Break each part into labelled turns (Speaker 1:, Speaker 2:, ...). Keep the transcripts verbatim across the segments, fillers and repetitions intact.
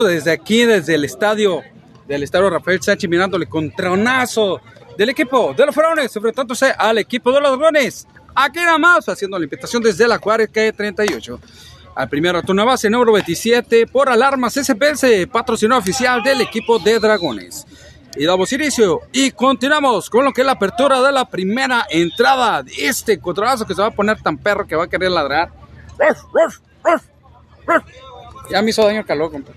Speaker 1: Desde aquí, desde el estadio, del estadio Rafael Sánchez, mirándole contraonazo del equipo de los Faraones, enfrentándose al equipo de los Dragones. Aquí nada más, haciendo la invitación desde la Juárez, calle treinta y ocho. Al primero turno base, número veintisiete, por Alarmas S P S, patrocinador oficial del equipo de Dragones. Y damos inicio y continuamos con lo que es la apertura de la primera entrada de este controlazo que se va a poner tan perro que va a querer ladrar. Ya me hizo daño el calor, compa.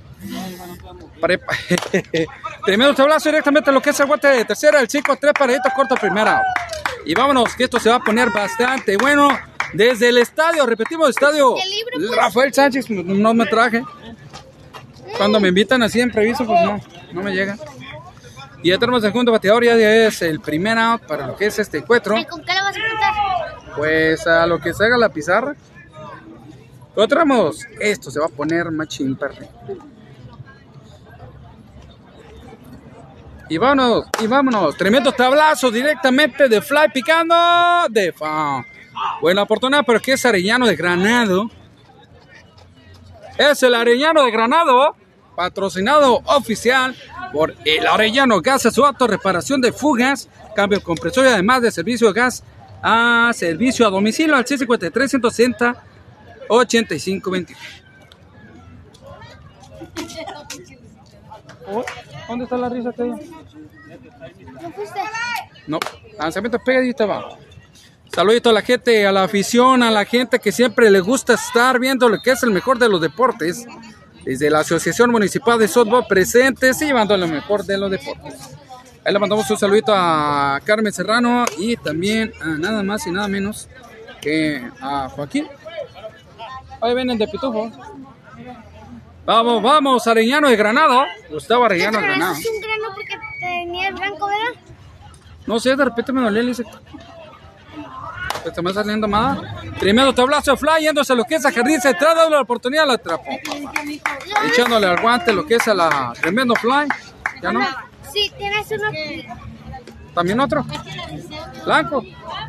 Speaker 1: Tremendo tablazo directamente a lo que es el guante de tercera, el cinco tres paraditos corto primera. Y vámonos, que esto se va a poner bastante bueno. Desde el estadio, repetimos, estadio Rafael Sánchez, no me traje. Cuando me invitan así de imprevisto, pues no, no me llega. Y ya tenemos el segundo bateador, ya es el primer out para lo que es este encuentro.
Speaker 2: ¿Y con qué le vas a apuntar?
Speaker 1: Pues a lo que se haga la pizarra. Encontramos, esto se va a poner machín perro. Y vámonos, y vámonos. Tremendo tablazo directamente de fly picando de foul. Buena oportunidad, pero que es Arellano de Granado. Es el Arellano de Granado, patrocinado oficial por el Arellano Gas, su auto, reparación de fugas, cambio compresor y además de servicio de gas a servicio a domicilio al seis cinco tres, ciento sesenta, ochenta y cinco veintiuno. ¿Dónde está la risa que hay?
Speaker 2: ¿No fuiste?
Speaker 1: No, lanzamiento pegadito abajo. Saludito a la gente, a la afición, a la gente que siempre le gusta estar viendo lo que es el mejor de los deportes. Desde la Asociación Municipal de Softball presentes y llevando lo mejor de los deportes. Ahí le mandamos un saludito a Carmen Serrano y también a nada más y nada menos que a Joaquín. Ahí vienen de Pitufo. Vamos, vamos, Arellano de Granado. Gustavo Arellano de Granado.
Speaker 2: ¿Es un grano porque tenía el blanco, verdad?
Speaker 1: No sé, de repente me dolía el insecto. Se me está saliendo más. Tremendo tablazo de fly, yéndose a lo que es a jardín central, dando la oportunidad, la atrapó. Echándole al guante lo que es a la tremendo fly. ¿Ya no?
Speaker 2: Sí, tienes uno.
Speaker 1: ¿También otro? ¿Blanco?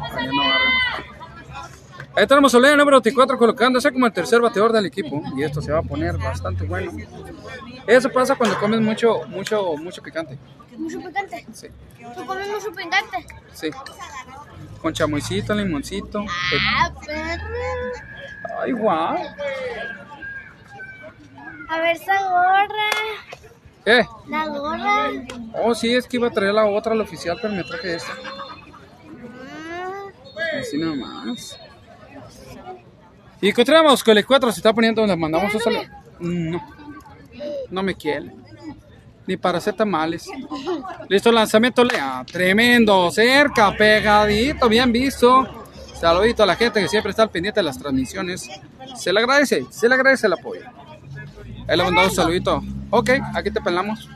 Speaker 1: Ahí tenemos a Olea, número veinticuatro, colocándose como el tercer bateador del equipo. Y esto se va a poner bastante bueno. Eso pasa cuando comes mucho, mucho, mucho picante.
Speaker 2: ¿Mucho picante?
Speaker 1: Sí.
Speaker 2: ¿Tú comes mucho picante?
Speaker 1: Sí. Con chamoycito, limoncito.
Speaker 2: Ah, perro.
Speaker 1: Ay, guau.
Speaker 2: A ver esa gorra.
Speaker 1: ¿Qué?
Speaker 2: La gorra.
Speaker 1: Oh, sí, es que iba a traer la otra, la oficial, pero me traje esta.
Speaker 2: Ah.
Speaker 1: Así nada más. Y encontramos con el cuatro se está poniendo donde mandamos un saludo. No, no me quiere. Ni para hacer tamales. Listo, lanzamiento Lea. Tremendo, cerca, pegadito, bien visto. Saludito a la gente que siempre está al pendiente de las transmisiones. Se le agradece, se le agradece el apoyo. Ahí le mandamos un saludito. Ok, aquí te pelamos.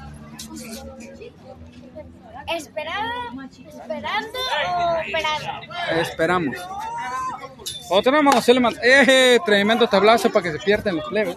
Speaker 2: ¿Esperando, esperando o esperando?
Speaker 1: Esperamos. O tenemos, se le manda. Eh, tremendo tablazo para que se pierdan los plebes.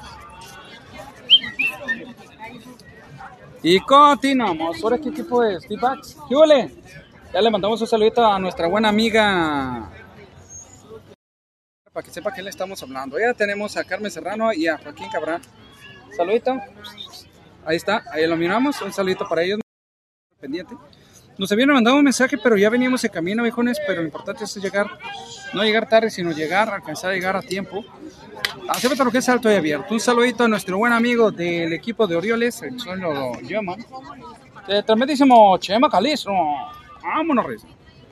Speaker 1: Y continuamos. ¿Ahora qué equipo es? ¿T-Bags? ¿Qué huele? Ya le mandamos un saludito a nuestra buena amiga. Para que sepa que le estamos hablando. Ya tenemos a Carmen Serrano y a Joaquín Cabral. Saludito. Ahí está, ahí lo miramos. Un saludito para ellos. Pendiente. Nos habían mandado un mensaje, pero ya veníamos en camino, viejones. Pero lo importante es llegar, no llegar tarde, sino llegar, alcanzar a llegar a tiempo. Hacemos lo que es alto y abierto. Un saludito a nuestro buen amigo del equipo de Orioles, el suelo Yoma. Eh, tremendísimo Chema Calistro. Vámonos, Reyes.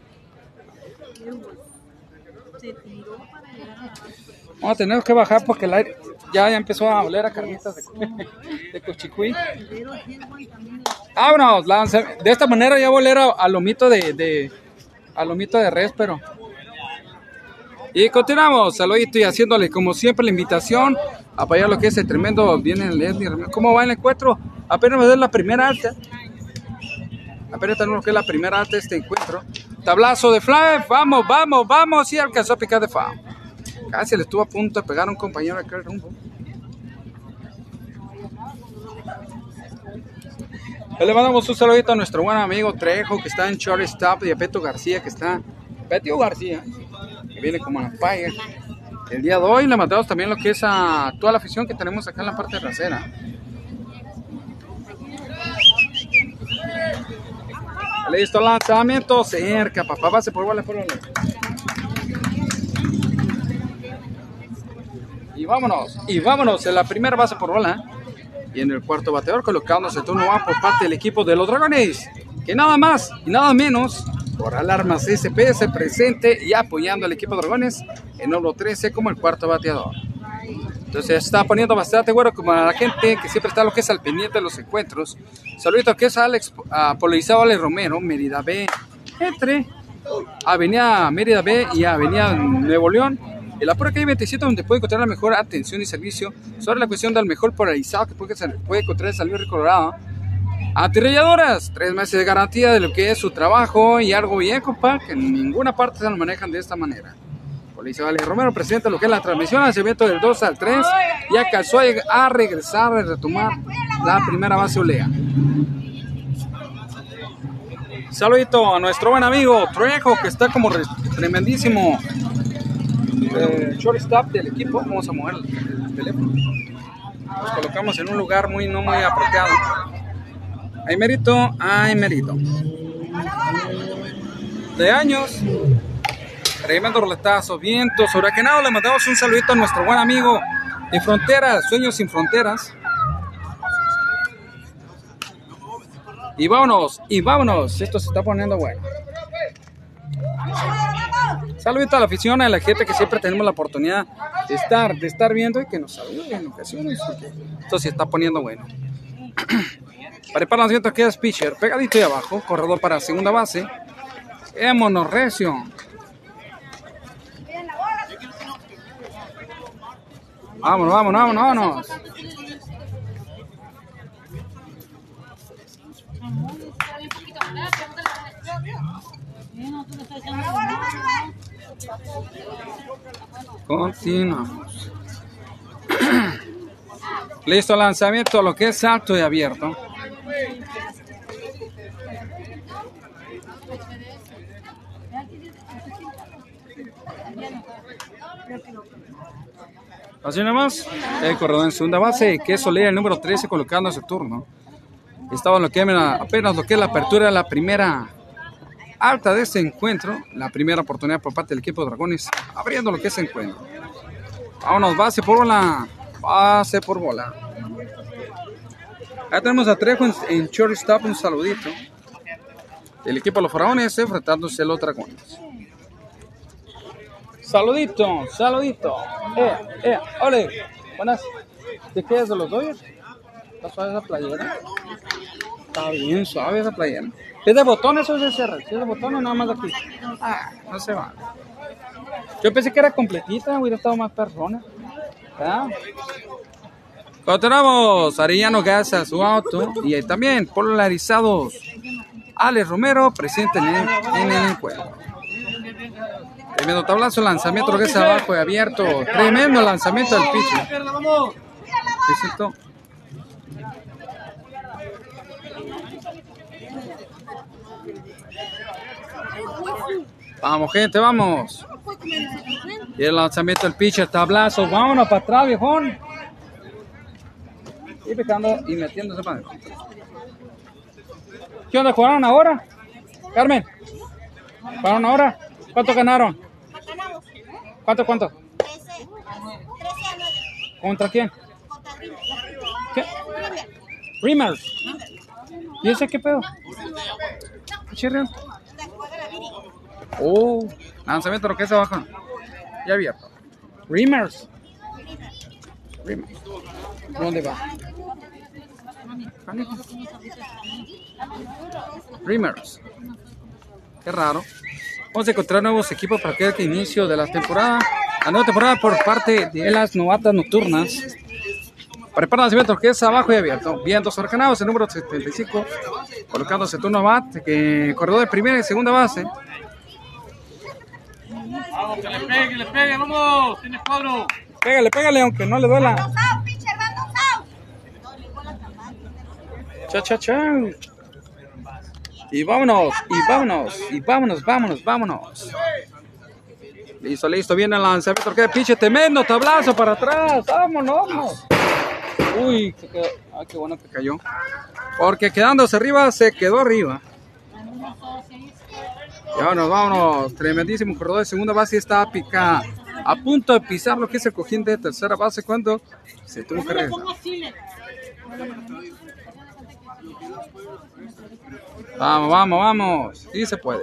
Speaker 1: Vamos a tener que bajar porque el aire ya, ya empezó a oler a carnitas de, de cochicuí. Vámonos, lance. De esta manera ya voy a oler a, a lomito de, de a lomito de res, pero. Y continuamos, saludito y haciéndole como siempre la invitación a apoyar lo que es el tremendo, viene el Leslie. ¿Cómo va el encuentro? Apenas va a ser la primera alta. Apenas tenemos lo que es la primera alta de este encuentro. Tablazo de fly, vamos, vamos, vamos, y alcanzó a picar de fa. Casi le estuvo a punto de pegar a un compañero de aquel rumbo. Le mandamos un saludito a nuestro buen amigo Trejo, que está en shortstop, y a Beto García, que está, Betio García, que viene como a la paya. El día de hoy le mandamos también lo que es a toda la afición que tenemos acá en la parte trasera. Listo, lanzamiento cerca, papá, base por bola, por bola. Y vámonos, y vámonos en la primera base por bola. Y en el cuarto bateador colocándose el turno A por parte del equipo de los Dragones. Que nada más y nada menos por Alarmas S P S presente y apoyando al equipo de Dragones en número trece como el cuarto bateador. Entonces se está poniendo bastante bueno como a la gente que siempre está lo que es al pendiente de los encuentros. Saludito que es Alex, a Polarizado Alex Romero, Mérida B, entre Avenida Mérida B y Avenida Nuevo León. En la pura calle veintisiete, donde puede encontrar la mejor atención y servicio sobre la cuestión del mejor polarizado que puede, puede encontrar en San Luis Río Colorado. Atirrelladoras, tres meses de garantía de lo que es su trabajo y algo bien, compa, que en ninguna parte se lo manejan de esta manera. Policía Alex Romero presenta lo que es la transmisión al evento del dos al tres y alcanzó a regresar a retomar la primera base Olea. Saludito a nuestro buen amigo Trejo, que está como tremendísimo eh, shortstop del equipo. Vamos a mover el, el teléfono. Nos colocamos en un lugar muy no muy apropiado. Hay mérito, hay mérito. De años, tremendo roletazo, vientos, huracanado. Le mandamos un saludito a nuestro buen amigo de Fronteras, Sueños Sin Fronteras. Y vámonos, y vámonos. Esto se está poniendo bueno. Saludito a la afición, a la gente que siempre tenemos la oportunidad de estar, de estar viendo y que nos salude en ocasiones. Esto se está poniendo bueno. Para el lanzamiento queda pitcher, pegadito y abajo, corredor para segunda base. Émonos recio. Vámonos, vámonos, vámonos, vámonos. Continuamos. Listo, lanzamiento, lo que es alto y abierto. Así nomás, el corredor en segunda base, que eso lea el número trece colocando su turno. Estaba en lo que apenas lo que es la apertura de la primera alta de este encuentro, la primera oportunidad por parte del equipo de Dragones, abriendo lo que es el encuentro. Vámonos, base por bola, base por bola. Ahí tenemos a Trejo en, en shortstop, un saludito. El equipo de los Faraones enfrentándose a los Dragones. Saludito, saludito. Eh, eh, ole. Buenas. ¿Te quedas de los Dodgers? ¿Está suave esa playera? Está bien suave esa playera. ¿Es de botones o es de cierre? ¿Es de botones o nada más de aquí? Ah, no se va. Yo pensé que era completita, hubiera estado más persona. ¿Verdad? Continuamos. Arellano Gaza, su auto. Y ahí también polarizados. Alex Romero presente en el, en el encuentro. Tremendo tablazo, lanzamiento, lo que es abajo y abierto. Tremendo lanzamiento del pitcher. Presento. Vamos, gente, vamos. Y el lanzamiento del pitcher, tablazo. Vámonos para atrás, viejón. Y picando y metiéndose para adentro. ¿Qué onda? ¿Jugaron ahora? Carmen, ¿jugaron ahora? ¿Cuánto ganaron? ¿Cuánto, cuánto? ¿Contra quién? ¿Qué? Rimers. ¿Y ese qué pedo? ¿Chirrión? Oh, lanzamiento lo que es abajo. Ya abierto. Rimers. Rimers. ¿Dónde va? Rimers. Qué raro. Vamos a encontrar nuevos equipos para que el inicio de la temporada. La nueva temporada por parte de las novatas nocturnas. Prepara el lanzamiento que es abajo y abierto. Vientos huracanados, el número setenta y cinco. Colocándose turno bat, que corredor de primera y segunda base.
Speaker 3: Vamos, que le pegue, que le pegue, vamos. Tienes cuadro.
Speaker 1: Pégale, pégale, aunque no le duela. Cha, cha, cha. Y vámonos, y vámonos, y vámonos, vámonos, vámonos. Listo, listo, viene el lanzamiento, que pinche tremendo tablazo para atrás. Vámonos, vámonos. Uy, qué, ah, qué bueno que cayó. Porque quedándose arriba, se quedó arriba. vámonos, vámonos. Tremendísimo corredor de segunda base. Está a picar, a punto de pisar lo que es el cojín de tercera base cuando se tuvo que regresar. Vamos, vamos, vamos. Sí se puede.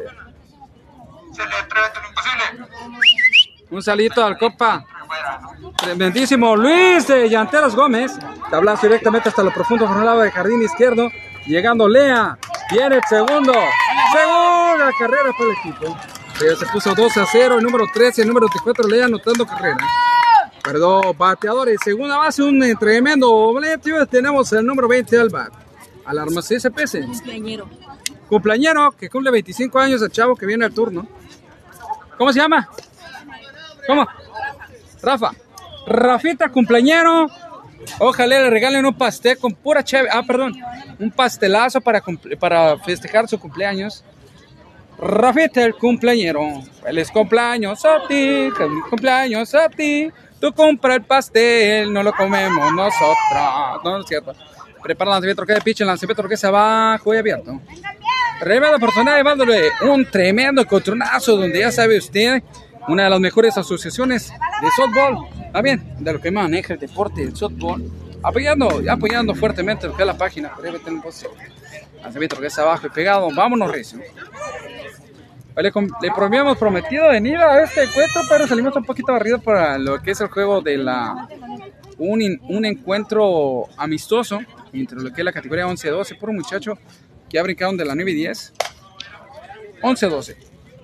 Speaker 1: Un salito al copa. Tremendísimo Luis de Llanteros Gómez. Tablazo directamente hasta lo profundo por un lado de jardín izquierdo. Llegando Lea. Viene el segundo. Segunda carrera para el equipo. Lea se puso dos a cero. El número trece, el número veinticuatro. Lea anotando carrera. Perdón, bateadores. Segunda base, un tremendo doblete. Tenemos el número veinte al bat. Alarma C S P S.
Speaker 4: Cumpleañero.
Speaker 1: Cumpleañero que cumple veinticinco años. El chavo que viene al turno. ¿Cómo se llama? ¿Cómo? Rafa. Rafita, cumpleañero. Ojalá le regalen un pastel con pura cheve. Ah, perdón. Un pastelazo para, para festejar su cumpleaños. Rafita, el cumpleañero. Feliz cumpleaños a ti. Feliz cumpleaños a ti. Tú compra el pastel, no lo comemos nosotros. No, no es cierto. Prepara el lanzamiento que de pitch, el lanzamiento que es abajo y abierto. Tremenda oportunidad llevándole un tremendo encontronazo donde ya sabe usted, una de las mejores asociaciones de softball, está bien, de lo que maneja el deporte del softball, apoyando, apoyando fuertemente lo que es la página, por ahí va a tener un post. Lanzamiento que es abajo y pegado, vámonos recio. Le, le habíamos prometido venir a este encuentro, pero salimos un poquito barridos para lo que es el juego de la un, un encuentro amistoso entre lo que es la categoría once doce, por un muchacho que ha brincado de la nueve y diez, once doce.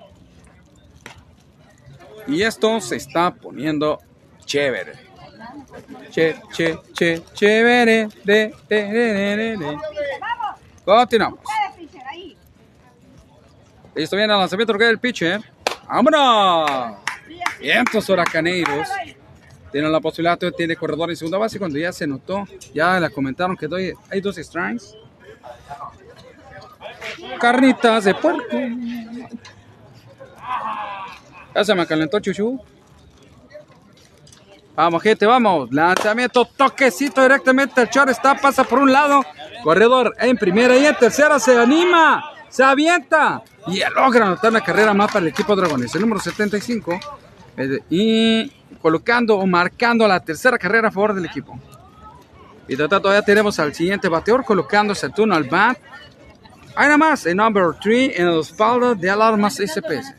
Speaker 1: Y esto se está poniendo chévere. Che, che, che, chévere. De, de, de, de, de, de. Continuamos. Listo, viene el lanzamiento que del pitcher. ¡Vámonos! Vientos huracaneros. Tienen la posibilidad, tiene corredor en segunda base. Cuando ya se notó, ya la comentaron que doy, hay dos strikes. Carnitas de puerco. Ya se me calentó chuchu. Vamos, gente, vamos. Lanzamiento, toquecito directamente. El short está, pasa por un lado. Corredor en primera y en tercera se anima. Se avienta y logra anotar una carrera más para el equipo Dragones. El número setenta y cinco. Y colocando o marcando la tercera carrera a favor del equipo. Y todavía tenemos al siguiente bateador colocándose el turno al bat. Hay nada más el number tres en el espalda de Alarmas S P S.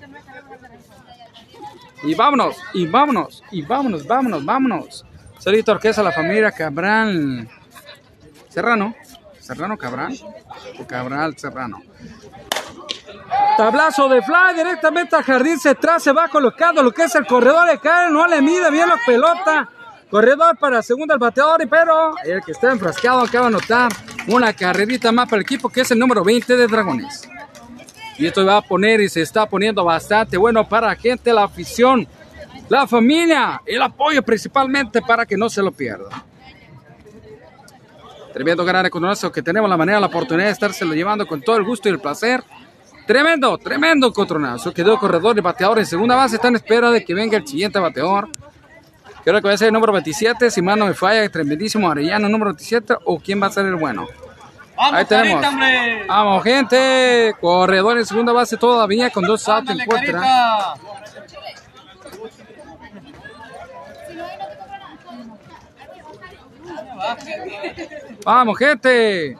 Speaker 1: Y vámonos, y vámonos, y vámonos, vámonos, vámonos. Saludito orquesta a la familia Cabral Serrano. Serrano Cabral. O Cabral Serrano. Tablazo de fly directamente al jardín central. Se va colocando lo que es el corredor de Karen. No le mide bien la pelota. Corredor para segunda el bateador. Pero el que está enfrascado acaba de anotar una carrerita más para el equipo que es el número veinte de Dragones. Y esto va a poner y se está poniendo bastante bueno para la gente, la afición, la familia, el apoyo principalmente para que no se lo pierda. Tremendo gran encontronazo que tenemos la manera, la oportunidad de estárselo llevando con todo el gusto y el placer. Tremendo, tremendo encontronazo. Quedó corredor y bateador en segunda base. Está en espera de que venga el siguiente bateador. Creo que va a ser el número veintisiete, si más no me falla, tremendísimo Arellano, número veintisiete, o quién va a ser el bueno.
Speaker 3: Vamos,
Speaker 1: ahí tenemos.
Speaker 3: Carita,
Speaker 1: vamos, gente. Corredor en segunda base todavía con dos outs en contra.
Speaker 3: Carita.
Speaker 1: Vamos, gente.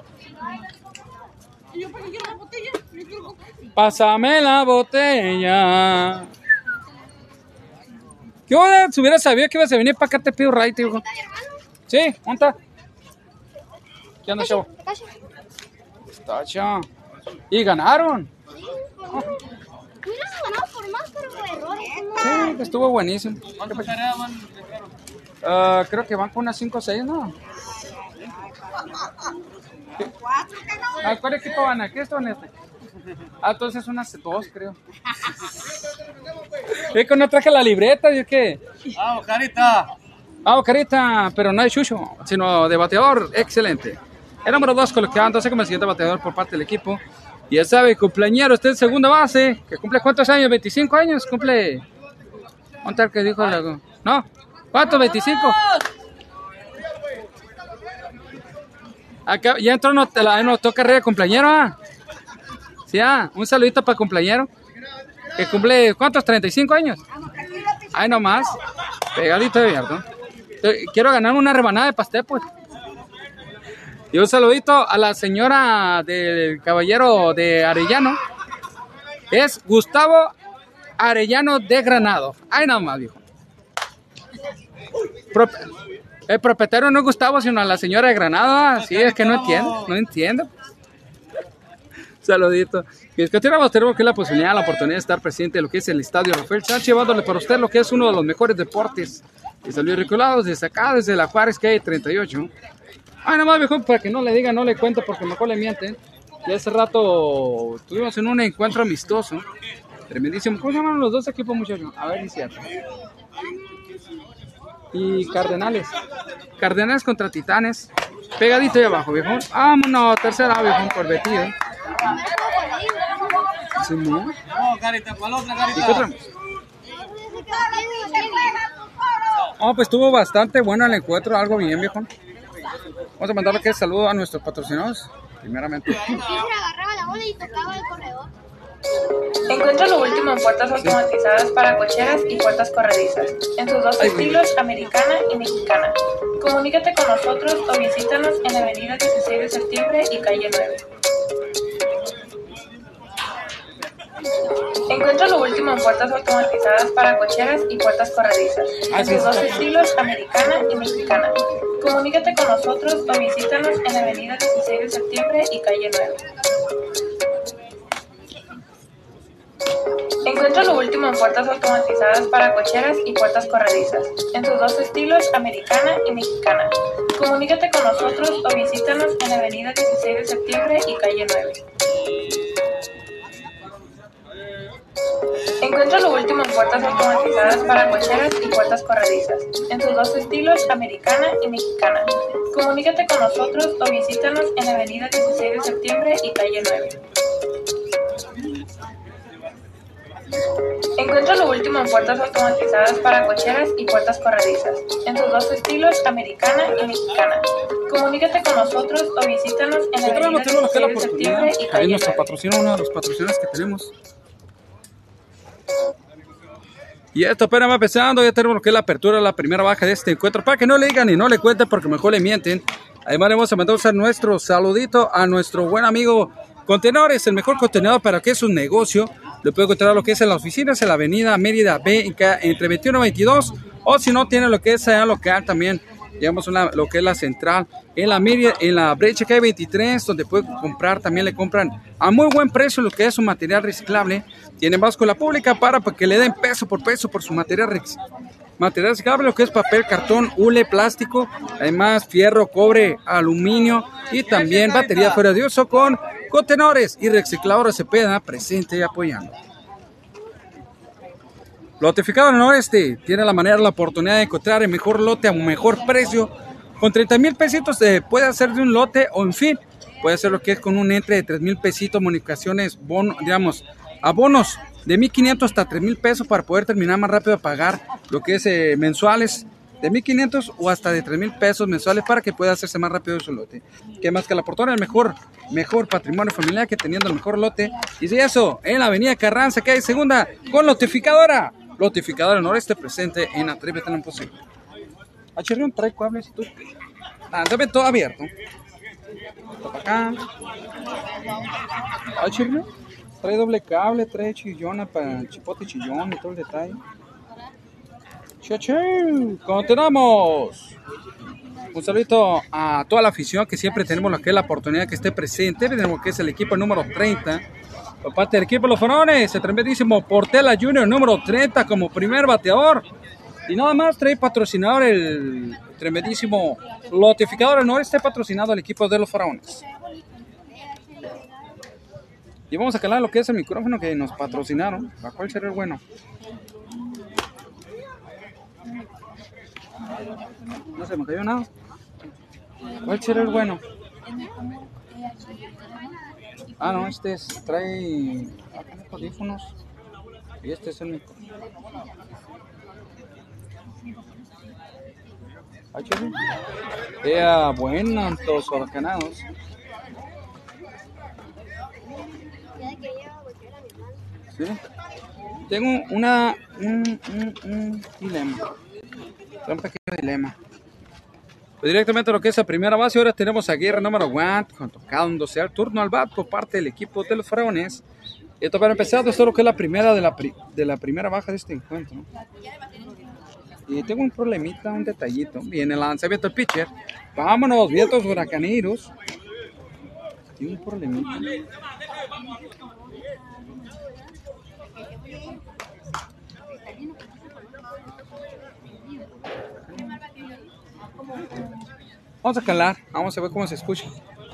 Speaker 1: Pásame la botella. ¿Qué onda? Si hubiera sabido que ibas a venir para acá, te pido right, hijo. Sí, ¿dónde está? ¿Qué onda, chavo? Tacha. Y ganaron.
Speaker 2: Hubiéramos ganado por más, pero por errores.
Speaker 1: Sí, estuvo buenísimo.
Speaker 3: ¿Cuántas tareas van?
Speaker 1: Uh, creo que van con unas cinco o seis, ¿no? ¿A cuál equipo van? ¿Aquí está o en este? Ah, entonces unas dos, creo. Es que no traje la libreta, ¿y qué?
Speaker 3: Vamos, Carita.
Speaker 1: Ah, carita, pero no de chucho, sino de bateador, excelente. El número dos colocándose como el siguiente bateador por parte del equipo. Y ya sabe, cumpleañero, usted en segunda base, que cumple ¿cuántos años? ¿veinticinco años? Cumple... ¿Cuánto el que dijo? La... ¿No? ¿Cuántos? ¿veinticinco? Acá, ya entró, no, la, no, toca carrera de cumpleañero, ¿ah? Sí, ah, un saludito para cumpleañero. que cumple, ¿cuántos? ¿treinta y cinco años? Ay, nomás, pegadito de abierto. Quiero ganar una rebanada de pastel, pues. Y un saludito a la señora del caballero de Arellano. Es Gustavo Arellano de Granado. Ay, nomás, viejo. Pro El propietario no es Gustavo, sino la señora de Granada. Sí, es que no entiendo, no entiendo. Saludito. Y es que tenemos, tenemos que la posibilidad, la oportunidad de estar presente en lo que es el Estadio Rafael Sánchez, llevándole para usted lo que es uno de los mejores deportes de San Luis Recolados, desde acá, desde la Juárez, que hay treinta y ocho. Ah, nada más, mejor para que no le diga, no le cuento, porque mejor le mienten. Y hace rato estuvimos en un encuentro amistoso. Tremendísimo. ¿Cómo se llaman los dos equipos, muchachos? A ver, dice cierto. Y Cardenales. Cardenales contra Titanes. Pegadito ahí abajo, viejo. Vámonos, tercera, viejo, por Betty, ¿eh? Sí, ¿no? ¿Y qué otra? Oh, pues estuvo bastante bueno el encuentro, algo bien, viejo. Vamos a mandarle que saludo a nuestros patrocinados, primeramente.
Speaker 4: Encuentra lo último en puertas automatizadas para cocheras y puertas corredizas, en sus dos estilos, americana y mexicana. Comunícate con nosotros o visítanos en la avenida dieciséis de septiembre y calle nueve. Encuentra lo último en puertas automatizadas para cocheras y puertas corredizas, en sus dos estilos, americana y mexicana. Comunícate con nosotros o visítanos en la avenida dieciséis de septiembre y calle nueve. Encuentra lo último en puertas automatizadas para cocheras y puertas corredizas, en sus dos estilos, americana y mexicana. Comunícate con nosotros o visítanos en la avenida dieciséis de septiembre y calle nueve. Encuentra lo último en puertas automatizadas para cocheras y puertas corredizas, en sus dos estilos, americana y mexicana. Comunícate con nosotros o visítanos en la avenida dieciséis de septiembre y calle nueve. Encuentra lo último en puertas automatizadas para cocheras y puertas corredizas, en sus dos estilos, americana y mexicana. Comunícate con nosotros o visítanos en la avenida dieciséis de septiembre y calle
Speaker 1: ahí nuestro
Speaker 4: nueve.
Speaker 1: patrocinio, uno de los patrocinadores que tenemos. Y esto apenas va empezando, ya tenemos lo que es la apertura, la primera baja de este encuentro, para que no le digan y no le cuenten porque mejor le mienten. Además le vamos a mandar nuestro saludito a nuestro buen amigo Contenedores, el mejor contenedor para que es un negocio. Le puede encontrar lo que es en las oficinas, en la avenida Mérida B, entre veintiuno y veintidós, o si no tiene lo que es allá local también, digamos una, lo que es la central, en la Mérida, en la brecha que hay veintitrés, donde puede comprar, también le compran a muy buen precio lo que es su material reciclable. Tienen báscula pública para, para que le den peso por peso por su material reciclable. Material reciclable, lo que es papel, cartón, hule, plástico, además fierro, cobre, aluminio y también batería fuera de uso con Contenedores y Recicladora Cepeda presente y apoyando. Lotificado en el Noreste tiene la manera, la oportunidad de encontrar el mejor lote a un mejor precio. Con treinta mil pesitos se puede hacer de un lote o en fin, puede hacer lo que es con un entre de tres mil pesitos, bonificaciones, bono, digamos, abonos de mil quinientos hasta tres mil pesos para poder terminar más rápido a pagar lo que es eh, mensuales de mil quinientos o hasta de tres mil pesos mensuales para que pueda hacerse más rápido su lote. Que más que la oportunidad, el mejor, mejor patrimonio familiar que teniendo el mejor lote. Y si eso, en la avenida Carranza, que hay segunda, con Lotificadora. Lotificadora Noreste presente en Atrévete en lo Imposible. A Chirrión trae cables y tú. Ah, debe todo abierto. Para acá. A Chirrión trae doble cable, trae chillona para chipote chillón y todo el detalle. ¡Chachín! Continuamos. Un saludito a toda la afición que siempre tenemos lo que es la oportunidad que esté presente. Tenemos que es el equipo número treinta. Por parte del equipo de los Farones, el tremendísimo Portela Junior número treinta como primer bateador. Y nada más trae patrocinador el tremendísimo Lotificador. No esté patrocinado el equipo de los Faraones. Y vamos a calar lo que es el micrófono que nos patrocinaron. ¿A cuál será el bueno? No se me cayó nada. ¿Cuál será el bueno? Ah, no, este es, trae audífonos. Y este es el micrófono. Ea, buenos todos ordenados. ¿Sí? Tengo una, un, un, un dilema. Un pequeño dilema. Pues directamente a lo que es la primera base, ahora tenemos a Guerra número uno, tocándose al turno al bat por parte del equipo de los Faraones. Esto para empezar, esto es lo que es la primera de la, pri, de la primera baja de este encuentro. Y tengo un problemita, un detallito. Viene el lanzamiento del pitcher. Vámonos, vientos huracaneros. Tiene un problemita. Vamos a calar, vamos a ver cómo se escucha.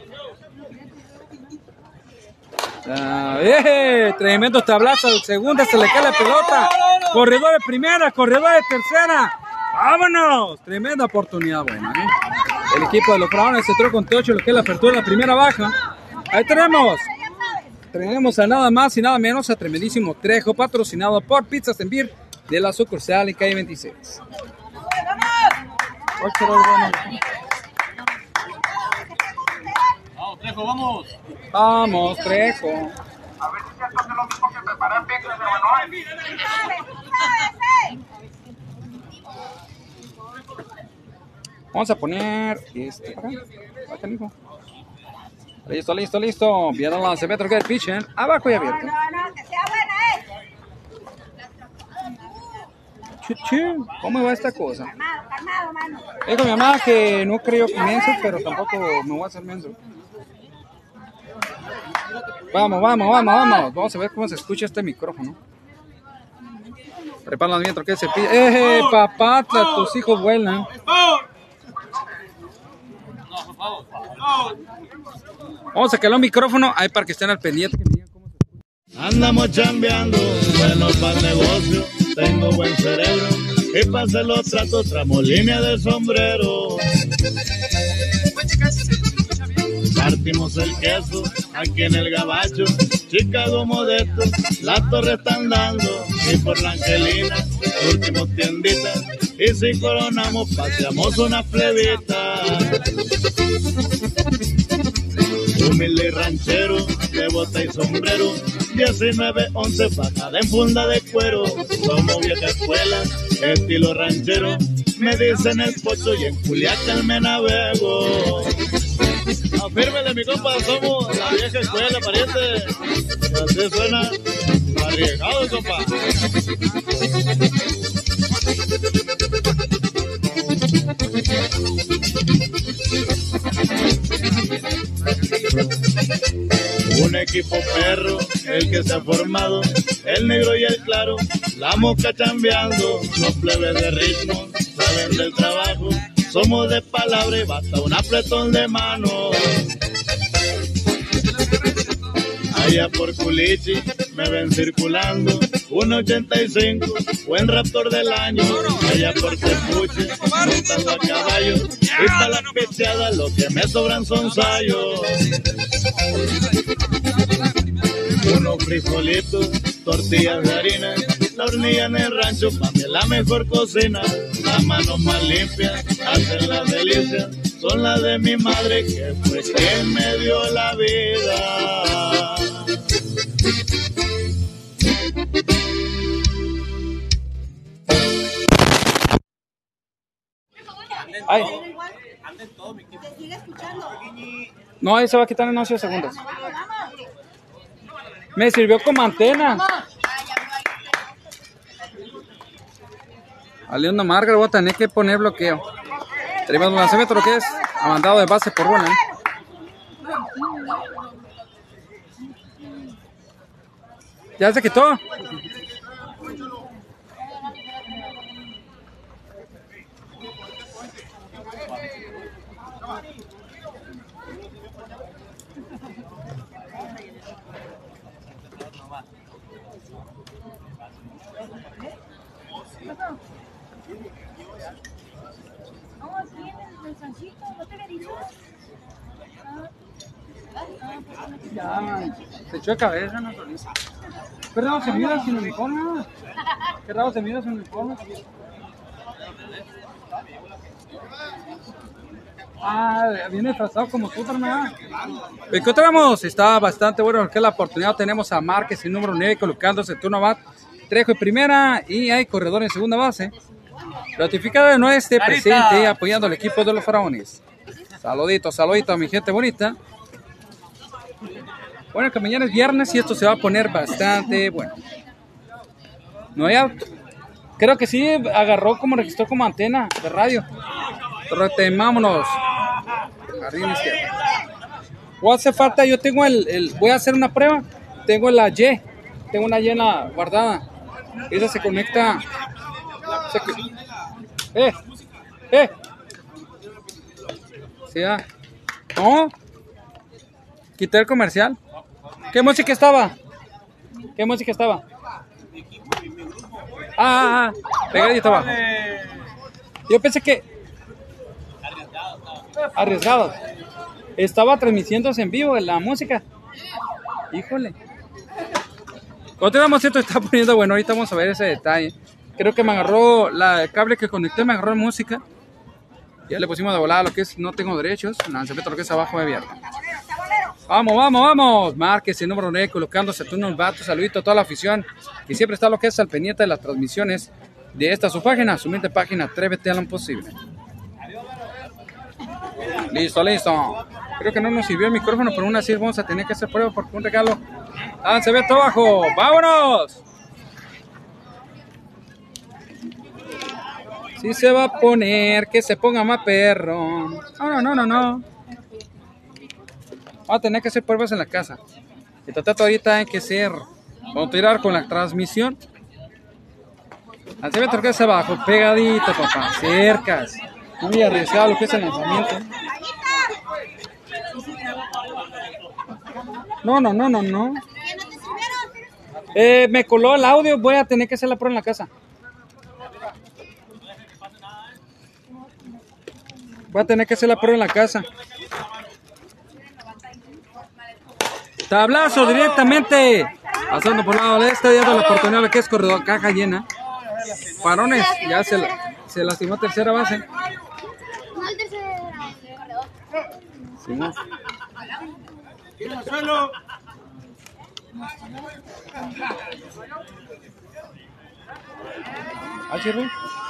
Speaker 1: Ah, ¡eh! Tremendo tablazo del segunda, se le cae la pelota. Corredor de primera, corredor de tercera. ¡Vámonos! Tremenda oportunidad buena, ¿eh? El equipo de los Faraones se entró con T ocho, lo que es la apertura de la primera baja. Ahí tenemos. Tenemos a nada más y nada menos a tremendísimo Trejo, patrocinado por Pizzas en Beer de la sucursal en calle veintiséis.
Speaker 3: Vamos, Trejo, vamos.
Speaker 1: Vamos, Trejo.
Speaker 5: A ver si se hace lo mismo que preparar picos de Manuel.
Speaker 1: Vamos a poner este para acá. Acá mismo. Listo, listo, listo. Viene el lanzamiento que el pitcher. Abajo y abierto. Chuchu, ¿cómo va esta cosa? Dijo mi mamá que no creo que menso, pero tampoco me voy a hacer menso. Vamos, vamos, vamos, vamos. Vamos a ver cómo se escucha este micrófono. Prepara el lanzamiento que se pide. ¡Eh, papatla! Tus hijos vuelan. Vamos a calar un micrófono ahí para que estén al pendiente. Que me digan cómo se escucha.
Speaker 6: Andamos chambeando, bueno para el negocio, tengo buen cerebro y para hacer los tratos tramo línea de sombrero. Partimos el queso aquí en el gabacho, Chicago Modesto, las torres están dando y por la Angelina, últimos tienditas y si coronamos paseamos una plebita. Humilde y ranchero, de bota y sombrero, diecinueve once bajada en funda de cuero. Somos vieja escuela, estilo ranchero, me dicen el Pocho y en Culiacán me navego. Afírmele mi compa, somos la vieja escuela, pariente. Así suena, arriesgado compa. Un equipo perro, el que se ha formado, el negro y el claro, la mosca chambeando, los plebes de ritmo, saben del trabajo, somos de palabra y basta un apretón de mano. Allá por Culichi me ven circulando, uno ochenta y cinco, buen raptor del año. Allá por Tepuche, montando a caballo, y para la picheada lo que me sobran son sayos. Unos frijolitos, tortillas de harina, la hornilla en el rancho, pa' mí la mejor cocina. Las manos más limpias, hacen las delicias, son las de mi madre que fue quien me dio la vida.
Speaker 1: Ay. No, ahí se va a quitar en once segundos. Me sirvió como antena. A Leona Margaret voy a tener que poner bloqueo. Tenemos un lanzamiento lo que es a mandado de base por buena. ¿Ya se quitó? Ya, se echó de cabeza, no solís. ¿Qué raro se mira sin uniforme? ¿Qué raro se mira sin uniforme? Ah, viene disfrazado como Superman. Encontramos, está bastante bueno porque la oportunidad tenemos a Márquez en número nueve colocándose en turno bat, Trejo en primera y hay corredor en segunda base. Ratificado de no esté presente apoyando al equipo de los Faraones. Saluditos, saluditos a mi gente bonita. Bueno, que mañana es viernes y esto se va a poner bastante bueno. No hay auto. Creo que sí agarró como registró como antena de radio. Retemámonos. Jardín izquierdo. O hace falta, yo tengo el, el, voy a hacer una prueba. Tengo la Y. Tengo una Y en la guardada. Esa se conecta. Se, eh, eh. Sí, ah. No. Quité el comercial. ¿Qué música estaba? ¿Qué música estaba? Ah, ah, ah. Pegadito abajo. Yo pensé que arriesgado. Estaba transmitiéndose en vivo la música. Híjole. Continuamos, esto está poniendo bueno. Ahorita vamos a ver ese detalle. Creo que me agarró la, el cable que conecté, me agarró la música. Ya le pusimos de volada lo que es no tengo derechos. Lanzamiento lo que es abajo de abierto. Vamos, vamos, vamos. Márquez el número nueve colocándose turno un vato. Saludito a toda la afición que siempre está lo que es al pendiente de las transmisiones de esta su página, su humilde página, atrévete a lo imposible. Listo, listo. Creo que no nos sirvió el micrófono, pero aún así vamos a tener que hacer prueba porque un regalo. Ah, se ve todo abajo. ¡Vámonos! Si se va a poner, que se ponga más perro. No, no, no, no, no. Vamos a tener que hacer pruebas en la casa. El tatato ahorita hay que ser. Vamos a tirar con la transmisión. Así me toca hacia abajo, pegadito, papá. Cercas. Muy arriesgado lo que es el lanzamiento. No, no, no, no, no. Eh, me coló el audio, voy a tener que hacer la prueba en la casa. Voy a tener que hacer la prueba en la casa. Tablazo directamente. Pasando por el lado del este, dando la oportunidad de que es corredor, caja llena. Farones, ya se, se lastimó tercera base.
Speaker 2: No, el tercer corredor.
Speaker 1: Sí, no. ¿Ah, Chirri?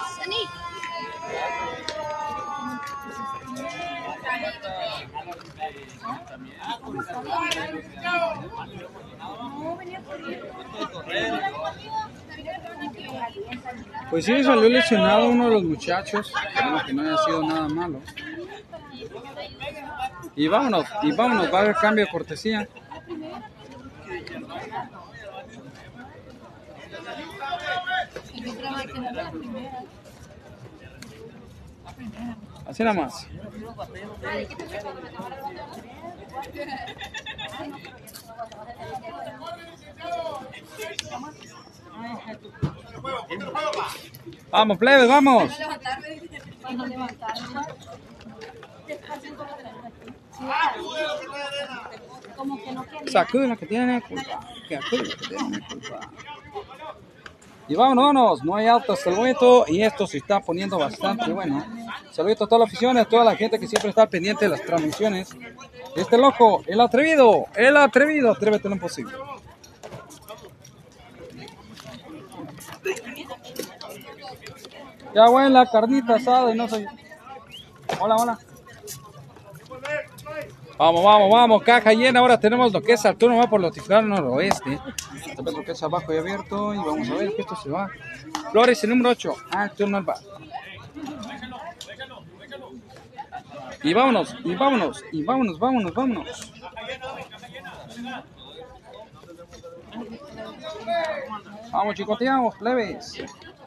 Speaker 1: Pues sí, salió lesionado uno de los muchachos, esperemos que no haya sido nada malo. Y vámonos, y vámonos, va a haber cambio de cortesía. Así nada más. Vamos, plebes, vamos. Sacude la que tiene culpa. Sacude la que tiene culpa. Y vámonos, vámonos. No hay auto hasta el momento y esto se está poniendo bastante bueno. Saludos a toda la afición, a toda la gente que siempre está pendiente de las transmisiones. Este loco, el atrevido, el atrevido, atrévete lo imposible. Ya bueno, la carnita asada y no soy. Hola, hola. Vamos, vamos, vamos, caja llena. Ahora tenemos lo que es al turno, va por los Tijuana noroeste. Tenemos lo que es abajo y abierto. Y vamos a ver que esto se va. Flores, el número ocho. Ah, el turno al bar. Y vámonos, y vámonos, y vámonos, vámonos, vámonos. Vamos, chicoteamos, plebes.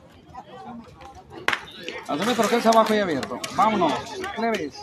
Speaker 1: Hacemos lo que es abajo y abierto. Vámonos, plebes.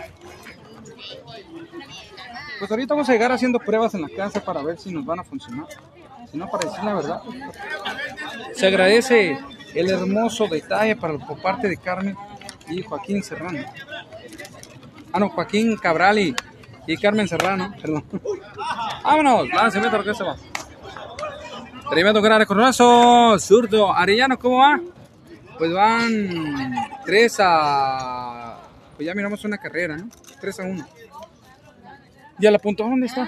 Speaker 1: Pues ahorita vamos a llegar haciendo pruebas en la casa para ver si nos van a funcionar. Si no, para decir la verdad. Se agradece el hermoso detalle para, por parte de Carmen y Joaquín Serrano. Ah, no, Joaquín Cabral y, y Carmen Serrano, perdón. Vámonos, lanzamiento lo que se va. Tremendo gran recordazo, zurdo. Arellano, ¿cómo va? Pues van tres a... pues ya miramos una carrera, ¿no? tres a uno. ¿Y el apuntó dónde está?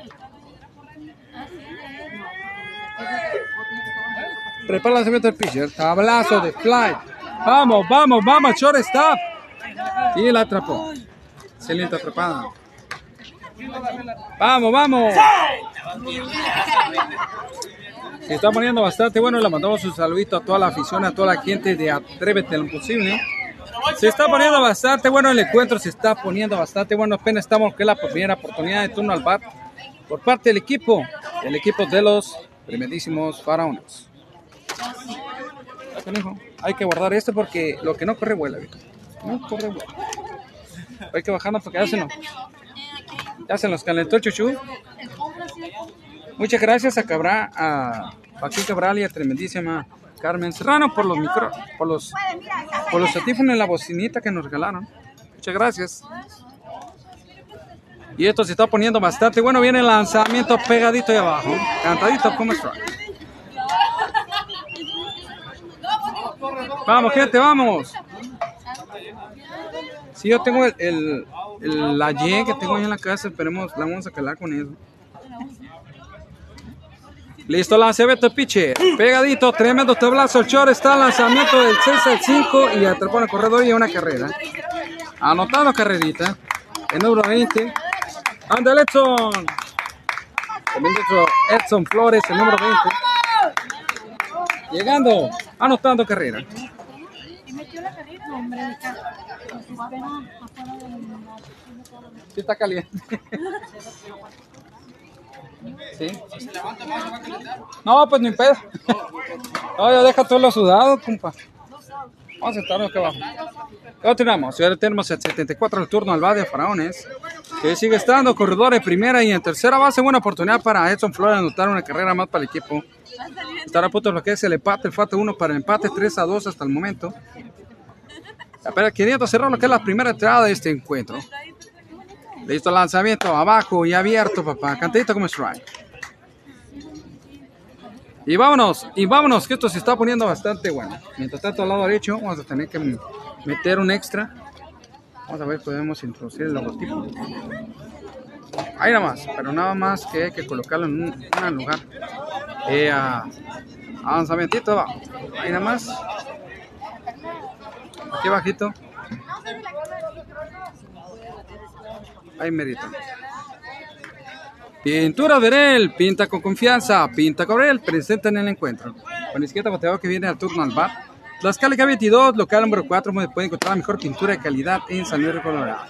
Speaker 1: Prepara el lanzamiento del pitcher. Tablazo de fly. Vamos, vamos, vamos, shortstop. Y la atrapó. Excelente atrapada. Vamos, vamos. Se está poniendo bastante bueno. Le mandamos un saludito a toda la afición, a toda la gente de Atrévete a lo Imposible. Se está poniendo bastante bueno el encuentro. Se está poniendo bastante bueno. Apenas estamos con la primera oportunidad de turno al bat por parte del equipo. El equipo de los tremendísimos Faraones. Hay que guardar esto porque lo que no corre vuela. No corre vuela. Hay que bajarnos porque ya se nos, ya se nos calentó el chuchu. Muchas gracias a Cabral, a Joaquín Cabral y a tremendísima Carmen Serrano por los micro, por los, por los audífonos y la bocinita que nos regalaron. Muchas gracias. Y esto se está poniendo bastante bueno. Viene el lanzamiento pegadito de abajo, cantadito como strike. Vamos, gente, vamos. Si yo tengo el, el, el la Y que tengo ahí en la casa, esperemos, la vamos a calar con eso. Listo, lanzamiento pitcher. Pegadito, tremendo tablazo. El short está el lanzamiento del seis al cinco y atrapó en el corredor y una carrera. Anotando carrerita. El número veinte. Anda Edson. También Edson Flores, el número veinte. Llegando, anotando carrera.
Speaker 2: ¿Y metió la carrera? No, hombre,
Speaker 1: Sí está caliente. ¿Sí? No, pues ni pedo. No, ya deja todo lo sudado, compa. Vamos a sentarnos acá abajo. Continuamos. Y ahora tenemos el setenta y cuatro el turno al bate de Faraones, que sigue estando corredor en primera y en tercera base. Buena oportunidad para Edson Flores de anotar una carrera más para el equipo. Estará a punto de lo que es el empate, el falta uno para el empate, tres a dos hasta el momento. Pero quinientos cerrar lo que es la primera entrada de este encuentro. Listo, lanzamiento abajo y abierto, papá. Cantadito como strike. Y vámonos, y vámonos, que esto se está poniendo bastante bueno. Mientras tanto, al lado derecho, vamos a tener que meter un extra. Vamos a ver, podemos introducir el logotipo. Ahí nada más, pero nada más que hay que colocarlo en un, en un lugar. Eh, uh, avanzamiento abajo. Ahí nada más. Aquí bajito. Ahí merito. Pintura Verel, pinta con confianza. Pinta Corel, presenta en el encuentro. Con izquierda bateador que viene al turno al bat. Tlaxcala K veintidós, local número cuatro, donde pueden encontrar la mejor pintura de calidad en San Luis de Colorado.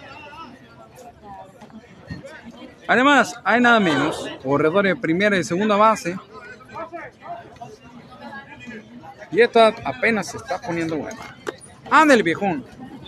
Speaker 1: Además, hay nada menos, corredor de primera y segunda base. Y esto apenas se está poniendo bueno. ¡Anda el viejón!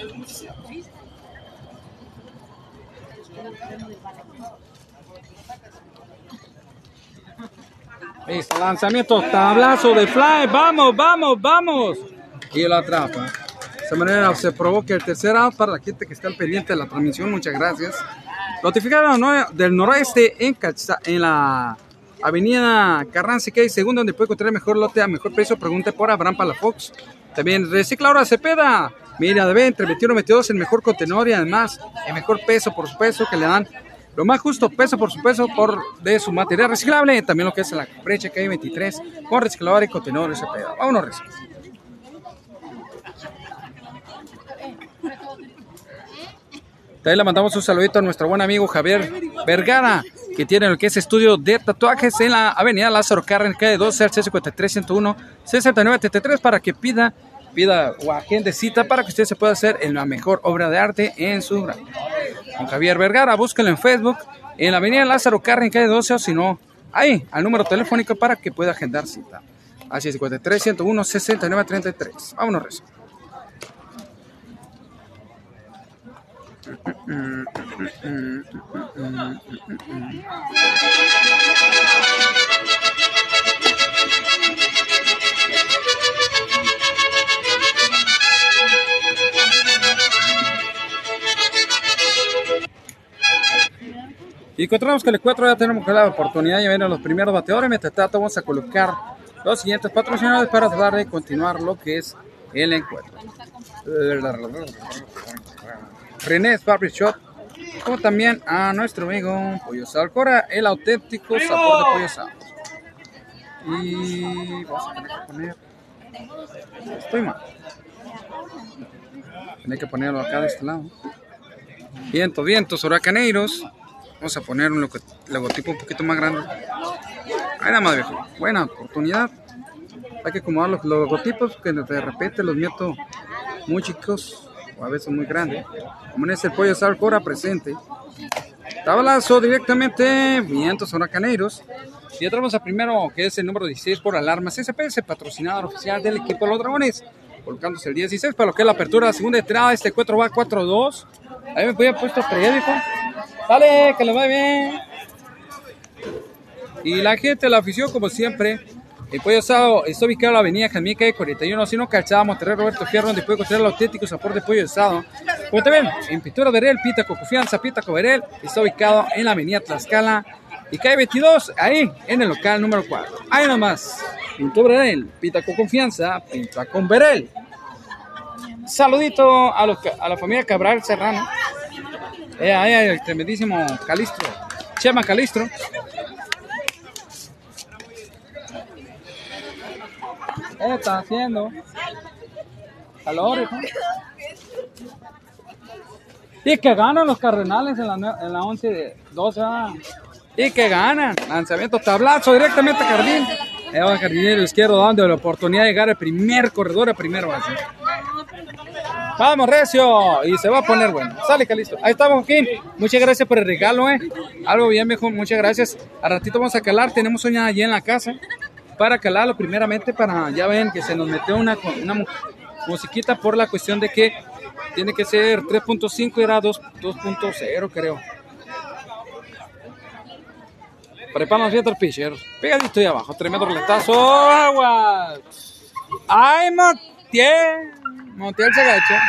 Speaker 1: Listo, lanzamiento, tablazo de fly. ¡Vamos, vamos, vamos! Y lo atrapa. De esta manera se provoca el tercer out para la gente que está al pendiente de la transmisión. Muchas gracias. Notificaron del noroeste en, en la avenida Carranza, que hay segundo, donde puede encontrar el mejor lote a mejor precio. Pregunte por Abraham Palafox. También Recicla Ahora Cepeda. Mira, de entre veintiuno y veintidós el mejor contenedor y además el mejor peso por su peso, que le dan lo más justo peso por su peso por de su material reciclable. También lo que es la brecha que hay veintitrés con reciclador y contenedor Cepeda. Vámonos, Reci. También le mandamos un saludito a nuestro buen amigo Javier Vergara, que tiene lo que es estudio de tatuajes en la avenida Lázaro Cárdenas, calle doce, C cincuenta y tres ciento uno, sesenta y nueve setenta y tres, para que pida, pida o agende cita para que usted se pueda hacer en la mejor obra de arte en su grado. Con Javier Vergara, búsquenlo en Facebook, en la avenida Lázaro Cárdenas, calle doce, o si no, ahí, al número telefónico para que pueda agendar cita. Así, cincuenta y tres ciento uno, sesenta y nueve treinta y tres. Vámonos, Rezo. Y encontramos que el cuatro ya tenemos la oportunidad de ver a los primeros bateadores. Mientras tanto vamos a colocar los siguientes patrocinadores para tratar de continuar lo que es el encuentro. René's Barber Shop, como también a nuestro amigo Pollo Salcora, el auténtico sabor de pollo asado. Y vamos a tener que poner, estoy mal, tener que ponerlo acá de este lado. Vientos, vientos, huracaneros. Vamos a poner un logotipo un poquito más grande. Ahí nada más, viejo. Buena oportunidad. Hay que acomodar los logotipos que de repente los meto muy chicos o a veces muy grandes. Como en este el pollo Salcora presente. Tablazo directamente, vientos huracaneros. Y entramos a primero, que es el número dieciséis por Alarmas S P S, patrocinador oficial del equipo de los Dragones. Colocándose el dieciséis para lo que es la apertura de la segunda entrada. Este cuatro va cuatro dos. Ahí me podía puesto periódico. Dale, que le va bien. Y la gente, la afición, como siempre. El pollo asado está ubicado en la avenida Jamaica de cuarenta y uno, sino Calzada, Monterrey, Roberto Fierro, donde puede encontrar el auténtico sabor de pollo asado. Como también en Pintura Verel, Pitaco Confianza, Pitaco Verel, está ubicado en la avenida Tlaxcala y calle veintidós, ahí en el local número cuatro. Ahí nomás, Pintura Verel, Pitaco Confianza, Pitaco Verel. Saludito a, los, a la familia Cabral Serrano. Eh, ahí el tremendísimo Calistro, Chema Calistro. ¿Qué está haciendo? Calor, ¿no? Y que ganan los Cardenales en la, en la once doce. Y que ganan. Lanzamiento tablazo directamente a Jardín. El jardinero izquierdo dando la oportunidad de llegar al primer corredor a primero base. Vamos, recio. Y se va a poner bueno. Sale, Calisto. Ahí estamos, Joaquín. Muchas gracias por el regalo, eh. Algo bien, viejo. Muchas gracias. Al ratito vamos a calar. Tenemos una allí en la casa. Para calarlo, primeramente, para, ya ven que se nos metió una, una musiquita por la cuestión de que tiene que ser tres punto cinco y era dos punto cero, creo. Preparamos bien el pitcher. Pegadito ahí abajo. Tremendo roletazo. ¡Agua! ¡Ay, Montiel! Montiel se agacha.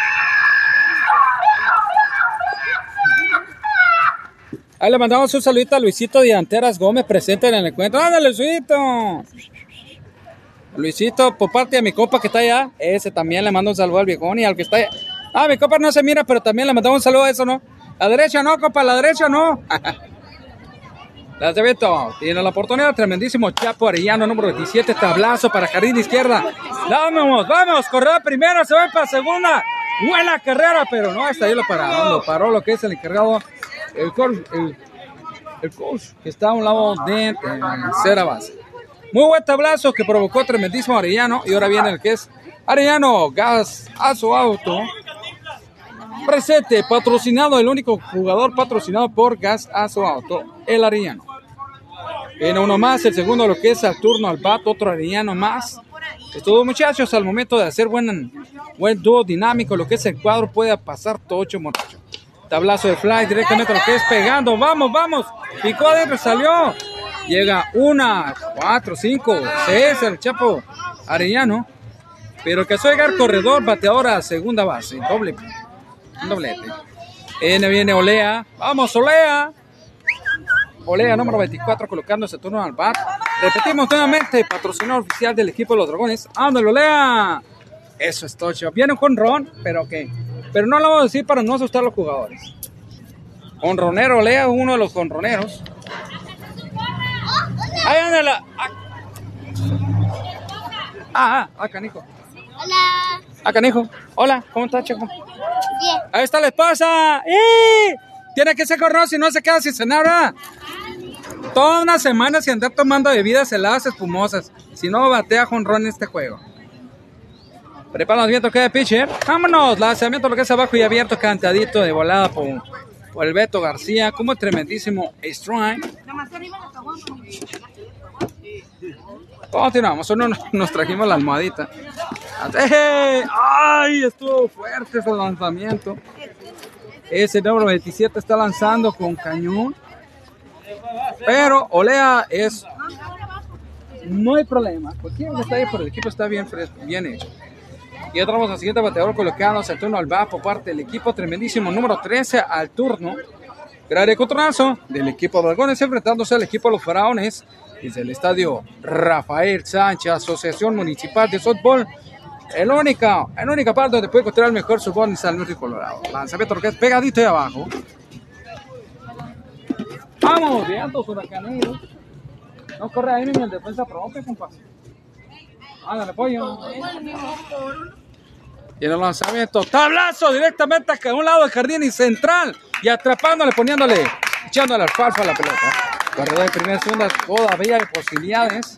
Speaker 1: Ahí le mandamos un saludito a Luisito Dianteras Gómez, presente en el encuentro. ¡Ándale, Luisito! Luisito, por parte de mi compa que está allá, ese también le mando un saludo al viejón y al que está allá. Ah, mi compa no se mira, pero también le mandamos un saludo a eso, ¿no? La derecha no, compa, la derecha no. Lanzamiento, tiene la oportunidad, tremendísimo Chapo Arellano, número veintisiete, tablazo para Jardín izquierda. Vamos, vamos, corredor primero, se va para segunda. Buena carrera, pero no, hasta ahí lo paró, lo paró lo que es el encargado, el coach, el, el coach que está a un lado de tercera base. Muy buen tablazo que provocó tremendísimo Arellano. Y ahora viene el que es Arellano, gas a su auto. Presente, patrocinado, el único jugador patrocinado por gas a su auto, el Arellano. Viene uno más, el segundo lo que es al turno al bat, otro Arellano más. Estos muchachos al momento de hacer buen, buen dúo dinámico, lo que es el cuadro puede pasar tocho morracho. Tablazo de fly directamente a lo que es pegando. Vamos, vamos. Picó adentro, salió. Llega una, cuatro, cinco, seis el Chapo Arellano. Pero que suele llegar corredor, bateador a segunda base. Doble, un doblete. Viene, viene Olea. Vamos, Olea. Olea, número veinticuatro, colocándose turno al bat. Repetimos nuevamente, patrocinador oficial del equipo de los Dragones. ¡Ándale, Olea! Eso es tocho. Viene un jonrón, pero ¿qué? Pero no lo vamos a decir para no asustar a los jugadores. Jonronero Olea, uno de los jonroneros. Ahí anda la... Ah, ah, ah, canijo.
Speaker 7: Hola.
Speaker 1: Ah, canijo. Hola, ¿cómo estás, chico?
Speaker 7: Bien.
Speaker 1: Ahí está la esposa. ¡Eh! Tiene que ser corrón, si no se queda sin cenar, ¿verdad? Toda una semana sin andar tomando bebidas heladas espumosas. Si no, batea jonrón en este juego. Preparanos bien, toque de pitcher. Vámonos, lanzamiento lo que es abajo y abierto, cantadito de volada por, por el Beto García. Como tremendísimo strike. Continuamos, solo nos trajimos la almohadita. ¡Ay! Estuvo fuerte ese lanzamiento. Ese número veintisiete está lanzando con cañón. Pero Olea es... No hay problema. Cualquier detalle por el equipo está bien fresco, bien hecho. Y entramos al siguiente bateador colocándose el turno al bat por parte del equipo tremendísimo número trece al turno. Gran encontronazo del equipo de Dragones enfrentándose al equipo de los Faraones desde el estadio Rafael Sánchez, Asociación Municipal de Softball, El única, el única parte donde puede encontrar el mejor softball en San Luis Río Colorado. Lanzamiento que es pegadito ahí abajo. Vamos, vientos huracaneros. No corre ahí ni el defensa rompe, compadre. Ándale, pollo. Y en el lanzamiento, tablazo directamente a un lado del jardín y central. Y atrapándole, poniéndole, echándole alfalfa a la pelota. Corredor de primera y segunda, todavía hay posibilidades.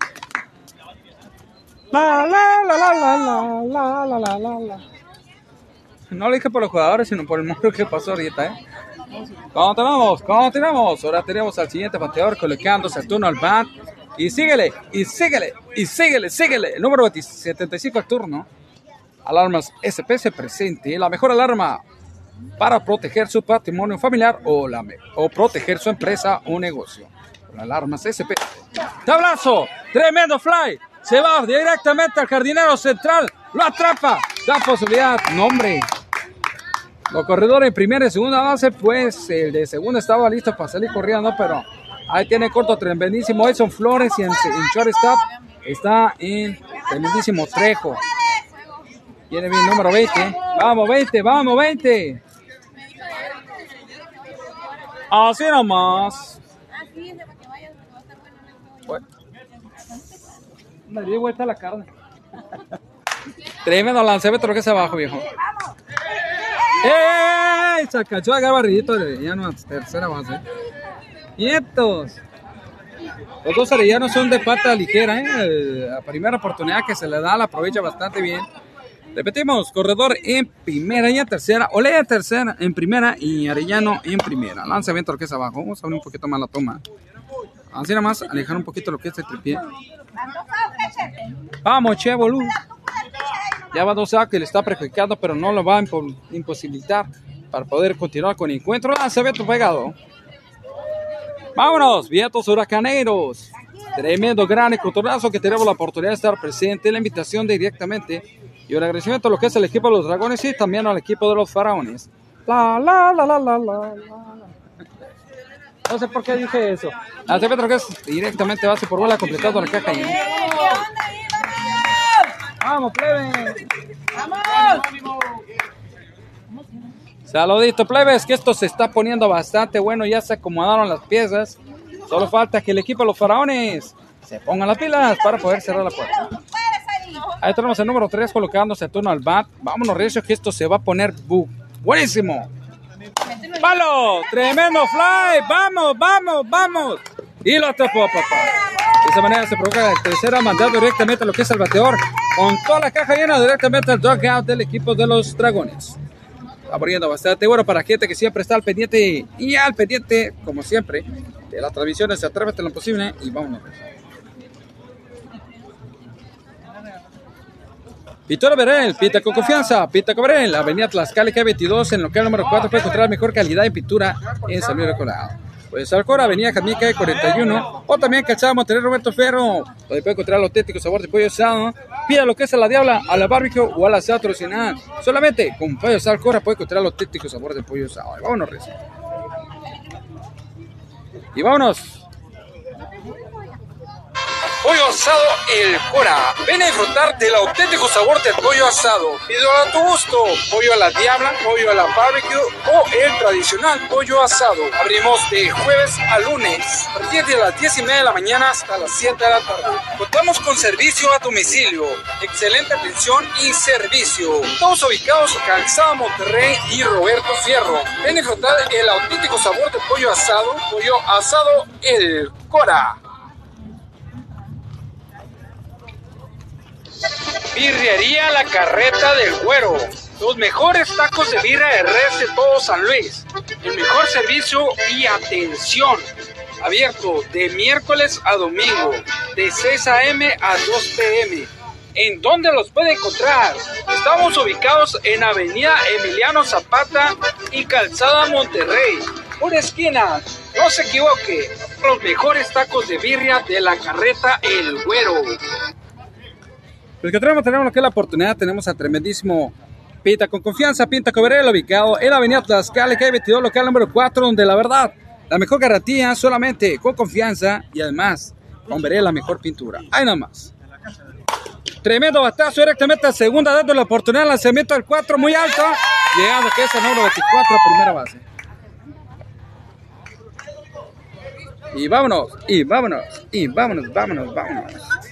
Speaker 1: La, la, la, la, la, la, la, la, la, la. No lo dije por los jugadores, sino por el monstruo que pasó ahorita, ¿eh? Continuamos, continuamos. Ahora tenemos al siguiente bateador colocándose el turno al bat. Y síguele, y síguele, y síguele, síguele. El número setenta y cinco al turno. Alarmas S P se presente. La mejor alarma para proteger su patrimonio familiar o, la, o proteger su empresa o negocio. Con alarmas S P. ¡Tablazo! ¡Tremendo fly! Se va directamente al jardinero central. Lo atrapa. Da posibilidad. No, hombre. Los corredores en primera y segunda base, pues el de segunda estaba listo para salir corriendo, pero ahí tiene corto tremendísimo Edson Flores y en, en shortstop está en tremendísimo Trejo. Viene bien número veinte. Vamos, veinte, vamos, veinte. Así nomás. Bueno. Me di vuelta a la carne. Tremendo lanzamiento lo que es abajo, viejo. ¡Ey! Se alcanzó a agarrar barridito de Arellano a tercera base. Nietos. Los dos arellanos son de pata ligera, ¿eh? La primera oportunidad que se le da la aprovecha bastante bien. Repetimos, corredor en primera y en tercera. Olea en tercera, en primera y Arellano en primera. Lanzamiento lo que es abajo. Vamos a abrir un poquito más la toma. Así nada más, alejar un poquito lo que es el tripié. Vamos, che, boludo. Ya va dos A que le está perjudicando, pero no lo va a impo imposibilitar para poder continuar con el encuentro. Lanzamiento pegado. Vámonos, vientos huracaneros. Tremendo gran encontronazo que tenemos la oportunidad de estar presente. La invitación de directamente y un agradecimiento a lo que es el equipo de los Dragones y también al equipo de los Faraones. La, la, la, la, la, la, la. No sé por qué dije eso. Lanzamiento que es directamente base por bola completado la caja. ¿Eh? ¡Vamos, plebe! ¡Vamos! Saludito, plebes, que esto se está poniendo bastante bueno. Ya se acomodaron las piezas. Solo falta que el equipo de los Faraones se pongan las pilas para poder cerrar la puerta. Ahí tenemos el número tres colocándose el turno al bat. Vámonos, Recio, que esto se va a poner bu buenísimo. ¡Palo! ¡Tremendo fly! ¡Vamos, vamos, vamos! Y lo atrapó, papá. De esa manera se provoca la tercera, mandando directamente a lo que es el bateador, con toda la caja llena directamente al dugout del equipo de los Dragones. Está poniendo bastante bueno para gente que siempre está al pendiente y al pendiente, como siempre, de las transmisiones de Atrévete lo posible. Y vámonos. Víctor Berel, pinta con confianza, pinta con Berel, avenida Tlaxcala, K veintidós, en local número cuatro, puede encontrar la mejor calidad de pintura en San Luis Río Colorado. Puede ser Alcora, avenida Jazmín, K cuarenta y uno, o también Calzada Monterrey Roberto Ferro, donde puede encontrar el auténtico sabor de pollo asado. Pida lo que es a la diabla, a la barbecue o a la asada tradicional. Solamente con pollo asado Alcora puede encontrar el auténtico sabor de pollo asado. Vámonos, Rezo. Y vámonos. Pollo asado El Cora. Ven a disfrutar del auténtico sabor del pollo asado. Pídelo a tu gusto. Pollo a la diabla, pollo a la barbecue o el tradicional pollo asado. Abrimos de jueves a lunes, a partir de las diez y media de la mañana hasta las siete de la tarde. Contamos con servicio a domicilio, excelente atención y servicio. Todos ubicados en Calzada Monterrey y Roberto Fierro. Ven a disfrutar el auténtico sabor del pollo asado. Pollo asado El Cora. Birrería La Carreta del Güero. Los mejores tacos de birra de res de todo San Luis. El mejor servicio y atención. Abierto de miércoles a domingo, de seis a eme a dos pe eme. ¿En dónde los puede encontrar? Estamos ubicados en avenida Emiliano Zapata y Calzada Monterrey. Una esquina, no se equivoque. Los mejores tacos de birria de La Carreta El Güero. Pues que tenemos, tenemos que la oportunidad, tenemos a tremendísimo Pinta con Confianza, Pinta con Berel, ubicado en la avenida Tlaxcala, K veintidós, local número cuatro, donde la verdad, la mejor garantía solamente con confianza y además con Berel la mejor pintura. Ahí nada más. Tremendo batazo directamente a segunda, dando la oportunidad al lanzamiento del cuatro muy alto. Llegando que es el número veinticuatro, primera base. Y vámonos, y vámonos, y vámonos, vámonos, vámonos.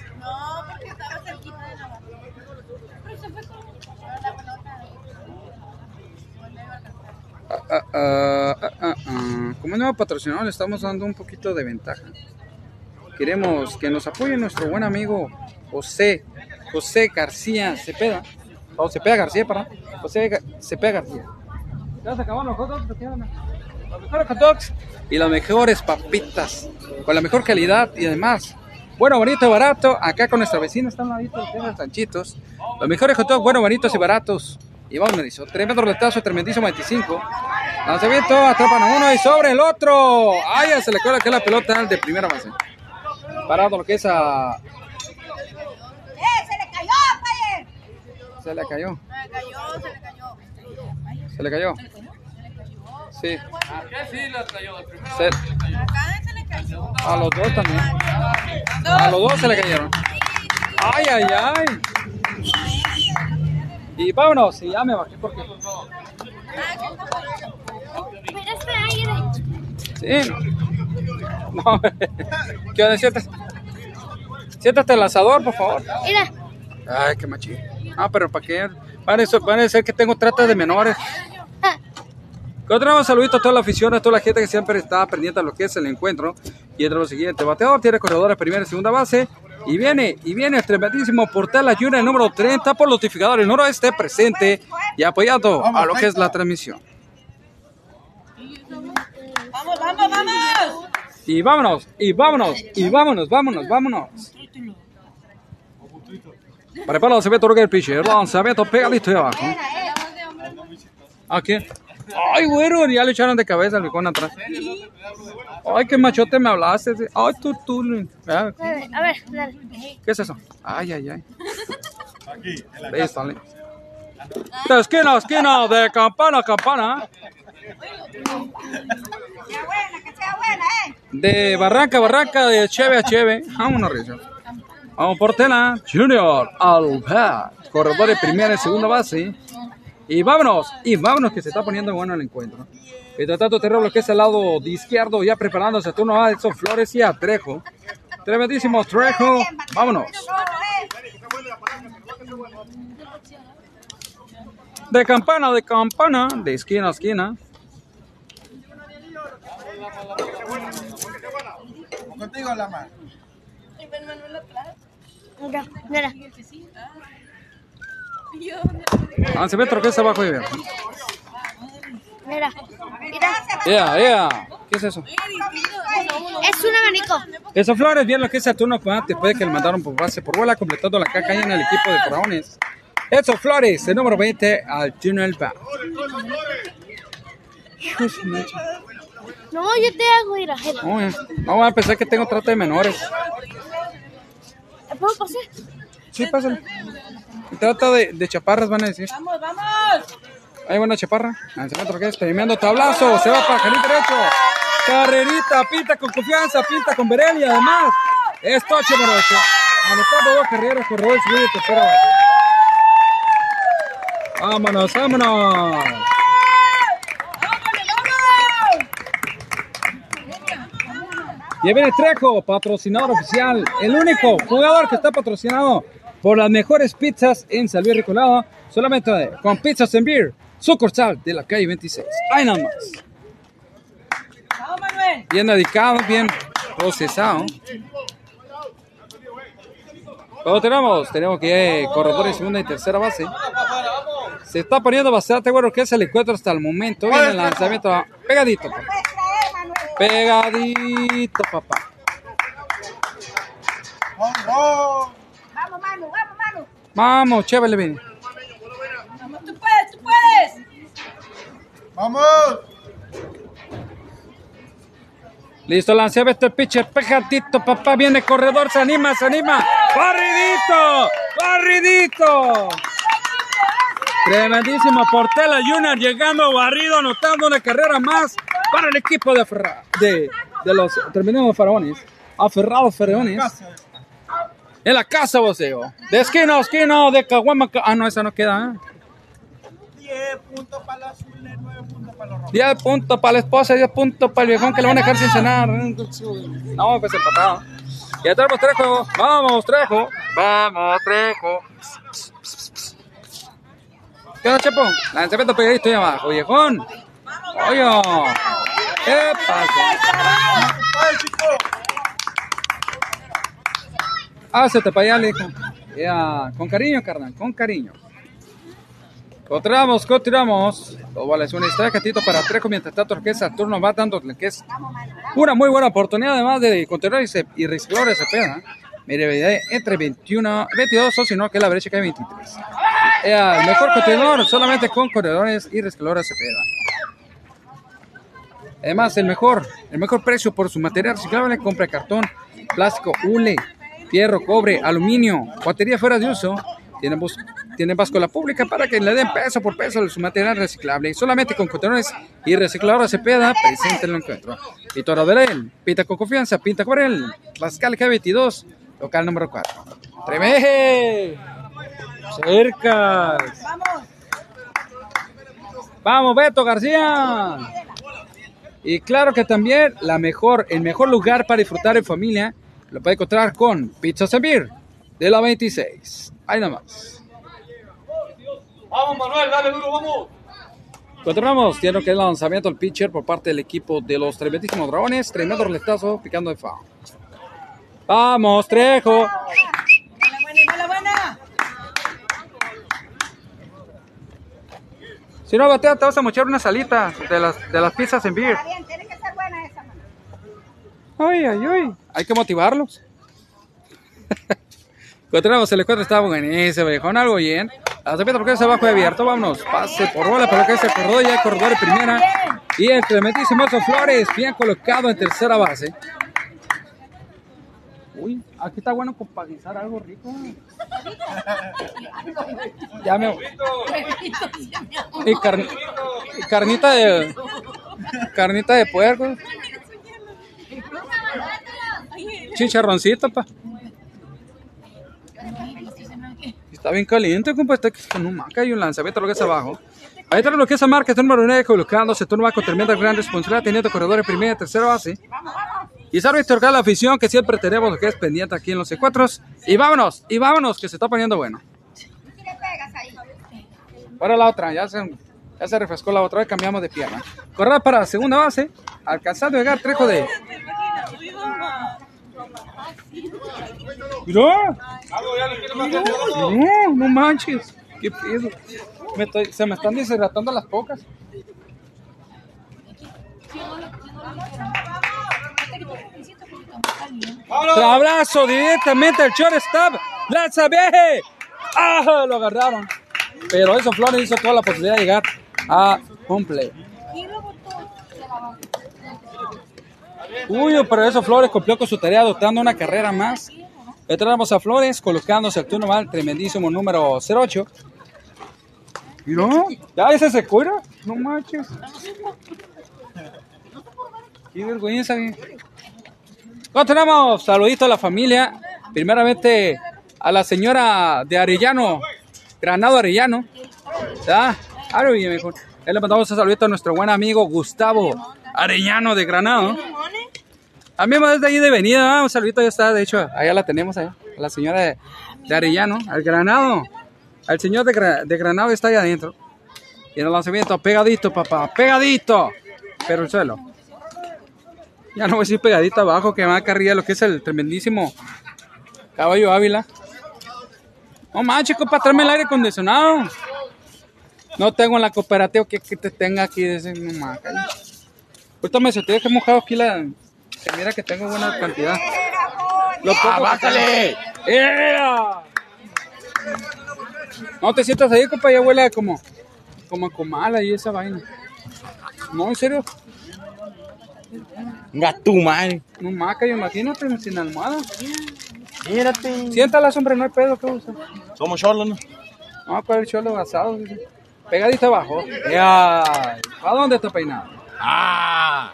Speaker 1: Uh, uh, uh, uh, uh. Como nuevo patrocinador le estamos dando un poquito de ventaja. Queremos que nos apoye nuestro buen amigo José José García Cepeda o Cepeda García, para José Cepeda García. Ya se acabaron los hot dogs, los mejores hot dogs y las mejores papitas con la mejor calidad y además bueno, bonito y barato. Acá con nuestra vecina están ladito los Sanchitos. Los mejores hot dogs, bueno, bonitos y baratos. Y vamos, me hizo tremendo roletazo, tremendísimo veinticinco. Lanzamiento, atrapan a uno y sobre el otro. Ay, ya se le cuela que la pelota de primera base. Parado lo que es a.
Speaker 2: ¡Eh! ¡Se le cayó, Payer!
Speaker 1: Se le cayó.
Speaker 2: Se le cayó, se le cayó.
Speaker 1: Se le cayó. Sí.
Speaker 3: Acá sí la cayó. El primero
Speaker 1: Se...
Speaker 2: Acá se le cayó.
Speaker 1: A los dos también. A los dos se le cayeron. Ay, ay, ay. Y vámonos, y ya me bajé porque.
Speaker 7: Mira este aire.
Speaker 1: Sí. No. ¿Qué onda? Siéntate. Siéntate el asador, por favor.
Speaker 7: Mira.
Speaker 1: Ay, qué machín. Ah, pero ¿para qué? Parece, parece que tengo trata de menores. Otro saludito a toda la afición, a toda la gente que siempre está pendiente a lo que es el encuentro. Y entre lo siguiente, bateador tiene corredores primera y segunda base. Y viene, y viene el tremendísimo Portela Junior número treinta por notificadores noroeste presente y apoyando a lo que es la transmisión.
Speaker 2: ¡Vamos, vamos, vamos!
Speaker 1: Y vámonos, y vámonos, y vámonos, vámonos, vámonos. Prepara el lanzamiento del pitcher, lanzamiento pegadito de abajo. Aquí. Ay, güero, ya le echaron de cabeza al vicón atrás. Ay, qué machote me hablaste. Ay, tú, tú.
Speaker 7: A ver, a ver, dale.
Speaker 1: ¿Qué es eso? Ay, ay, ay. Ahí está. De esquina a esquina, de campana a campana.
Speaker 2: ¡Sea buena, que sea buena, eh!
Speaker 1: De barranca a barranca, de cheve a cheve. Vámonos, Rizzo. Vamos, Portela Junior al bat. Corredor de primera y segunda base. Y vámonos, y vámonos que se está poniendo bueno el encuentro. Mientras tanto, Terrero lo que es el lado de izquierdo, ya preparándose a turno a Edson Flores y a Trejo. Tremendísimo Trejo, vámonos. De campana, de campana, de esquina a esquina.
Speaker 8: Contigo la mano.
Speaker 7: Mira, mira.
Speaker 1: Lanzamiento que es abajo y bien.
Speaker 7: Mira, mira.
Speaker 1: Yeah, yeah. ¿Qué es eso?
Speaker 7: Es un abanico.
Speaker 1: Edson Flores, bien lo que es el turno después de que le mandaron por base por bola, completando la caca en el equipo de Faraones. Edson Flores, el número veinte al Junior Bat.
Speaker 7: No, yo te hago ir a Jera.
Speaker 1: No, eh. no, voy a pensar que tengo trata de menores.
Speaker 7: ¿Puedo pasar?
Speaker 1: Sí, pásale. Trata de, de chaparras, van a decir.
Speaker 2: ¡Vamos, vamos!
Speaker 1: Ahí buena chaparra. Lanzamiento que es premiando tablazo. Se va para Jalín derecho. Carrerita, pinta con confianza, pinta con Berel y además es toche por ocho. Anotando dos carreras, corredor subir de tercera base. Vámonos, vámonos. Y ahí viene Trejo, patrocinador oficial. El único jugador que está patrocinado por las mejores pizzas en San Luis Recolado. Solamente con Pizzas and Beer, sucursal de la calle veintiséis. Ahí nada más.
Speaker 2: ¡Vamos, Manuel!
Speaker 1: Bien dedicado, bien procesado. Luego tenemos, tenemos que corredores de segunda y tercera base. Se está poniendo bastante bueno que es el encuentro hasta el momento. Viene el lanzamiento pegadito, papá. Pegadito, papá.
Speaker 2: ¡Vamos, Manu! ¡Vamos, Manu!
Speaker 1: Vamos, chévere, bien.
Speaker 2: ¡Vamos, tú puedes, tú puedes!
Speaker 8: ¡Vamos!
Speaker 1: Listo, lanzamiento el pitcher pegadito, papá. Viene corredor, se anima, se anima. ¡Barridito! ¡Barridito! Tremendísimo Portela Junior llegando barrido, anotando una carrera más para el equipo de, Ferra, de, de los terminados Faraones. Aferrados Faraones. En la casa, voceo. De esquina a esquina, de caguama. ca- Ah, no, esa no queda. ¿eh?
Speaker 8: diez puntos para los azules, nueve puntos para los rojos.
Speaker 1: diez puntos para la esposa, diez puntos para el viejón que le van a dejar sin cenar. No, pues empatado. Ya tenemos Trejo. Vamos, Trejo. Vamos, Trejo. ¿Qué onda, Chepo? Lanzamiento pegadito ahí abajo, viejón. Oye, ¿qué pasa?
Speaker 8: ¡Ay, chico!
Speaker 1: Hácete para allá, hijo. Ya, con cariño, carnal, con cariño. Continuamos, continuamos. Dos vales, una historia gatito para Trejo. Mientras tanto, que Saturno va dando que es una muy buena oportunidad, además de continuar y, se, y reciclar ese peda. Mire, entre veintiuno, veintidós o si no, que la brecha que hay veintitrés. Eh, el mejor contenedor solamente con corredores y recicladores Cepeda. Además, el mejor, el mejor precio por su material reciclable. Compra cartón, plástico, hule, fierro, cobre, aluminio, batería fuera de uso. Tienen, bus, tienen báscula pública para que le den peso por peso de su material reciclable. Y solamente con contenedores y recicladores Cepeda, presente el encuentro. Pintora de él, pinta con confianza, pinta con él. Pascal G veintidós, local número cuatro. ¡Tremeje! Cerca. Vamos, Beto García. Y claro que también la mejor, el mejor lugar para disfrutar en familia lo puede encontrar con Pizza Sembir de la veintiséis. Ahí nada más.
Speaker 3: Vamos, Manuel, dale duro, vamos.
Speaker 1: Continuamos, tiene que el lanzamiento del pitcher por parte del equipo de los tremendísimos dragones. Tremendo roletazo picando de foul. Vamos, Trejo.
Speaker 2: ¡Buena, buena!
Speaker 1: Si no batea, te vas a mochar una salita de las, de las pizzas en beer.
Speaker 2: Está bien, tiene que ser buena esa, mano.
Speaker 1: Ay, ay, ay. Hay que motivarlos. Continuamos, el encuentro está buenísimo, viejón, algo bien. Lanzamiento porque es abajo abierto, vámonos. Pase por bola, pero que es el corredor, ya el corredor de primera. Y el tremendísimo Oso Flores, bien colocado en tercera base. Uy, aquí está bueno compagizar algo rico. Ya me... Y, car... y carnita de... Carnita de puerco. Chicharroncito, pa. Está bien caliente, compa. Está con un maca y un lanzamiento lo que es abajo. Ahí está lo que es a marca, número nueve, colocándose, turno va con tremenda gran responsabilidad, teniendo corredores primera y tercera base. Y sabe otorgar la afición que siempre tenemos lo que es pendiente aquí en los encuentros. Y vámonos, y vámonos, que se está poniendo bueno. Para la otra, ya se, ya se refrescó la otra vez, cambiamos de pierna. Correr para la segunda base, alcanzando a llegar Trejo de... Mira, no, no manches, qué pedo. Me estoy, se me están deshidratando las pocas. Trabrazo directamente al shortstop. Lanza vieje. ¡Ah! Lo agarraron. Pero eso Flores hizo toda la posibilidad de llegar a home play. Uy, pero eso Flores cumplió con su tarea adoptando una carrera más. Entramos a Flores colocándose el turno al tremendísimo número cero ocho. ¿Y no? ¿Ya ese se cura? No manches. Qué vergüenza. Continuamos. Saludito a la familia. Primeramente a la señora de Arellano, Granado Arellano. ¿Ya? Ahora bien, mejor. Le mandamos un saludito a nuestro buen amigo Gustavo Arellano de Granado. A mí desde ahí de venida, un saludito, ya está, de hecho, allá la tenemos, allá, a la señora de, de Arellano, al Granado, al señor de, Gra, de Granado está ahí adentro. Y en el lanzamiento, pegadito, papá, pegadito, pero el suelo. Ya no voy a decir pegadito abajo, que va acá arriba lo que es el tremendísimo Caballo Ávila. No manches, compa, tráeme el aire acondicionado. No tengo en la cooperativa que, que te tenga aquí, de ese, no manches. Ahorita me senté que he mojado aquí la... Mira que tengo buena cantidad. Lo ¡Ah, bájale! ¡Ea! No te sientas ahí, compa, ya huele como, como a comala y esa vaina. No, en serio.
Speaker 9: Gato, madre.
Speaker 1: No maca, yo imagínate, sin almohada.
Speaker 9: Mírate.
Speaker 1: Siéntala, hombre, no hay pedo, ¿qué usa?
Speaker 9: Somos cholos, ¿no?
Speaker 1: No, para el cholo asado. Pegadito abajo. ¡Ya! ¿A dónde está peinado?
Speaker 9: ¡Ah!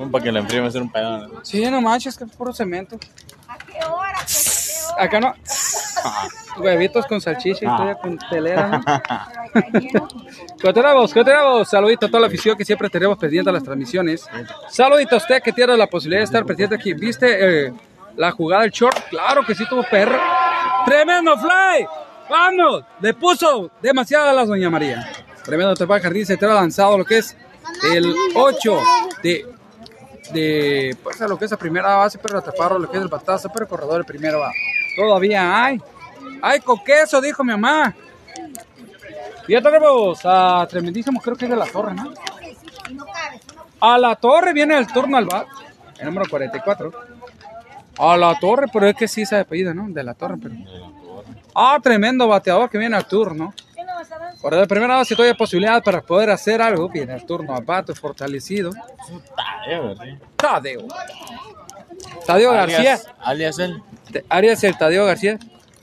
Speaker 9: Para que la enfríe va a ser un pedo. ¿No?
Speaker 1: Sí, no manches, que es puro cemento.
Speaker 2: ¿A qué hora? pues? ¿A qué hora?
Speaker 1: Acá no. Huevitos con salchicha y
Speaker 9: Ah.
Speaker 1: todavía con telera, ¿no? Continuamos, continuamos. Saludito a toda la afición que siempre tenemos pendiente a las transmisiones. Saludito a usted que tiene la posibilidad de estar presente aquí. ¿Viste eh, la jugada del short? Claro que sí tuvo perro. ¡Tremendo fly! ¡Vamos! Le puso demasiado a las Doña María. Tremendo Tepa Jardín se te ha lanzado lo que es el ocho de, de pues a lo que es la primera base, pero atraparlo, lo que es el batazo, pero el corredor el primero va. Todavía hay. Hay con queso, dijo mi mamá. Y ya tenemos a tremendísimo, creo que es de la Torre, ¿no? A la Torre viene el turno al bat, el número cuarenta y cuatro. A la Torre, pero es que sí se apellida, ¿no? De la Torre, pero. Ah, tremendo bateador que viene al turno. Por la primera vez, si todavía hay posibilidad para poder hacer algo, viene el turno al bate fortalecido.
Speaker 9: Tadeo, ¿sí?
Speaker 1: Tadeo. Tadeo García.
Speaker 9: Alias él.
Speaker 1: Arias el Tadeo García.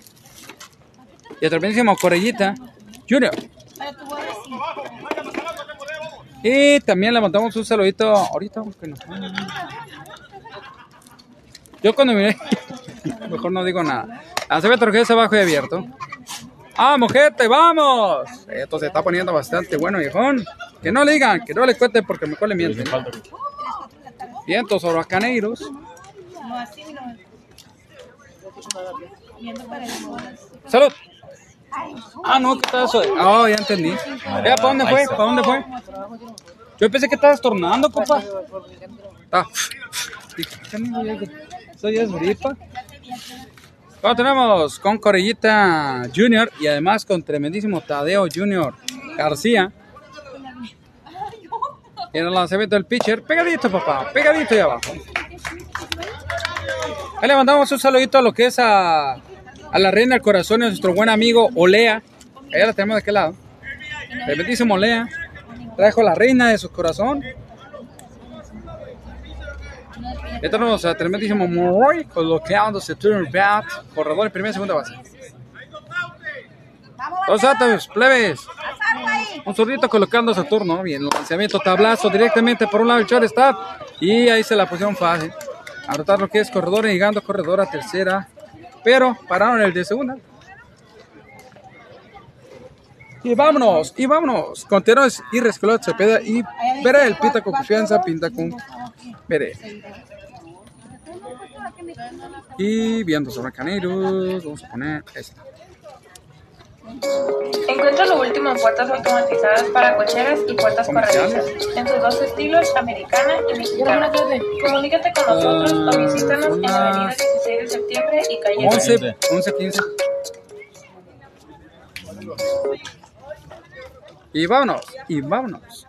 Speaker 1: Y el tremendísimo Corellita Junior. Y también le mandamos un saludito ahorita. Que no. Yo cuando miré, mejor no digo nada. Lanzamiento Orquesta abajo y abierto. ¡Vamos, gente! ¡Vamos! Esto se está poniendo bastante bueno, viejón. Que no le digan, que no le cuenten porque mejor le mienten. Vientos huracaneros. ¡Salud! Ah, no, ¿qué está eso? Ah, oh, ya entendí. ¿Ya para dónde fue? ¿Para dónde fue? Yo pensé que estabas tornando, compa. Ah. Eso ya es gripa. Bueno, tenemos con Corellita Junior y además con tremendísimo Tadeo Junior García. Y en el lanzamiento del pitcher, pegadito, papá, pegadito ahí abajo. Ahí le mandamos un saludito a lo que es a, a la reina del corazón, a nuestro buen amigo Olea. Allá la tenemos de aquel lado. Tremendísimo Olea. Trajo la reina de su corazón. Ya tenemos a tremendísimo Moroy colocándose turn bat, corredor en primera y segunda base. Dos atos, plebes. Un zurdito colocando su turno. Bien, el lanzamiento tablazo directamente por un lado el shortstop. Y ahí se la pusieron fácil. A rotar lo que es corredor, llegando corredor a tercera. Pero pararon el de segunda. Y vámonos, y vámonos. Continuamos y Rescolot Cepeda y veré el pita con confianza, pinta con veré. Y viendo sobre caneros, vamos a poner esta.
Speaker 4: Encuentra lo último en puertas automatizadas para cocheras y puertas corredizas, en sus dos estilos, americana y mexicana. Comunícate con nosotros o visítanos en la avenida dieciséis de septiembre y calle
Speaker 1: once, once, quince. Y vámonos, y vámonos.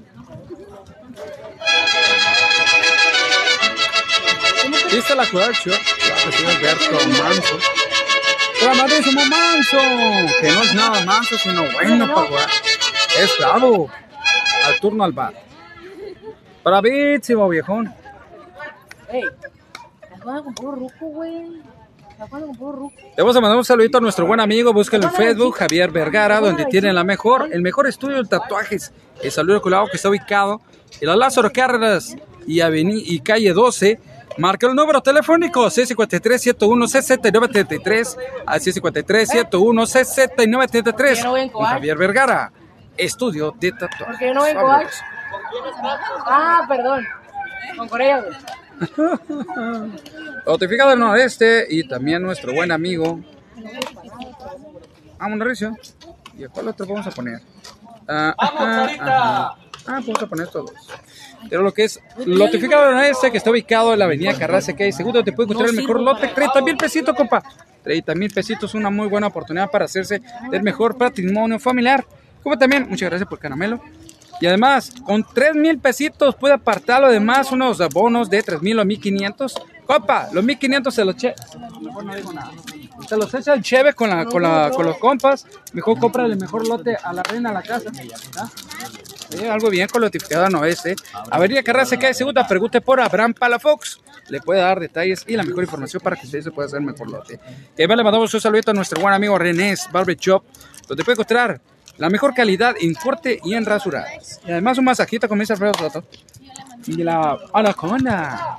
Speaker 1: ¿Viste la jugada del short? La recibe Alberto Manso. Tremendísimo Manso, que no es nada manso, sino bueno para jugar. Es bravo. Al turno al bar. Bravísimo, viejón.
Speaker 10: Ey, ¿estás jugando con puro ruco, güey? ¿Estás jugando con puro ruco?
Speaker 1: Le vamos a mandar un saludito a nuestro buen amigo, búscalo en Facebook, Javier Vergara, donde tiene la mejor, el mejor estudio de tatuajes. El saludo colado que está ubicado en la Lázaro Cárdenas y, aveni y calle doce. Marca el número telefónico seis cinco tres, siete uno, seis nueve tres tres al seis cinco tres, siete uno, seis nueve tres tres. Con Javier Vergara, estudio de tatuajes.
Speaker 10: Porque yo no vengo a... Ah, perdón. Con Corea, güey.
Speaker 1: Notificado del Nordeste y también nuestro buen amigo. Vamos, Mauricio. ¿Y a cuál otro vamos a poner? Ah, ah, ah, ah, vamos a poner todos. Pero lo que es notificado del Nordeste, que está ubicado en la avenida Carranza, que hay seguro te puede encontrar el mejor lote. treinta mil pesitos, compa. treinta mil pesitos, una muy buena oportunidad para hacerse del mejor patrimonio familiar. Como también, muchas gracias por Caramelo. Y además, con tres mil pesitos puede apartarlo. Además, unos bonos de tres mil o mil quinientos. Compa, los mil quinientos se los che... Mejor no digo nada. Se los echa el cheve con, la, con, la, con los compas. Mejor compra el mejor lote a la reina de la casa. Eh, algo bien con notificado no es, eh. Avenida Carranza, calle segunda. Pregunte por Abraham Palafox. Le puede dar detalles y la mejor información para que usted se pueda hacer el mejor lote. Y además le mandamos un saludito a nuestro buen amigo René's Barber Shop, donde puede encontrar la mejor calidad en corte y en rasuradas. Y además un masajito con mis Alfredo Soto. Y la anaconda.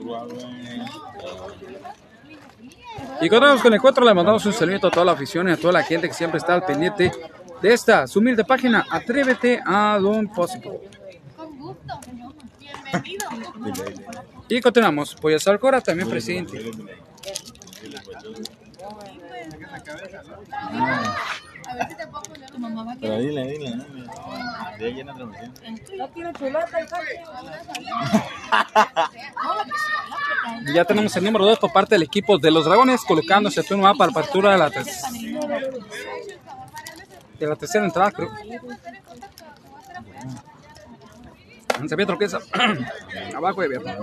Speaker 1: Y continuamos con el encuentro. Le mandamos un saludo a toda la afición y a toda la gente que siempre está al pendiente de esta su humilde página. Atrévete a Don Possible.
Speaker 2: Con gusto. Bienvenido.
Speaker 1: Y continuamos. Pollas al Cora también presente.
Speaker 2: A ver si te puedo poner tu mamá va a
Speaker 9: Pero dile, dile, dile. De ahí en la transmisión.
Speaker 10: No tiene chuleta el cacho.
Speaker 1: Ya tenemos el número dos por parte del equipo de los Dragones, colocándose turno va para la apertura de la, ter de la tercera entrada, creo. Sabía troqueza. Abajo de abierto.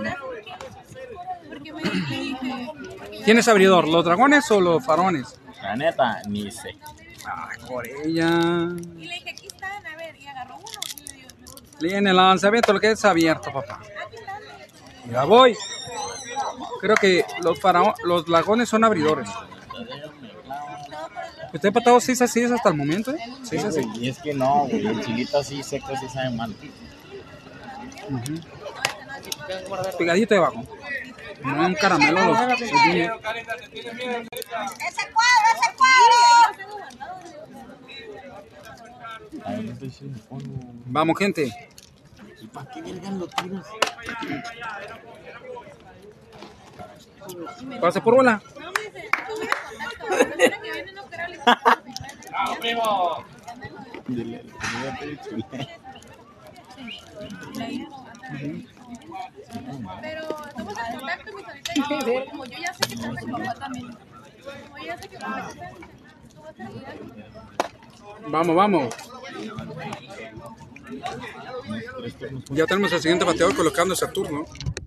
Speaker 1: ¿Quién es abridor? ¿Los Dragones o los Faraones?
Speaker 9: La neta, ni sé.
Speaker 1: Ay, por ella.
Speaker 2: Y le dije, aquí están, a ver, y agarró uno y le dio.
Speaker 1: Le en el lanzamiento, lo que es abierto, papá. Ya voy. Creo que los faraones, los Dragones son abridores. ¿Usted ha patado seis a seis hasta el momento? ¿Eh? seis a seis.
Speaker 9: Y es que no, güey. El chilito así seco sí sabe mal.
Speaker 1: Uh-huh. Pegadito debajo. No es un caramelo. Los, los
Speaker 2: ¡Ese cuadro, ese cuadro!
Speaker 1: Vamos, gente.
Speaker 9: ¿Y para qué vergan lo tiras?
Speaker 1: Pase por bola.
Speaker 3: ¡Vamos, primo!
Speaker 9: Dile, voy a pedir chuleta.
Speaker 2: Pero estamos en contacto, mis ahorita yo, como yo ya sé que estás en papá también. Como yo ya sé que papá está en tú vas a ir.
Speaker 1: Vamos, vamos. Ya tenemos el siguiente bateador colocándose a turno.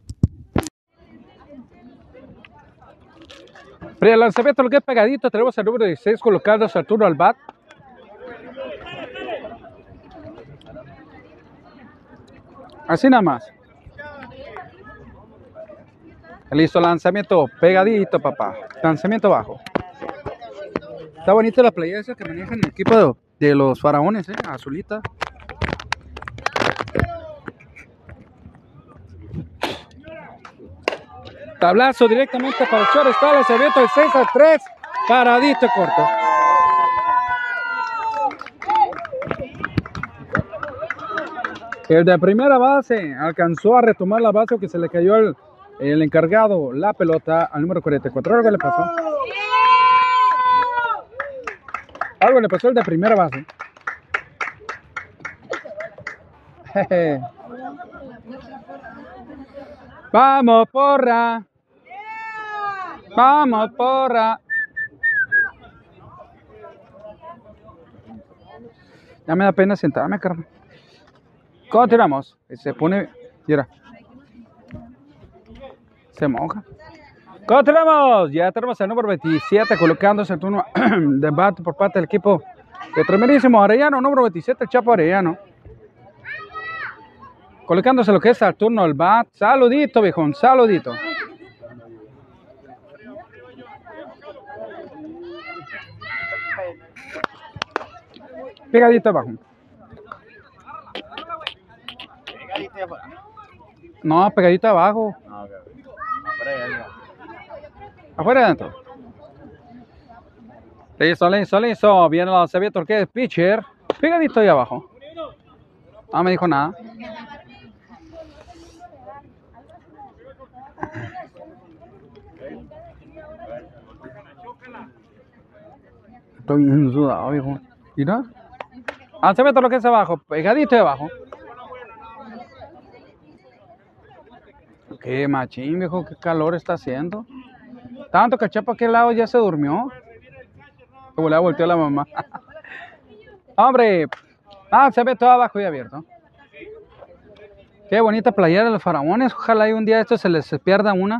Speaker 1: Para el lanzamiento, lo que es pegadito, tenemos el número dieciséis colocándose a turno al bat. Así nada más. Listo, lanzamiento pegadito, papá. Lanzamiento bajo. Está bonita la playa esa que manejan el equipo de, de los Faraones, ¿eh? Azulita. Tablazo directamente para el short. Está el lanzamiento de seis a tres. Paradito corto. El de primera base alcanzó a retomar la base que se le cayó el, el encargado, la pelota al número cuarenta y cuatro. Algo le pasó. Algo le pasó el de primera base. Jeje. Vamos, porra. Vamos, porra. Ya me da pena sentarme, carnal. Continuamos. Se pone. Mira. Se moja. Continuamos. Ya tenemos el número veintisiete colocándose el turno de bate por parte del equipo de primerísimo Arellano. Número veintisiete, el Chapo Arellano. Colocándose lo que es el turno del bat. Saludito, viejón. Saludito. Pegadito abajo. No, pegadito abajo.
Speaker 9: No, okay. Afuera,
Speaker 1: afuera adentro. Listo, listo, listo. Viene el lanzamiento que es pitcher. Pegadito ahí abajo. No me dijo nada. Estoy bien sudado, viejo. Mira. Lanzamiento lo que es abajo. Pegadito ahí abajo. Qué machín, viejo, qué calor está haciendo. Tanto que el Chapo aquel lado ya se durmió. Como le volteó a la mamá. Hombre, ah, se ve todo abajo y abierto. Qué bonita playera de los Faraones. Ojalá y un día esto se les pierda una.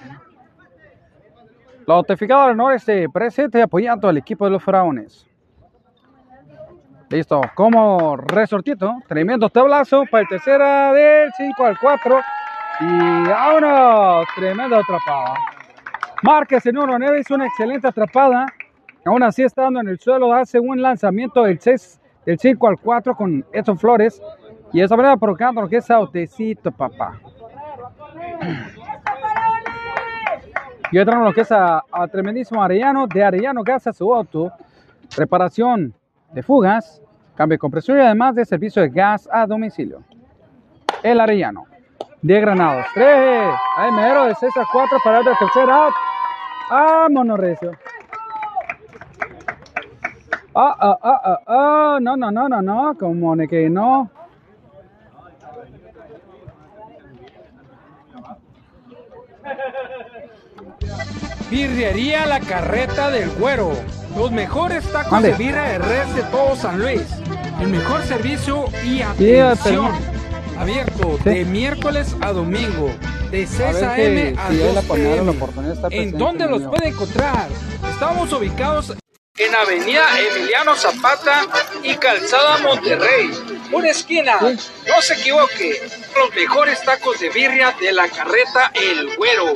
Speaker 1: Los notificadores noreste presente apoyando al equipo de los Faraones. Listo, como resortito, tremendo tablazo para el tercera del cinco al cuatro. Y vámonos, tremenda atrapada. Márquez en uno nueve, hizo una excelente atrapada. Aún así estando en el suelo, hace un lanzamiento del seis, del cinco al cuatro con Edson Flores. Y esa manera provocando lo que es autecito, papá. Y otra lo que es a, a tremendísimo Arellano, de Arellano Gas a su auto, reparación de fugas, cambio de compresión y además de servicio de gas a domicilio. El Arellano, de Granados. tres, ahí mero de seis a cuatro para el tercer out. Vámonos, recio. Ah, ah, ah, ah, ah, no, no, no, no, no, como de que no. Birrería La Carreta del Güero. Los mejores tacos ¿Dónde? de birra de res de todo San Luis. El mejor servicio y atención. Sí, abierto sí. de miércoles a domingo. De seis a eme a, a si dos pe eme. ¿En dónde los puede encontrar? Estamos ubicados en Avenida Emiliano Zapata y Calzada Monterrey. Una esquina, sí. no se equivoque. Los mejores tacos de birria de La Carreta El Güero.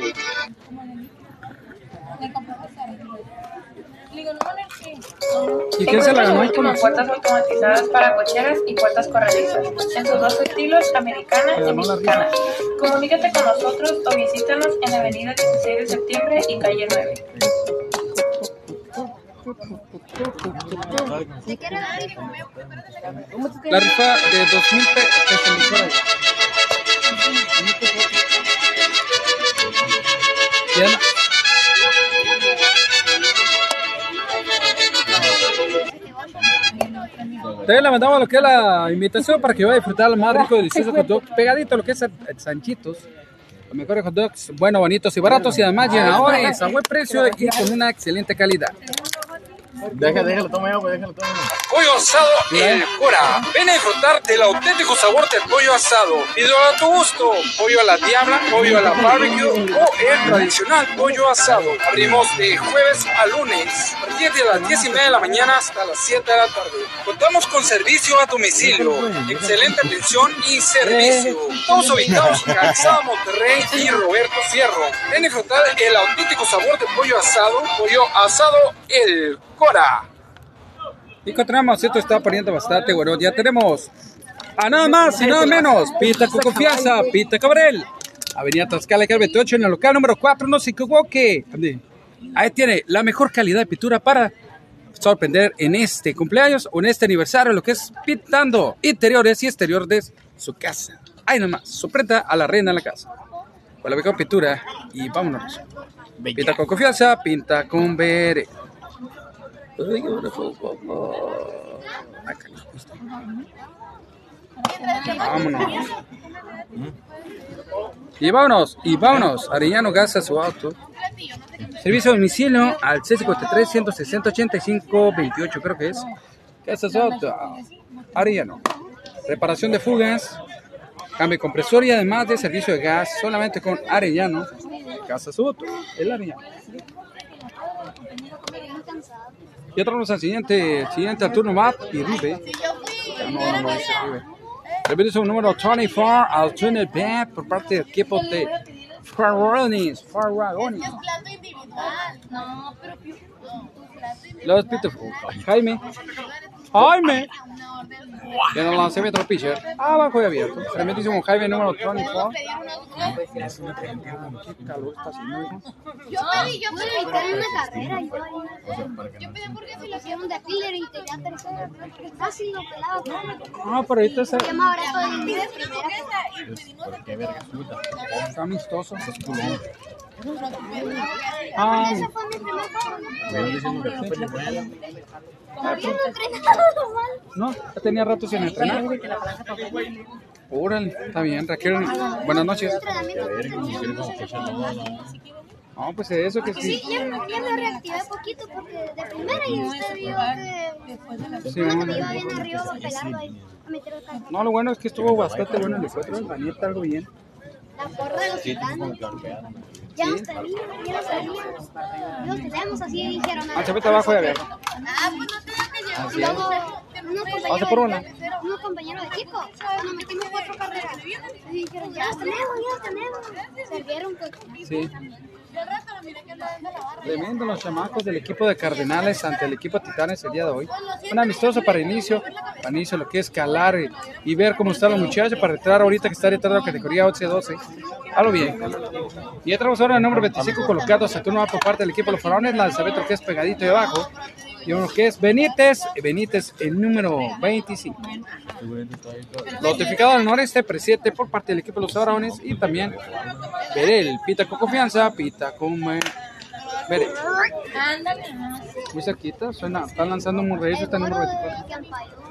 Speaker 4: ¿Y quién se la ganó? Último, puertas automatizadas para cocheras y puertas corredizas, en sus dos estilos, americana y mexicana. Comunícate con nosotros o visítanos en Avenida dieciséis de septiembre y calle nueve.
Speaker 1: La rifa de dos mil pesos. También le mandamos lo que es la invitación para que vaya a disfrutar lo más rico y delicioso hot dog, pegadito a lo que es el Sanchitos. Los mejores hot dogs, bueno, bonitos y baratos y además llenadores a buen precio y con una excelente calidad.
Speaker 9: Déjalo, déjalo, toma yo, pues déjalo, toma yo.
Speaker 1: Pollo asado El Cora. Ven a disfrutar del auténtico sabor del pollo asado. Pídelo a tu gusto. Pollo a la diabla, pollo a la barbecue o el tradicional pollo asado. Abrimos de jueves a lunes, a partir de las diez y media de la mañana hasta las siete de la tarde. Contamos con servicio a domicilio, excelente atención y servicio. Estamos ubicados en Calzada Monterrey y Roberto Fierro. Ven a disfrutar el auténtico sabor del pollo asado. Pollo asado El Cora. Y continuamos, esto está poniendo bastante bueno. Ya tenemos a nada más y nada menos Pita con confianza, Pita Cabrel, Avenida Tlaxcala, veintiocho, en el local número cuatro, no se equivoque. Ahí tiene la mejor calidad de pintura para sorprender en este cumpleaños o en este aniversario, lo que es pintando interiores y exteriores de su casa. Ahí nomás, sorprenda a la reina de la casa con la mejor pintura y vámonos. Pinta con confianza, pinta con ver. Vámonos. Y vámonos, y vámonos. Arellano Gas a su auto. Servicio de domicilio al seis cincuenta y tres, ciento sesenta, ochenta y cinco, veintiocho, creo que es. Gas a su auto. Arellano. Reparación de fugas, cambio de compresor y además de servicio de gas solamente con Arellano Gas a su auto. El Arellano. Y otro al siguiente, siguiente al turno Map y Rive. No, no, no dice Rive. Repito, número veinticuatro, Alternate Band por parte del equipo de Farragonis. Farragonis. Los Beautiful. Jaime. Jaime. En el lanzamiento del pitcher. Abajo y abierto. Tremendísimo Jaime, número veinticuatro. ¿Qué calor está haciendo?
Speaker 7: Yo pedí, yo pedí evitar una carrera. Yo pedí porque si lo hicieron de filler y te ya tercera. Casi lo pelaba todo.
Speaker 1: Ah, pero ahorita se.
Speaker 7: ¿Qué más ahora estoy de
Speaker 9: primera? Qué verga puta.
Speaker 1: Está amistoso.
Speaker 7: Ah, ese fue mi primer juego.
Speaker 9: Me diciendo que fue buena.
Speaker 7: Todavía no he entrenado mal.
Speaker 1: No, ya tenía rato sin entrenar. Órale, está bien, Raquel. Buenas noches. No, pues eso que sí.
Speaker 7: Sí, ya, ya me reactivé poquito porque de primera y usted vio que
Speaker 1: sí,
Speaker 7: cuando iba bien arriba a pelarlo ahí, a meter el carro.
Speaker 1: No, lo bueno es que estuvo bastante bueno el encuentro. La neta, algo bien.
Speaker 7: La porra de los gitanos. Ya nos teníamos, ya nos teníamos. Los tenemos así, dijeron.
Speaker 1: Ah, chapeta abajo y abierto.
Speaker 7: Ah, pues no te das que llevar. Luego, unos compañeros, unos compañeros de equipo, nos metimos cuatro carreras. Y dijeron, ya los tenemos, ya los tenemos. Se vieron que...
Speaker 1: Sí. Tremendo los chamacos del equipo de Cardenales ante el equipo Titanes el día de hoy. Un amistoso para inicio, para inicio lo que es calar y, y ver cómo están los muchachos para retirar ahorita que está retirado la categoría once doce. Algo bien. Y entramos ahora en el número veinticinco colocado Saturno por parte del equipo de los Faraones, lanzamiento que es pegadito de abajo. Y uno que es Benítez, Benítez el número veinticinco. Notificado al noreste, presente por parte del equipo de los Faraones y también Berel, pita con confianza, pita con eh, Berel. Muy cerquita, suena, están lanzando un regreso, está en el número veinticuatro.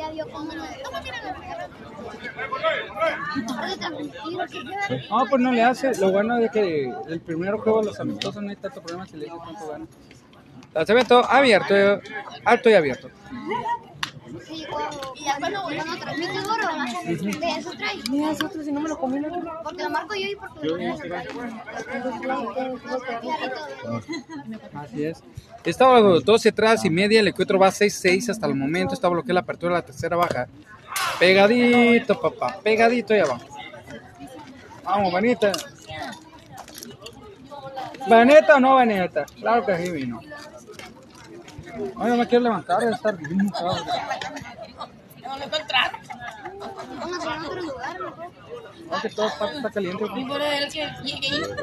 Speaker 1: No, pues no le hace, lo bueno es que el primer juego de los amistosos no hay tanto problema si le dice cuánto gana. Lanzamiento abierto, alto y abierto.
Speaker 7: Sí, cuando, cuando, cuando transmite el oro, de eso trae.
Speaker 10: Mira, es otro si no me lo comí.
Speaker 7: Porque lo marco yo y porque lo pongo.
Speaker 1: Así es. Estaba doce atrás y media, el encuentro va seis seis hasta el momento. Está bloqueada la apertura de la tercera baja. Pegadito, papá, pegadito y abajo. Vamos, Vanita. ¿Vaneta o no Vaneta? Claro que sí vino. Ay, no me quiero levantar, debe estar bien mojado.
Speaker 2: No lo encontraron.
Speaker 7: Póngase en otro lugar, mejor.
Speaker 1: Aunque todo está, está caliente.
Speaker 2: Y por el que llegué yo.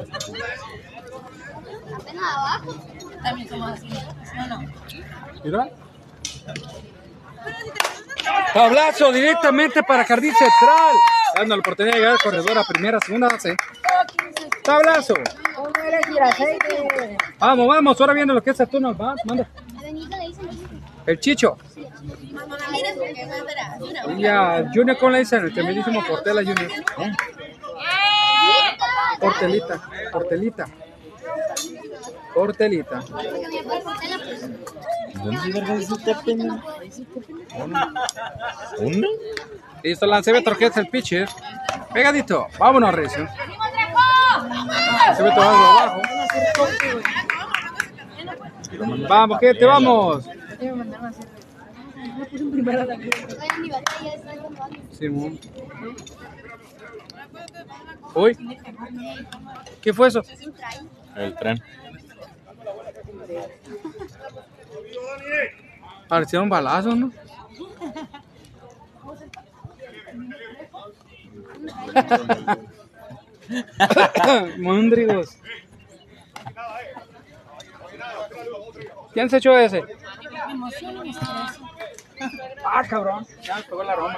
Speaker 7: Apenas abajo.
Speaker 2: También somos así, ¿sí o no?
Speaker 1: Mira. Tablazo directamente para Jardín Central. Dando la oportunidad de llegar al corredor a primera, segunda base. Tablazo. Vamos, vamos, ahora viendo lo que es Saturno. Va, manda. El Chicho. Y a Junior con la dicen, el tremendísimo Portela Junior. ¿Eh? Portelita, Portelita. Portelita. Listo, lanzamiento que es el pitcher. Pegadito. Vámonos, Recio. Lanzamiento abajo. Vamos, gente, vamos. Simón. Uy. ¿Qué fue eso?
Speaker 9: El tren.
Speaker 1: Parecieron balazos, ¿no? Mondrigos. ¿Quién se echó ese? Ah, cabrón. Ya me pegó el aroma.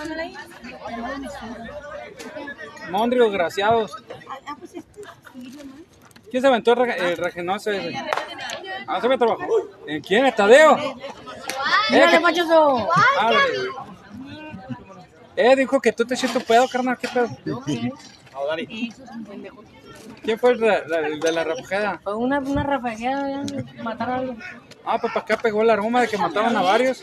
Speaker 1: Mondrigos graciados. ¿Quién se aventó el, re el regenoso ese? Ah, se me trabajó. ¿En quién? ¿Tadeo?
Speaker 10: ¡Mírale, machoso!
Speaker 1: Eh, dijo que tú te echaste tu pedo, carnal. ¿Qué pedo? ¿Quién fue el, el, el de la rafajada?
Speaker 10: Fue una, una rafajada, mataron a alguien.
Speaker 1: Ah, pues para acá pegó el aroma de que mataron a varios.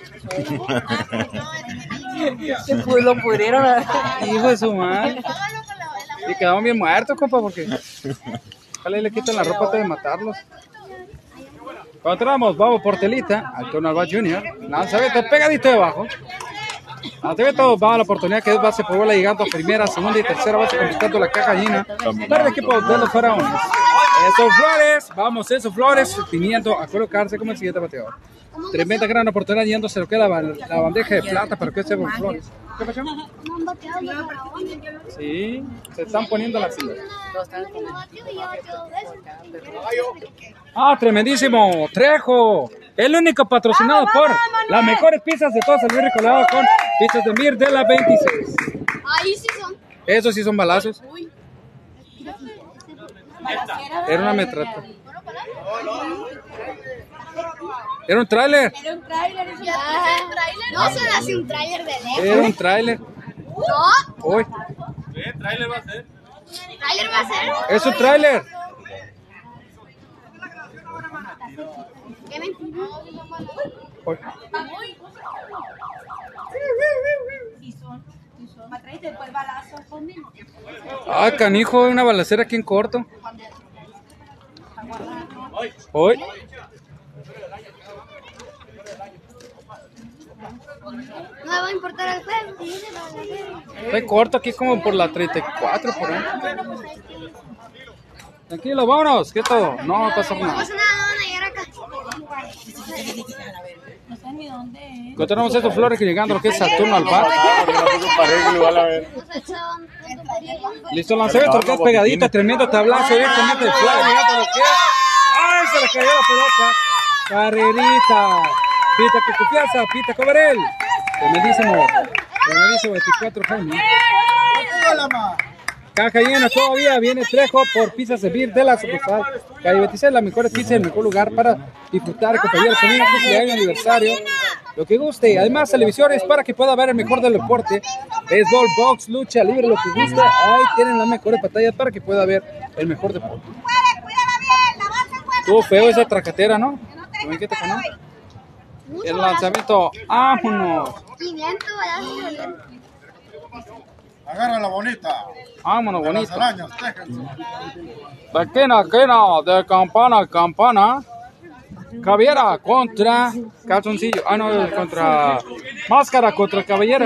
Speaker 10: Pues lo pudieron.
Speaker 1: Hijo de su madre. Y quedaron bien muertos, compa, porque ojalá le quitan la ropa antes de matarlos. Cuando entramos, vamos, Portelita, Antonio Alba junior Lanzamiento pegadito debajo. Lanzamiento, va a la oportunidad que es base por bola llegando a primera, segunda y tercera base completando la caja llena para el equipo de los Faraones. Esos Flores, vamos, esos Flores viniendo a colocarse como el siguiente bateador. Tremenda gran oportunidad yéndose lo que es la, la bandeja de plata para que esos Flores. ¿Qué pasó? Sí, se están poniendo las filas. Ah, tremendísimo, Trejo, el único patrocinado por las mejores pizzas de todas San Luis Recolado con pizzas de Mir de la veintiséis.
Speaker 7: Ahí sí son.
Speaker 1: Esos sí son balazos. Era una metrata. Era un tráiler.
Speaker 2: Era un tráiler, eso ya.
Speaker 7: No se hace un tráiler de lejos.
Speaker 1: Era un tráiler.
Speaker 7: No.
Speaker 1: Uy.
Speaker 3: ¿Qué tráiler va a ser?
Speaker 7: ¿Tráiler va a ser?
Speaker 1: Es un tráiler.
Speaker 7: ¿Qué me
Speaker 1: Uy. Ah, canijo, una balacera aquí en corto. Hoy.
Speaker 7: No me va a importar el juego.
Speaker 1: Está corto aquí como por la treinta y cuatro, por ahí. Tranquilo, vámonos. ¿Qué todo? No pasa
Speaker 7: No
Speaker 1: nada.
Speaker 7: pasa nada, no van a llegar acá.
Speaker 2: No sé ni dónde es.
Speaker 1: Encontramos estos flores que llegando lo que es Saturno al bar. Listo, lanzamiento, lo que es pegadito, tremendo tablazo directamente del fly, llegando lo que es. ¡Ay, se le cayó la pelota! Carrerita. Pita con confianza, pita con Varel. Tremendísimo. Tremendísimo, veinticuatro Jaime. Caja llena todavía, viene Trejo por Pizza Servir de la sucursal calle veintiséis, la mejor pizza, el mejor lugar para disfrutar, compañeros, con un cumpleaños, aniversario, lo que guste. Además, televisores para que pueda ver el mejor del deporte, béisbol, box, lucha libre, lo que guste. Ahí tienen las mejores pantallas para que pueda ver el mejor deporte. Estuvo feo esa tracatera, ¿no? ¿Qué te conoce? El lanzamiento, vámonos.
Speaker 7: quinientos, ¿verdad?
Speaker 8: Agarra la bonita.
Speaker 1: Vámonos,
Speaker 8: De las
Speaker 1: bonito.
Speaker 8: arañas, déjense.
Speaker 1: De esquina a esquina, de campana a campana. Cabellera contra calzoncillo. Ah, no, contra máscara contra cabellera.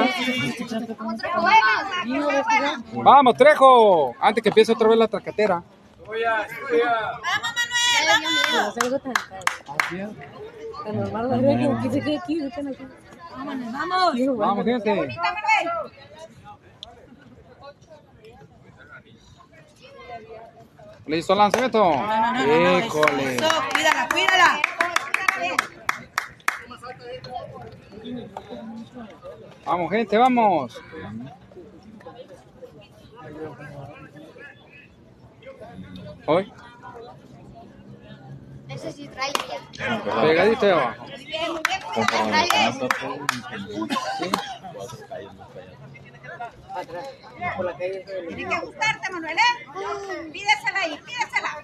Speaker 1: Vamos, Trejo. Antes que empiece otra vez la tracatera. Vamos, gente. Listo, lanzamiento. Híjole.
Speaker 2: Eso, cuídala, cuídala.
Speaker 1: Vamos, gente, vamos. Hoy,
Speaker 7: Ese sí trae ya.
Speaker 1: pegadito de abajo.
Speaker 2: Tiene que gustarte, Manuel, ¿eh? Pídesela ahí, pídesela.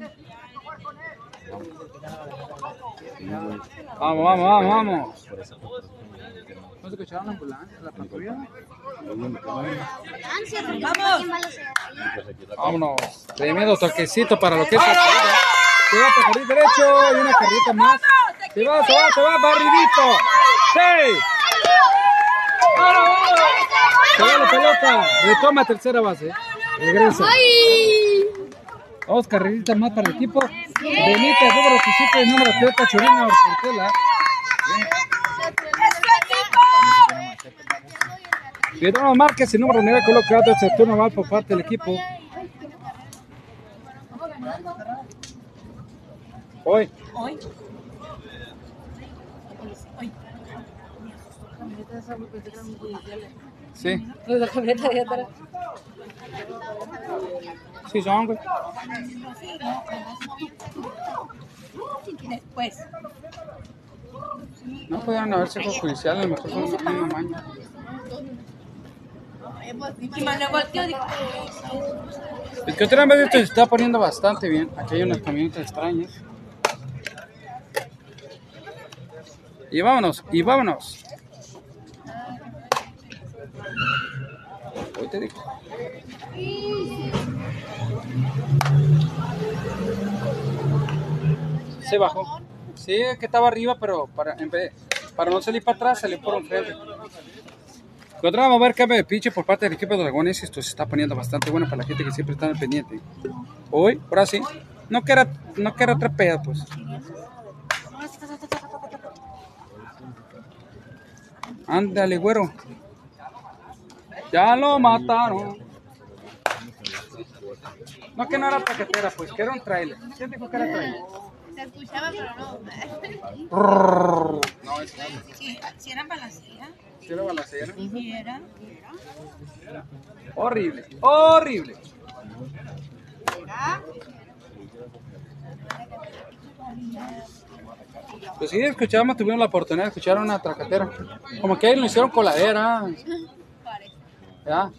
Speaker 1: Vamos, vamos, vamos, vamos. ¿No se escucharon la ambulancia, la patrulla?
Speaker 7: Ansia, porque ¿quién va a hacer?
Speaker 1: Vámonos. Tremendo toquecito para lo que es la carrera. Se va para carril derecho y una carrita más. Se va, se va, se va, barridito. ¡Sí! Se va la pelota. Retoma tercera base. Regresa. Dos carreritas más para el equipo. Benítez, número diecisiete, número treinta, Chorina Ortela. Guillermo Márquez, el número nueve, colocado el sector normal por parte del equipo. Hoy.
Speaker 2: Hoy.
Speaker 1: Sí.
Speaker 10: La camioneta de atrás.
Speaker 1: Sí, son, güey.
Speaker 2: Después.
Speaker 1: No podían haberse con judicial, a lo mejor son una maña.
Speaker 2: Y Manuel volteó y dijo,
Speaker 1: El que otra vez esto se está poniendo bastante bien. Aquí hay unas camionetas extrañas. Y vámonos, y vámonos. Hoy te digo. Se bajó. Sí, que estaba arriba, pero para, en vez, para no salir para atrás, salió por enfrente. Encontramos a ver cambio de pinche por parte del equipo de Dragones. Esto se está poniendo bastante bueno para la gente que siempre está al pendiente. Hoy, ahora sí. No que era, no que era otra peda, pues. Ándale, güero. Ya lo mataron. No, que no era paquetera, pues, que era un trailer. ¿Quién dijo que era trailer?
Speaker 2: se escuchaba, pero no.
Speaker 1: No, es
Speaker 2: Sí, si eran balaceras.
Speaker 1: ¿Sí era balacera?
Speaker 2: Sí, era.
Speaker 1: Horrible, horrible. Pues sí, escuchamos, tuvimos la oportunidad de escuchar una tracatera. Como que ahí lo hicieron coladera. ¿Ya?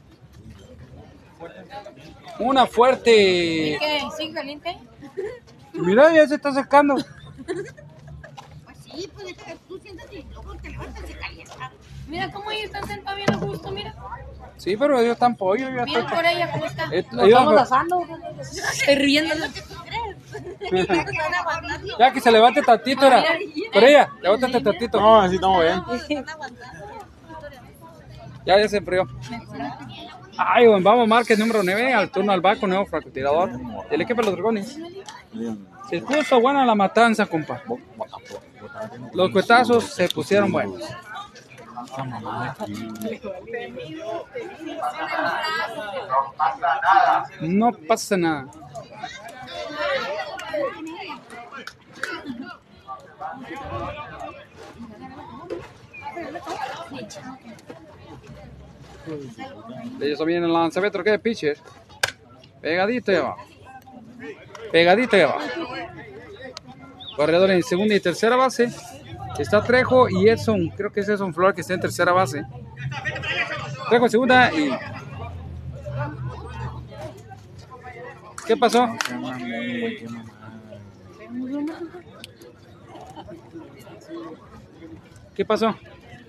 Speaker 1: Una fuerte.
Speaker 2: ¿Qué? ¿Sí, caliente?
Speaker 1: Mira, ya se está acercando.
Speaker 2: Pues sí, pues tú siéntate y luego te levantas y se calienta. Mira cómo ellos están sentados bien a gusto, mira.
Speaker 1: Sí, pero ellos están pollo. Ya
Speaker 2: Mira
Speaker 1: está.
Speaker 2: por ella cómo está.
Speaker 1: Eh,
Speaker 10: Lo
Speaker 1: ellos-
Speaker 10: estamos asando. Estoy riendo.
Speaker 2: Es lo que tú crees. Ya que van aguantando.
Speaker 1: Ya que se levante tantito, era. Por ella, levántate tantito.
Speaker 9: No, así estamos bien.
Speaker 2: Están aguantando.
Speaker 1: Ya, ya se enfrió. Ay, bueno, vamos, Márquez, número nueve, al turno al Baco, nuevo francotirador del equipo de los Dragones. Se puso buena la matanza, compa. Los cuetazos se pusieron buenos. No pasa nada. Ellos vienen el lanzamiento que es pitcher. Pegadito y abajo. Pegadito y abajo. Corredor en segunda y tercera base. Está Trejo y Edson. Creo que es Edson Flor que está en tercera base. Trejo en segunda y... ¿Qué pasó? ¿Qué pasó?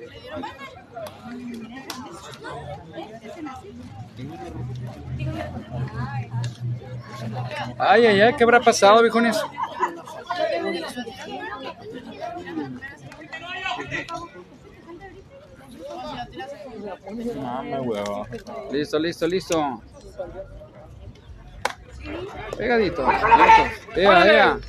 Speaker 1: Ay, ay, ay, ¿qué habrá pasado, viejones? Listo, listo, listo. Pegadito. Vea, vea.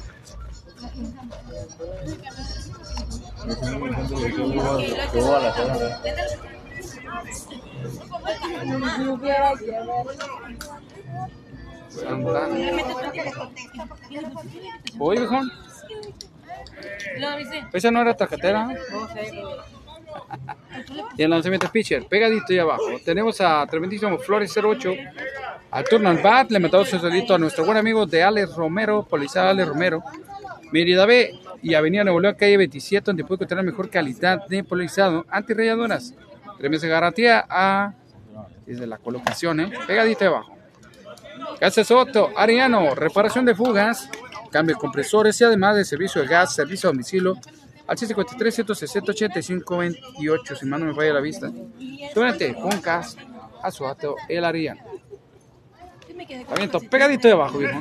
Speaker 1: Oye, viejón. Esa no era tarjetera. Y el lanzamiento pitcher, pegadito y abajo. Tenemos a tremendísimo Flores cero ocho. Al turno al bat, le metamos un saludito a nuestro buen amigo de Alex Romero, Polizada Alex Romero. Mérida B y Avenida Nuevo León, calle veintisiete, donde puede encontrar mejor calidad de polizado antirrayadoras. Tres meses de garantía a desde la colocación, ¿eh? Pegadito y abajo. Gas Soto, Ariano, reparación de fugas, cambio de compresores y además de servicio de gas, servicio a domicilio al seis cinco tres, ciento sesenta, ochenta y cinco veintiocho, si más no me falla la vista. Solamente con gas a Soto, el Ariano. Aviento pegadito de abajo, viejo.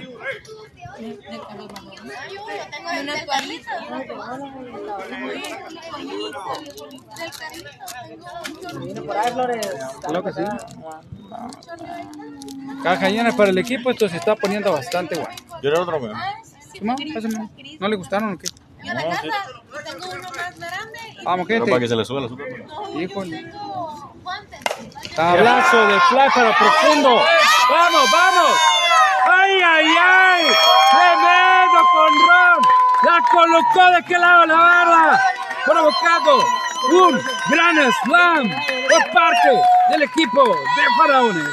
Speaker 2: Una toallita.
Speaker 10: Por ahí, Flores.
Speaker 1: Claro que sí. Caja llena para el equipo, esto se está poniendo bastante bueno.
Speaker 9: Yo era otro,
Speaker 1: ¿Cómo? Pásame. ¿No le gustaron o qué?
Speaker 2: Yo en la casa tengo uno más grande y
Speaker 1: Vamos, gente.
Speaker 9: Para que se le suba la azúcar.
Speaker 1: Híjole.
Speaker 2: tengo guantes.
Speaker 1: Tablazo de fly para profundo. ¡Vamos, vamos! ¡Ay, ay, ay! ¡Tremendo conrón! La colocó de aquel lado la barra, provocando un gran slam por parte del equipo de Faraones.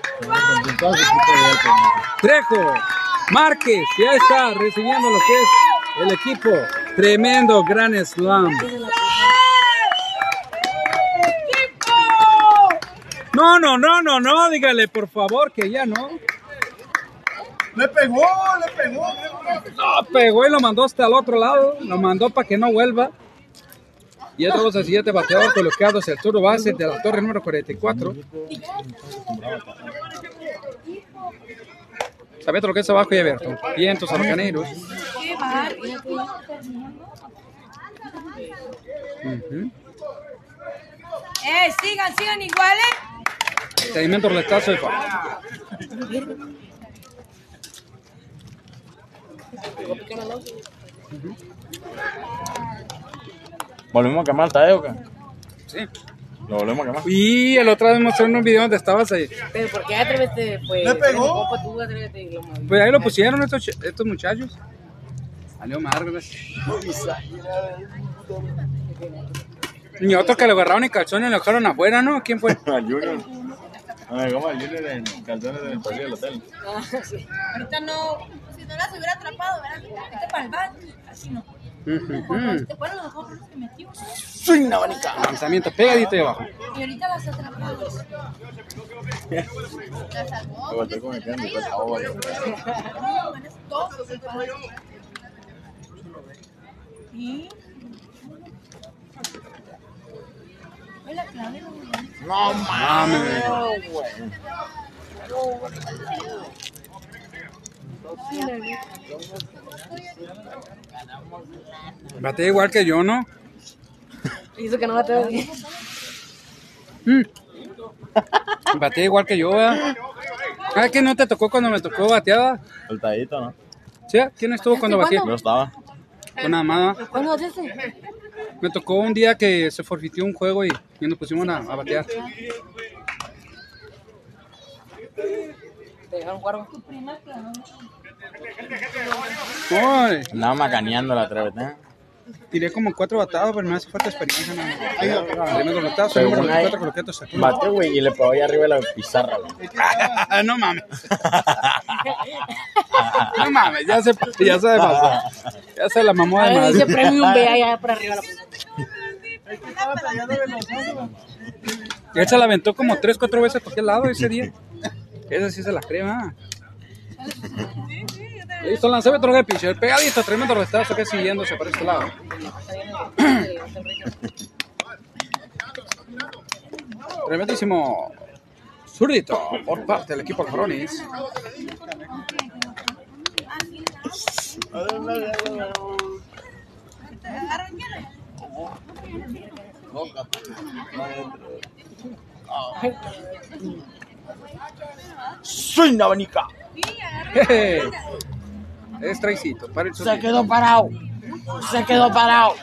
Speaker 1: Trejo, Márquez, ya está recibiendo lo que es el equipo. Tremendo gran slam. No, no, no, no, no, dígale por favor que ya no.
Speaker 8: Le pegó, le pegó.
Speaker 1: No, pegó y lo mandó hasta el otro lado. Lo mandó para que no vuelva. Y ya tenemos al siguiente bateador colocado hacia el turno base de la torre número cuarenta y cuatro. ¿Sabes lo que es abajo y abierto? Vientos arcaneros. Uh-huh.
Speaker 2: Eh, sigan, sigan iguales.
Speaker 1: Seguimiento roletazo de fa. Uh-huh.
Speaker 9: ¿Volvemos a quemar el Tadeo o qué?
Speaker 1: Sí.
Speaker 9: ¿Lo volvemos a quemar?
Speaker 1: Y el otro día me mostró en un video donde estabas ahí.
Speaker 10: Pero ¿por qué atrévete? Pues,
Speaker 8: ¿Le pegó?
Speaker 10: Copa, tú atrévete y lo moví.
Speaker 1: Pues ahí lo pusieron estos, ch- estos muchachos. Salió mal, ¿verdad? Y otro que lo agarraron en calzones y lo dejaron afuera, ¿no? ¿Quién fue?
Speaker 9: Al Junior. A ver, ¿cómo al Junior en calzones del pasillo del hotel?
Speaker 10: Ah, sí.
Speaker 2: Ahorita no, si no las hubiera atrapado, ¿verdad? Vete para el baño, así no.
Speaker 1: Uh-huh.
Speaker 2: Te fueron los dos que metió.
Speaker 1: Soy una abanica. Lanzamiento pegadito y abajo.
Speaker 2: Y ahorita las atrapó. Las salvó.
Speaker 9: Me volteé con el candy, pues, ahora.
Speaker 2: No, es dos. Y... ¿Cuál es la clave?
Speaker 9: No mames.
Speaker 1: Bate igual que yo, ¿no?
Speaker 10: Y eso que no bate bien.
Speaker 1: Mm. Batea igual que yo, ¿verdad? Ah, que no te tocó cuando me tocó bateada.
Speaker 9: Soltadito, ¿no?
Speaker 1: ¿Sí? ¿Quién estuvo cuando batía?
Speaker 9: Yo estaba.
Speaker 1: Con nada más.
Speaker 10: ¿Cuándo bateaste?
Speaker 1: Me tocó un día que se forfitió un juego y, y nos pusimos a, a batear.
Speaker 10: Te dejaron guardo.
Speaker 1: Ay,
Speaker 9: Andaba macaneando la atrévete.
Speaker 1: tiré como cuatro batados, pero me hace falta experiencia. ¿No? Tremendo batazo,
Speaker 9: Pero
Speaker 1: número
Speaker 9: una-
Speaker 1: veinticuatro croquetas aquí.
Speaker 9: Bate, güey, y le pegó ahí arriba de la pizarra, güey.
Speaker 1: No mames. No mames, ya se, ya se pasó. Ya se la mamó de
Speaker 10: A ver,
Speaker 1: más.
Speaker 10: dice premium, ve allá para arriba la puta.
Speaker 1: Él se la aventó como tres, cuatro veces por aquel lado ese día. Esa sí se la crema. Listo, lanzamiento de pitcher. Pegadito, tremendo restazo que siguiéndose para este lado. Tremendísimo zurdito por parte del equipo Coronis.
Speaker 9: ¡Soy una abanica!
Speaker 1: Jeje. Es traicito para el
Speaker 10: Se
Speaker 1: zurdito.
Speaker 10: quedó parado. Se quedó parado.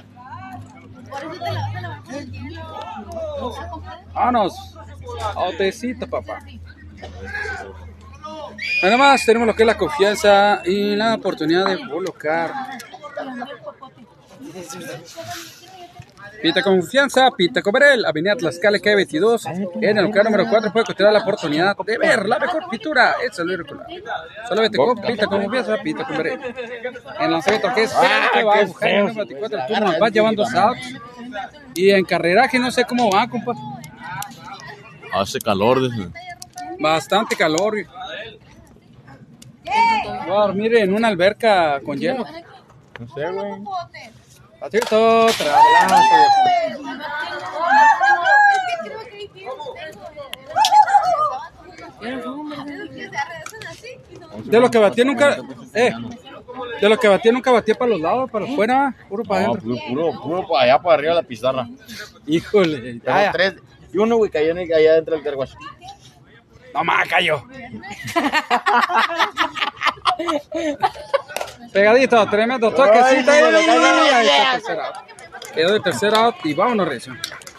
Speaker 1: Vámonos. Otecito, papá. Nada más tenemos lo que es la confianza y la oportunidad de colocar. Pita Confianza, Pita Coberel, Avenida Tlaxcala, calle veintidós. En el lugar número cuatro puede considerar la oportunidad de ver la mejor pintura. Es el Luis Solamente con Pita Confianza, Pita Coberel. En lanzamiento que es que va a buscar el número veinticuatro, el turno va llevando outs. Y en carreraje no sé cómo va, compa.
Speaker 9: Hace calor, dice.
Speaker 1: Bastante calor. Voy a dormir en una alberca con hielo.
Speaker 9: No sé, güey.
Speaker 1: Patito, trablazo. De lo que batía nunca, eh, de lo que batía nunca batía para los lados, para afuera, puro para
Speaker 9: No,
Speaker 1: adentro.
Speaker 9: puro, puro, puro para allá, para arriba de la pizarra.
Speaker 1: Híjole,
Speaker 9: Tengo
Speaker 1: ya, ya.
Speaker 9: tres. Y uno, güey, cayó en el- allá dentro del carguacho.
Speaker 1: No más, cayó. Pegadito, tremendo toquecito.
Speaker 9: Ay,
Speaker 1: Ahí
Speaker 9: no, no, no, no,
Speaker 1: está el
Speaker 9: no.
Speaker 1: tercer out. Quedó el tercer out y vámonos, Recio.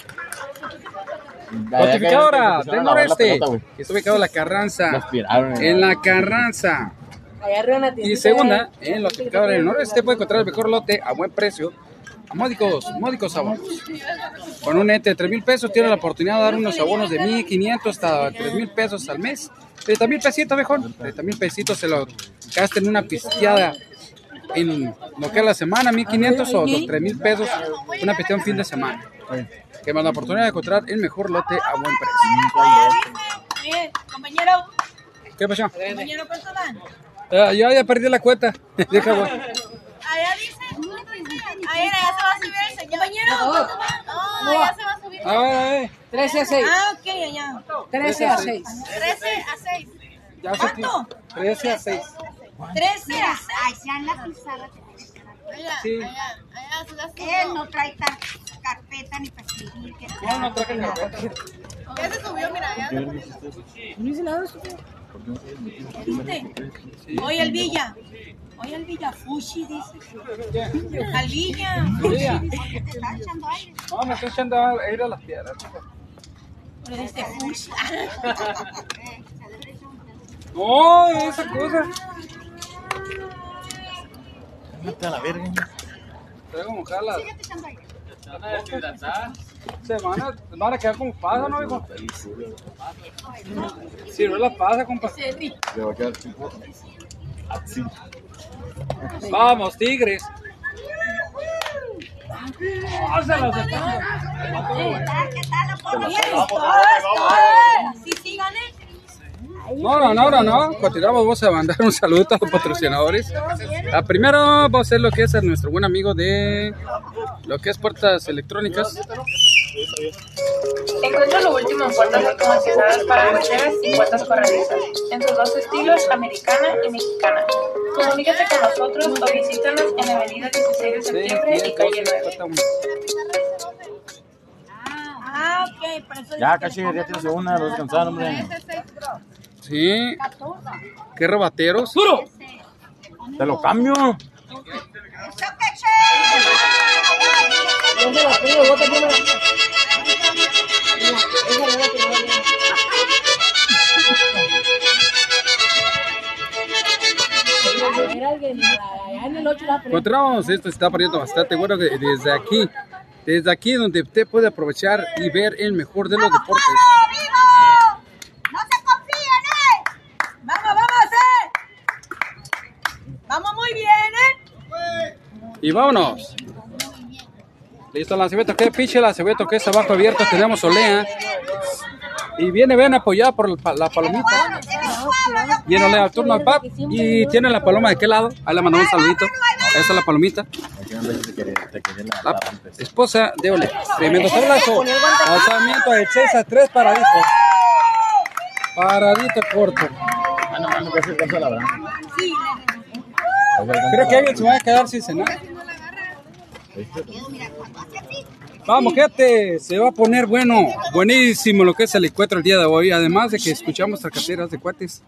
Speaker 1: Notificadora del noreste, que está ubicado en la Carranza. En la Carranza.
Speaker 10: Allá arriba en la tiendita.
Speaker 1: Y segunda, en la notificadora del noreste puede encontrar el mejor lote a buen precio, a módicos, módicos abonos. Con un nete de tres mil pesos tiene la oportunidad de dar unos abonos de mil quinientos hasta tres mil pesos al mes. treinta mil pesitos, mejor. treinta mil pesitos se lo gasten en una pisteada en lo que es la semana, mil quinientos o los tres mil pesos, una pisteada un fin de semana. Que más la oportunidad de encontrar el mejor lote a buen precio.
Speaker 2: Oye, compañero,
Speaker 1: ¿Qué pasó?
Speaker 2: compañero, ¿cuánto dan?
Speaker 1: Eh, yo ya perdí la cuenta. Deja, güey.
Speaker 2: Allá dice. Ahí ya se va a subir el señor. Compañero, ¿cuánto dan? No, ya se va a subir.
Speaker 1: A ver, a ver.
Speaker 10: trece a seis.
Speaker 2: Ah, ok, allá.
Speaker 10: trece a seis.
Speaker 2: trece a seis.
Speaker 1: Ya se
Speaker 2: ¿Cuánto?
Speaker 1: trece a seis.
Speaker 2: trece a seis.
Speaker 7: Ay, ya en la pizarra.
Speaker 2: Allá,
Speaker 1: Sí.
Speaker 2: allá, allá se la
Speaker 7: Él no trae tar- carpeta ni para escribir. que
Speaker 1: No, no traje la cuenta.
Speaker 2: Ya se subió, mira, ya.
Speaker 10: No hice nada, estúpido.
Speaker 2: ¿Viste? Oye, el Villa. Oye, el Villa Fushi, dice. Al Villa.
Speaker 1: Villa.
Speaker 7: te está echando aire.
Speaker 1: No, me estoy echando a ir a las piedras.
Speaker 2: Pero dice Fushi.
Speaker 1: No, esa cosa.
Speaker 9: Mete a la verga.
Speaker 1: Traigo mojarlas.
Speaker 7: Síguete echando aire.
Speaker 1: Se van a, van a quedar como pasa, ¿no, hijo? Sirve la pasa, compa.
Speaker 9: Le va a quedar tipo así.
Speaker 1: Vamos, Tigres. Oh, se los dejamos.
Speaker 7: ¿Qué tal la porra?
Speaker 2: Sí, sí, gané.
Speaker 1: No, no, no, no, no. Continuamos, vamos a mandar un saludo a los patrocinadores. Ah, primero vamos a hacer lo que es a nuestro buen amigo de lo que es puertas electrónicas.
Speaker 4: Encuentra lo último en puertas automatizadas para cocheras y puertas corredizas, en sus dos estilos, americana y mexicana. Comunícate con nosotros o visítanos en la avenida dieciséis de septiembre y calle nueve.
Speaker 2: Ah,
Speaker 9: Ya, casi ya tienes una, los descansaron, hombre.
Speaker 1: Sí. Qué rebateros.
Speaker 10: ¡Duro!
Speaker 9: Te lo cambio.
Speaker 10: Yo se la pido, bota primero. Mira, esa es la que voy a ver. Era alguien allá en el ocho la ponía.
Speaker 1: Encontramos, esto se está poniendo bastante bueno que desde aquí, desde aquí donde usted puede aprovechar y ver el mejor de los deportes.
Speaker 11: ¡Vivo! ¡No se confíen, eh! ¡Vamos, vamos, eh! ¡Vamos muy bien, eh!
Speaker 1: Y vámonos. Listo el lanzamiento, que piche el lanzamiento que es abajo abierto, tenemos Olea. Y viene bien apoyada por la palomita. Viene Olea al turno al bat. Y tiene la paloma de qué lado. Ahí le mandamos un saludito. Ahí está la palomita. La esposa de Olea. Tremendo tablazo. Lanzamiento de seis a tres paradito. Paradito corto. Creo que alguien se va a quedar sin cenar. Vamos, gente, se va a poner bueno, buenísimo lo que es el encuentro el día de hoy. Además de que escuchamos tracateras de cuates.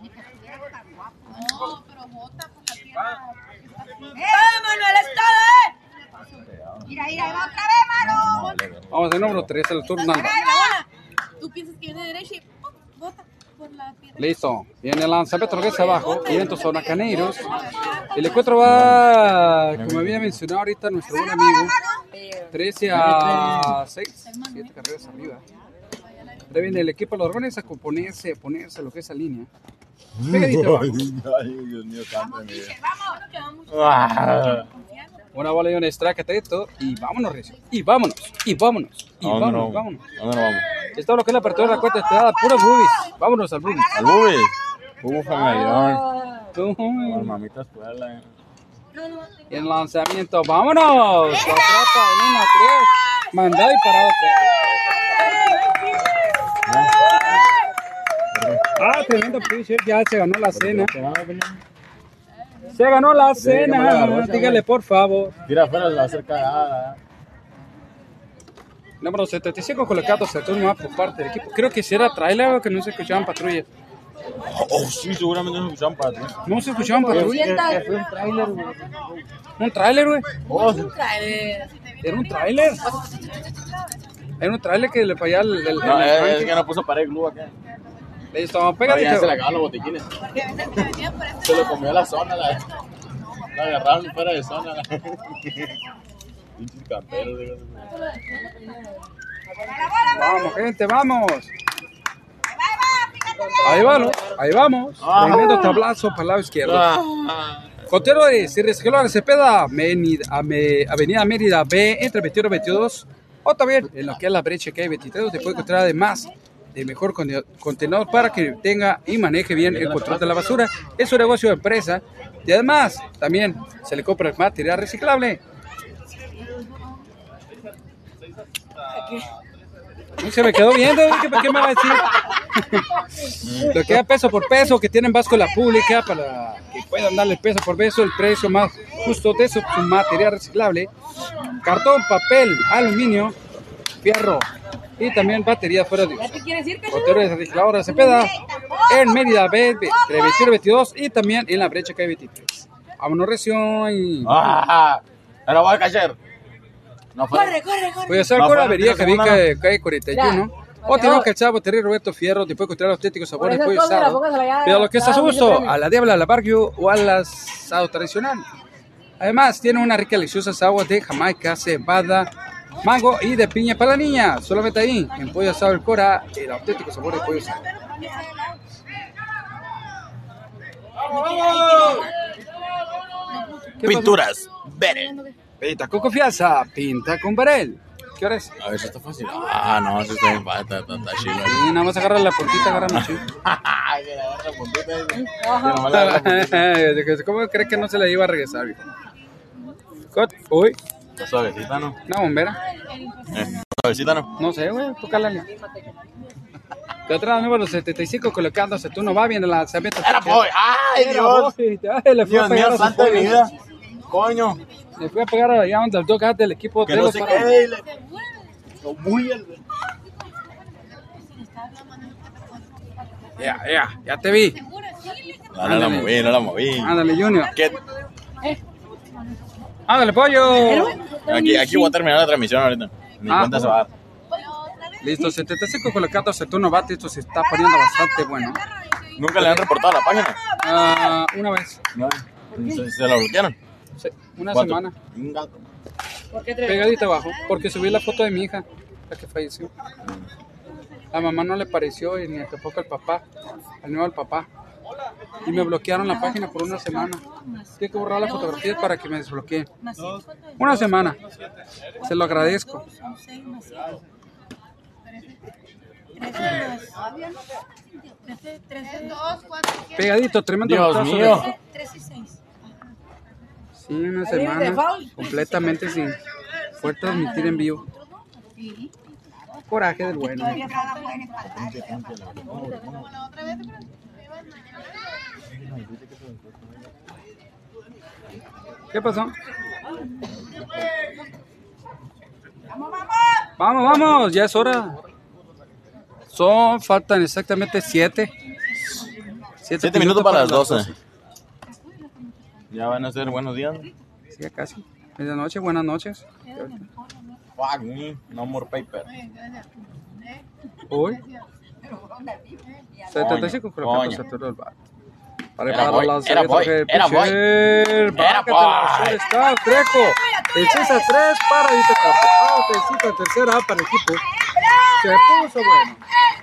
Speaker 11: ¡Eh, Manuel, estado, eh! Mira, mira, va otra vez, mano.
Speaker 1: Vamos al número tres, el turno.
Speaker 2: Tú piensas que viene derecha y ¡pum! Bota por la pierna.
Speaker 1: Listo, viene el lanzamiento lo que es abajo. Y dentro son Acaneiros. El encuentro va, como había mencionado ahorita nuestro buen amigo, trece a seis, siete carreras arriba. Ahora viene el equipo de los Dragones a componerse, a ponerse lo que es esa línea. Pegadito.
Speaker 9: Ay, Dios mío, santo mío.
Speaker 1: Una bola y un strike esto y vámonos, Recio. Y vámonos, y vámonos, y
Speaker 9: ¿A dónde
Speaker 1: vámonos,
Speaker 9: nos
Speaker 1: vámonos.
Speaker 9: ¿A dónde nos vamos?
Speaker 1: Esto es lo que es la apertura de la cuenta esperada, puro boobies. Vámonos al boobies.
Speaker 9: Al Bubis. Bubis familiar.
Speaker 1: Tú,
Speaker 9: Con mamita escuela. eh.
Speaker 1: Y el lanzamiento, vámonos. La trapa en uno a tres. Mandado y parado. Ah, tremendo pitcher, ya se ganó la cena. Se ganó la cena, dígale por favor.
Speaker 9: Tira afuera, la hacer cagada.
Speaker 1: Número setenta y cinco colocado se turno por parte del equipo. Creo que si era trailer o que no se escuchaban patrullas.
Speaker 9: Oh, sí, seguramente no se escuchaban para ti.
Speaker 1: No se escuchaban patrullas.
Speaker 9: Fue un trailer, güey.
Speaker 1: Un trailer, güey.
Speaker 9: Oh,
Speaker 10: Un trailer.
Speaker 1: Era un trailer. Era un trailer que le fallaba el. el,
Speaker 9: no,
Speaker 1: el
Speaker 9: es,
Speaker 1: tanque.
Speaker 9: es que no puso pared glue acá.
Speaker 1: Listo, pégate.
Speaker 9: Ya se le acabaron los botiquines. Se lo comió la zona, la, la agarraron fuera de zona. La... Pinches camperos.
Speaker 1: Vamos, gente, vamos. Ahí vamos, ahí vamos. Tremendo tablazo para el lado izquierdo. Contenedores y recicladores Cepeda, Avenida Mérida B, entre veintiuno y veintidós. O también en lo que es la brecha que hay veintitrés, donde puede encontrar además de mejor contenedor para que tenga y maneje bien el control de la basura. Es su negocio de empresa y además también se le compra el material reciclable. Se me quedó viendo, ¿qué, qué me va a decir? Lo que da peso por peso, que tienen báscula pública para que puedan darle peso por peso, el precio más justo de su, su material reciclable. Cartón, papel, aluminio, fierro y también batería fuera de uso. Contenedores recicladores Cepeda en Mérida B, entre veintiuno y veintidós y también en la brecha que hay veintitrés. Vámonos, Recio. Y...
Speaker 9: ¡Ah! ¡Me lo voy a callar! No fue.
Speaker 10: Corre, corre, corre.
Speaker 1: Voy a hacer
Speaker 9: No,
Speaker 1: con la
Speaker 9: fue,
Speaker 1: avería que vi
Speaker 9: no,
Speaker 1: que cae cuarenta y uno.
Speaker 10: Ya.
Speaker 1: O tenemos que echar batería Roberto Fierro, después encontrar los auténticos sabores de
Speaker 10: Por
Speaker 1: pollo
Speaker 10: eso, póngala,
Speaker 1: asado.
Speaker 10: póngasela ya,
Speaker 1: Pero lo que está a su
Speaker 10: ya,
Speaker 1: gusto,
Speaker 10: dice premio.
Speaker 1: a la diabla, a la barbecue o al asado tradicional. Además, tiene una rica y deliciosa agua de Jamaica, cebada, mango y de piña para la niña. Solamente ahí, en Pollo Asado El Cora, el auténtico sabor de pollo asado. ¿Qué
Speaker 9: Pinturas. Beren.
Speaker 1: pasó? Pinta con confianza, pinta con Barel. ¿Qué hora es?
Speaker 9: A ver, eso está fácil. Ah, no, eso está bien fácil, está, está, está chido.
Speaker 1: Y nada más agarra la puntita, agarra la chica.
Speaker 9: Ay, que le agarra la puntita. ese. Que nomás le agarra la puntita.
Speaker 1: ¿Cómo crees que no se le iba a regresar, viejo? Cut. Uy,
Speaker 9: Está suavecita, ¿no?
Speaker 1: una bombera.
Speaker 9: Eh, suavecita, ¿no?
Speaker 1: No sé, güey, tócala. Que atrás número setenta y cinco colocándose, tú no va bien el lanzamiento.
Speaker 9: ¡Era boy! ¡Ay,
Speaker 1: Era
Speaker 9: Dios!
Speaker 1: boy. Ay, le fue a
Speaker 9: Dios
Speaker 1: pegar
Speaker 9: mío,
Speaker 1: a su
Speaker 9: santa de mi
Speaker 1: pollo.
Speaker 9: vida. Coño.
Speaker 1: Le fue a pegar allá donde el dog del equipo
Speaker 9: Que
Speaker 1: de
Speaker 9: no
Speaker 1: los
Speaker 9: se
Speaker 1: para-
Speaker 9: quede y le... Lo muy el...
Speaker 1: Ya, ya, ya te vi.
Speaker 9: No, no la moví, no la moví.
Speaker 1: Ándale, Junior.
Speaker 9: ¿Qué?
Speaker 1: Ándale, pollo.
Speaker 9: Aquí, aquí voy a terminar la transmisión ahorita. Mi
Speaker 1: Ah,
Speaker 9: cuenta se va.
Speaker 1: Listo, setenta y cinco con la catorce, turno bate, esto se está poniendo bastante bueno.
Speaker 9: ¿Nunca le han reportado a la página?
Speaker 1: Ah, una vez.
Speaker 9: No. ¿Se, se la bloquearon?
Speaker 1: Sí, una
Speaker 9: ¿Cuánto?
Speaker 1: semana.
Speaker 9: Un gato.
Speaker 10: ¿Por qué tres?
Speaker 1: Pegadita abajo, porque subí la foto de mi hija, la que falleció. La mamá no le pareció y ni tampoco al papá, al nuevo al papá. Y me bloquearon la página por una semana. Tengo que borrar las fotografías para que me desbloqueen. Una semana. Se lo agradezco. Pegadito, tremendo.
Speaker 9: Dios
Speaker 1: ratazo
Speaker 9: mío.
Speaker 1: de- Sí, una semana completamente sin poder transmitir en vivo. Coraje del bueno. ¿Qué pasó? Vamos, vamos, ya es hora. Son, faltan exactamente siete.
Speaker 9: Siete minutos para las doce. Ya van a ser buenos días.
Speaker 1: Sí, ya casi. Medianoche, buenas noches.
Speaker 9: Fuck me, no more paper.
Speaker 1: Hoy. setenta y cinco con la
Speaker 9: Coño.
Speaker 1: carta Saturno del bar.
Speaker 9: Era boy, era boy, era boy. Era boy.
Speaker 1: Está Trejo. El seis a tres para Dito Capo. Ah, tercera, tercera para el equipo. Se puso bueno.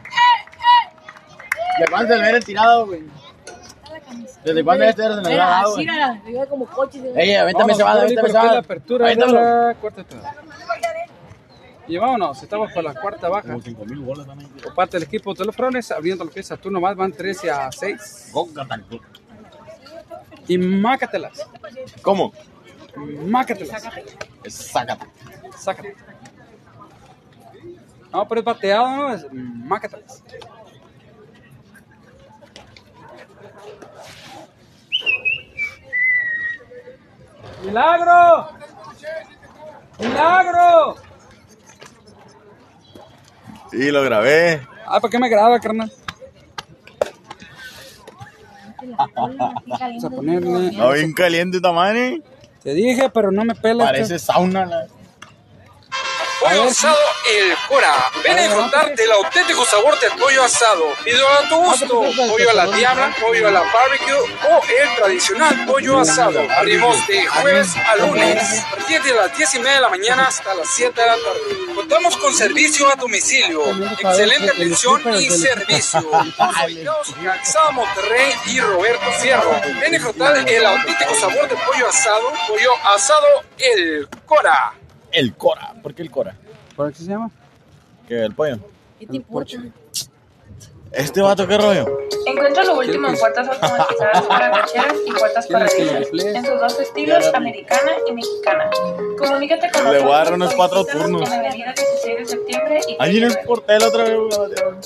Speaker 9: ¿De cuándo se le hubiera tirado, güey? ¿Desde cuándo este era se le hubiera dado, güey?
Speaker 10: Mira, yo como coche.
Speaker 9: Ey, avéntame ese vado, avéntame ese
Speaker 1: la
Speaker 9: vado.
Speaker 1: apertura de
Speaker 9: Avéntamelo.
Speaker 1: la cuarta entrada. Y vámonos, estamos por la cuarta baja.
Speaker 9: Como cinco mil bolas también.
Speaker 1: Por parte del equipo de los Frones, abriendo lo que es Saturno más, van trece a seis. Y mácatelas.
Speaker 9: ¿Cómo?
Speaker 1: Mácatelas.
Speaker 9: Sácate.
Speaker 1: Sácate. No, pero es bateado, ¿no? Es mácatelas. ¡Milagro! ¡Milagro!
Speaker 9: Sí, lo grabé.
Speaker 1: Ah, ¿para qué me graba, carnal? Vamos a ponerle...
Speaker 9: No, bien caliente esta madre.
Speaker 1: Te dije, pero no me pelas.
Speaker 9: Parece sauna. La...
Speaker 1: Pollo asado El Cora. Ven a disfrutar del auténtico sabor del pollo asado. Pídelo a tu gusto. Pollo a la diabla, pollo a la barbecue o el tradicional pollo asado. Abrimos de jueves a lunes, a partir de las diez y media de la mañana hasta las siete de la tarde. Contamos con servicio a domicilio, excelente atención y servicio. Estamos ubicados en Calzada Monterrey y Roberto Fierro. Ven a disfrutar el auténtico sabor del pollo asado. Pollo asado El Cora.
Speaker 9: El Cora. ¿Por qué el Cora?
Speaker 1: ¿Por qué se llama?
Speaker 9: ¿Qué? ¿El pollo?
Speaker 10: ¿Qué te importa?
Speaker 9: ¿Este vato qué rollo?
Speaker 4: Encuentra lo último en puertas automatizadas para cocheras y puertas corredizas, en sus dos estilos, americana y mexicana. Comunícate con
Speaker 9: Le
Speaker 4: nosotros
Speaker 9: voy a dar unos
Speaker 4: o
Speaker 9: cuatro
Speaker 4: visítanos
Speaker 9: turnos.
Speaker 4: en Avenida dieciséis de septiembre y
Speaker 9: Allí en el
Speaker 4: calle
Speaker 9: portel otra vez. güey.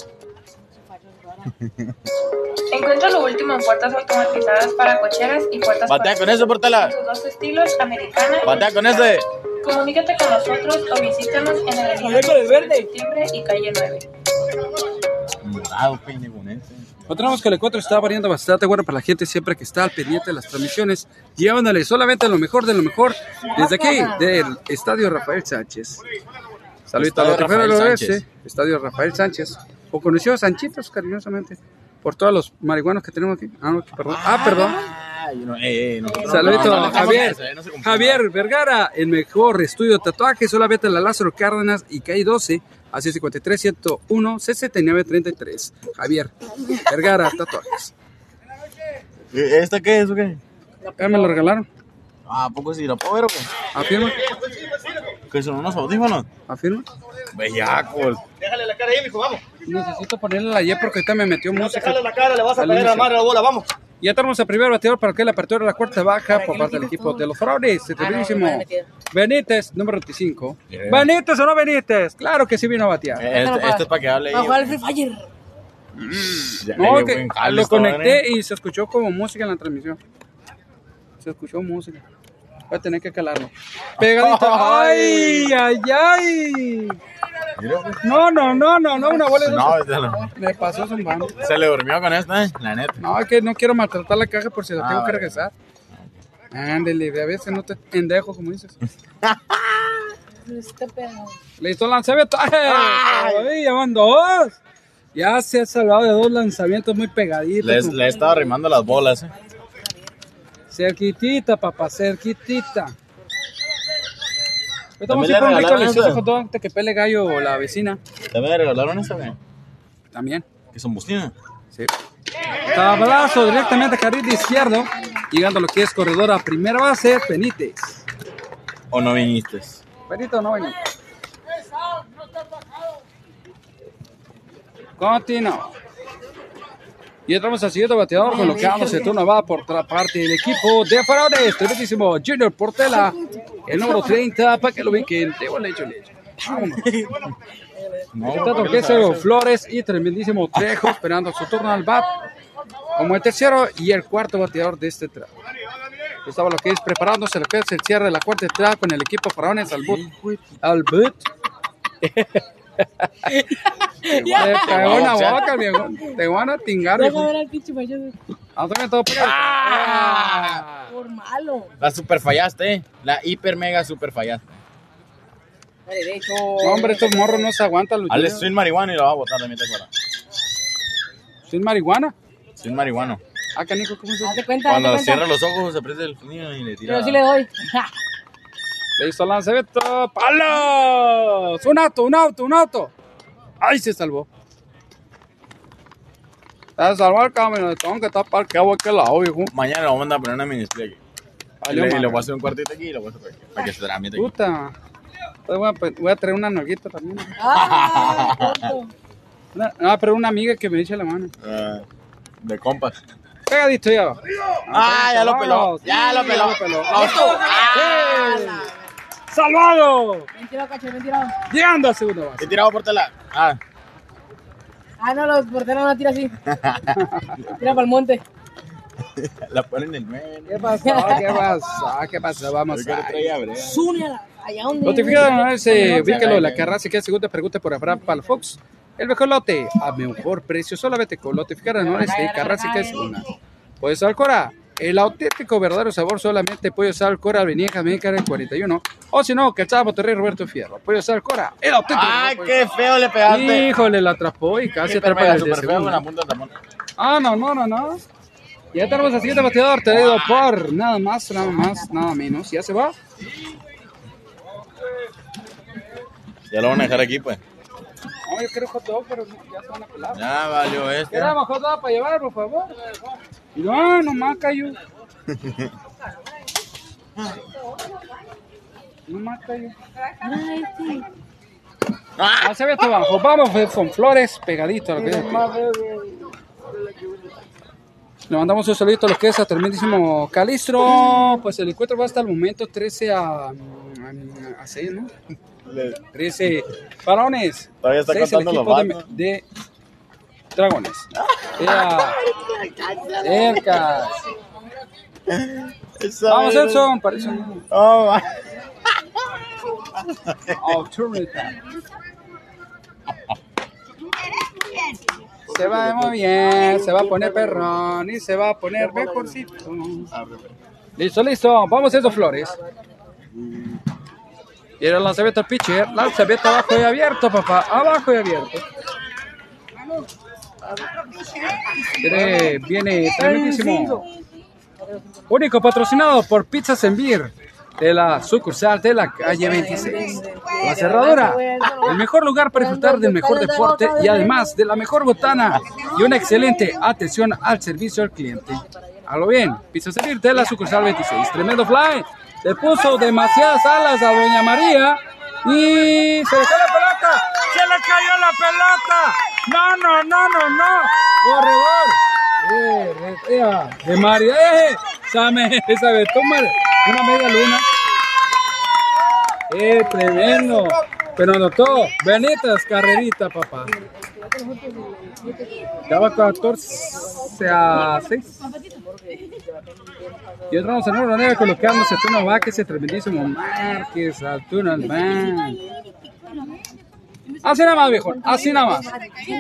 Speaker 4: Encuentra lo último en puertas automatizadas para cocheras y puertas
Speaker 9: Batea con
Speaker 4: corredizas,
Speaker 9: eso, Portela.
Speaker 4: en sus dos estilos, americana y
Speaker 9: Batea con
Speaker 4: mexicana.
Speaker 9: ese.
Speaker 4: Comunícate con nosotros o visítanos en Avenida dieciséis de septiembre y calle nueve.
Speaker 9: Morado, peine con ese.
Speaker 1: Encontramos que el encuentro está variando bastante bueno para la gente siempre que está al pendiente de las transmisiones, llevándole solamente lo mejor de lo mejor desde aquí, del Estadio Rafael Sánchez. Saludos a los
Speaker 9: Estadio
Speaker 1: refereros del
Speaker 9: Rafael
Speaker 1: oeste,
Speaker 9: Sánchez.
Speaker 1: Estadio Rafael Sánchez, o conocido Sanchitos cariñosamente, por todos los marihuanos que tenemos aquí. Ah, no, perdón. Ah, perdón.
Speaker 9: Ay, no, eh, eh, no, no,
Speaker 1: Saludito
Speaker 9: no, no,
Speaker 1: a
Speaker 9: no,
Speaker 1: Javier.
Speaker 9: no se confunda, no se confunda.
Speaker 1: Javier Vergara, el mejor estudio de tatuajes, solamente en la Lázaro Cárdenas y calle doce, así cincuenta y tres, ciento uno, sesenta y nueve, treinta y tres. Javier Vergara, tatuajes.
Speaker 9: ¿Eh, ¿Esta qué es o qué?
Speaker 1: Ya me lo regalaron.
Speaker 9: Ah, ¿a poco sí la puedo ver o qué?
Speaker 1: Afirma,
Speaker 9: ¿Que son unos audífonos?
Speaker 1: afirma.
Speaker 9: Bellacos.
Speaker 8: Déjale la cara ahí, mijo, vamos.
Speaker 1: Necesito ponerle la Y porque ahorita me metió música.
Speaker 8: Déjale la cara, le vas a
Speaker 1: Al
Speaker 8: pegar a la
Speaker 1: inicio.
Speaker 8: madre la bola, vamos.
Speaker 1: Ya tenemos el primer bateador para que la apertura de la cuarta baja por parte del equipo de los Fraudes. Señorísimo Benítez, número veinticinco.
Speaker 9: Yeah.
Speaker 1: ¿Benítez o no Benítez? Claro que sí vino a batear.
Speaker 9: Este, este es para que hable ahí.
Speaker 10: Va a jugar el Free Fire.
Speaker 9: Ya,
Speaker 1: No,
Speaker 9: eh,
Speaker 1: que
Speaker 9: buen jale
Speaker 1: lo
Speaker 9: esta madre.
Speaker 1: conecté y se escuchó como música en la transmisión. Se escuchó música. Voy a tener que calarlo. Pegadito. ¡Ay, ay, ay! No, no, no, no, no, una bola de
Speaker 9: No,
Speaker 1: dos.
Speaker 9: se lo-
Speaker 1: Me pasó zumbando.
Speaker 9: se le durmió con esta, eh, la neta.
Speaker 1: No, es que no quiero maltratar la caja por si la
Speaker 9: Ah,
Speaker 1: tengo que
Speaker 9: vale.
Speaker 1: regresar. Ándale, a veces no te pendejo, como dices.
Speaker 10: Este pedo.
Speaker 1: Listo, lanzamiento. ¡Ay! Ya van dos. Ya se ha salvado de dos lanzamientos muy pegaditos.
Speaker 9: Le, le he estado arrimando las bolas, eh.
Speaker 1: Cerquitita, papá, cerquitita. Estamos
Speaker 9: También
Speaker 1: así
Speaker 9: le
Speaker 1: por un rico
Speaker 9: regalaron
Speaker 1: delicioso
Speaker 9: esa.
Speaker 1: hot dog antes que pele gallo la vecina.
Speaker 9: ¿También le regalaron esa, güey?
Speaker 1: También.
Speaker 9: ¿Que son bustinas?
Speaker 1: Sí. Tablazo directamente a carril izquierdo. Llegando a lo que es corredor a primera base, Benítez.
Speaker 9: ¿O no viniste?
Speaker 1: Benito no venga. Continúa. Y entramos al siguiente bateador colocándose turno va por otra parte del equipo de Faraones. Tremendísimo Junior Portela. El número treinta para que lo ubiquen. De buen hecho, lecho. Vámonos. Tanto que eso, Flores y tremendísimo Trejo esperando su turno al bat. Como el tercero y el cuarto bateador de este tramo. Estaba lo que es preparándose lo que es el cierre de la cuarta entrada con el equipo Faraones al boot. Al boot. Te cagó una boca, viejo. Te van a tingar,
Speaker 10: Deja
Speaker 1: viejo.
Speaker 10: ver al pinche payaso.
Speaker 1: Ah, también todo pegado. Ah.
Speaker 10: Por malo.
Speaker 9: La super fallaste, eh. La hiper mega super fallaste.
Speaker 10: Derecho.
Speaker 1: No, hombre, estos morros no se aguantan.
Speaker 9: Al swing marihuana y lo va a botar también, ¿te acuerdas?
Speaker 1: ¿Sin marihuana?
Speaker 9: Swing marihuana.
Speaker 1: Ah, canijo, ¿cómo se
Speaker 10: Date cuenta,
Speaker 9: Cuando
Speaker 10: date
Speaker 9: cierra
Speaker 10: cuenta.
Speaker 9: los ojos, se prende el niño y le tira.
Speaker 10: Pero sí le doy.
Speaker 1: Le hizo lanzamiento. ¡Palos! Un auto, un auto, un auto. ¡Ay, se salvó! Se salvó el camionetón que está parqueado aquí al lado, viejo.
Speaker 9: Mañana le vamos a mandar a poner una mini split aquí. Y
Speaker 1: Valió
Speaker 9: le, y
Speaker 1: madre.
Speaker 9: le voy a hacer un cuartito aquí y lo voy a hacer por aquí, para que se tramite aquí.
Speaker 1: Puta. Pues voy, a, pe- voy a traer una nalguita también.
Speaker 10: Ah, tonto.
Speaker 1: Una, no, pero una amiga que me eche la mano.
Speaker 9: Ah, de compas.
Speaker 1: Pegadito ya.
Speaker 9: Ah, ya lo peló.
Speaker 1: Vámonos.
Speaker 9: Ya lo
Speaker 1: Sí,
Speaker 9: peló.
Speaker 1: ya lo peló.
Speaker 9: ¡Listo!
Speaker 1: ¡Eh! ¡Salvado!
Speaker 10: Bien tirado, cacho, bien tirado.
Speaker 1: Llegando al segundo base.
Speaker 9: He tirado por tela. Ah.
Speaker 10: Ah, no, los porteros no tiran así. Tira para el monte.
Speaker 9: La ponen en el medio.
Speaker 1: ¿Qué pasó? ¿Qué pasó? ¿Qué pasó? Vamos
Speaker 9: Yo
Speaker 1: a
Speaker 9: no traía brea.
Speaker 10: Zúñala. Allá donde.
Speaker 1: Notificaron a ese
Speaker 10: No,
Speaker 1: ubícalo
Speaker 10: no,
Speaker 1: de la carraza que es segunda pregunta por Abraham Palafox. El mejor lote a mejor precio solamente con notificaron a ese carraza que es segunda. Pollo Salcora, el auténtico verdadero sabor solamente Pollo Salcora, Avenida Jamaica el cuarenta y uno. O si no, Calzada Monterrey Roberto Fierro. Pollo Salcora, el auténtico.
Speaker 9: ¡Ay, qué feo le pegaste!
Speaker 1: Híjole, la atrapó y casi
Speaker 9: Qué
Speaker 1: atrapa
Speaker 9: pega,
Speaker 1: el de
Speaker 9: super feo con la
Speaker 1: segunda.
Speaker 9: punta del tapón.
Speaker 1: Ah, no, no, no, no. Ya tenemos al siguiente bateador, traído por nada más, nada más, nada menos. Ya se va.
Speaker 9: Ya lo van a dejar aquí, pues.
Speaker 1: No, yo quiero hot dog, pero ya se van a pelar.
Speaker 9: Ya valió este.
Speaker 1: Queremos hot dog para llevar, por favor. Y no, nomás cayó. Nomás cayó.
Speaker 10: Ay, sí.
Speaker 1: Ah, se ve hasta abajo. Vamos pues, con Flores pegadito a lo que es. Le mandamos un saludito a lo que es a tremendísimo Calistro. Pues el encuentro va hasta el momento trece a, a seis, ¿no? trece varones.
Speaker 9: Todavía está
Speaker 1: seis el
Speaker 9: contando los
Speaker 1: equipo
Speaker 9: vatos.
Speaker 1: de, de Dragones. Ya. Cerca. Vamos, Elson. Parece un...
Speaker 9: Oh,
Speaker 1: Alternative. Se va muy bien, se va a poner perrón y se va a poner mejorcito. Listo, listo. Vamos a esos Flores. Y era el lanzamiento al pitcher. Lanzamiento abajo y abierto, papá. Abajo y abierto. Viene, viene tremendísimo. Único patrocinado por Pizzas en Beer de la sucursal de la calle veintiséis. La Cerradura, el mejor lugar para disfrutar del mejor deporte y además de la mejor botana y una excelente atención al servicio al cliente. A lo bien, Pizzas en Beer de la sucursal veintiséis. Tremendo fly. Le puso demasiadas alas a Doña María y se le cayó la pelota. ¡Se le cayó la pelota! ¡No, no, no, no, no! ¡Corredor! Eh, eh, de María, eh, sabe, sabe, toma una media luna. Eh, tremendo. Pero anotó, Benitas, carrerita, papá. Estaba catorce a seis. Y entramos en número nueve colocándose Tuno Vázquez, ese tremendísimo Márquez, al Tuno al man. Así nada más, viejo. Así nada más.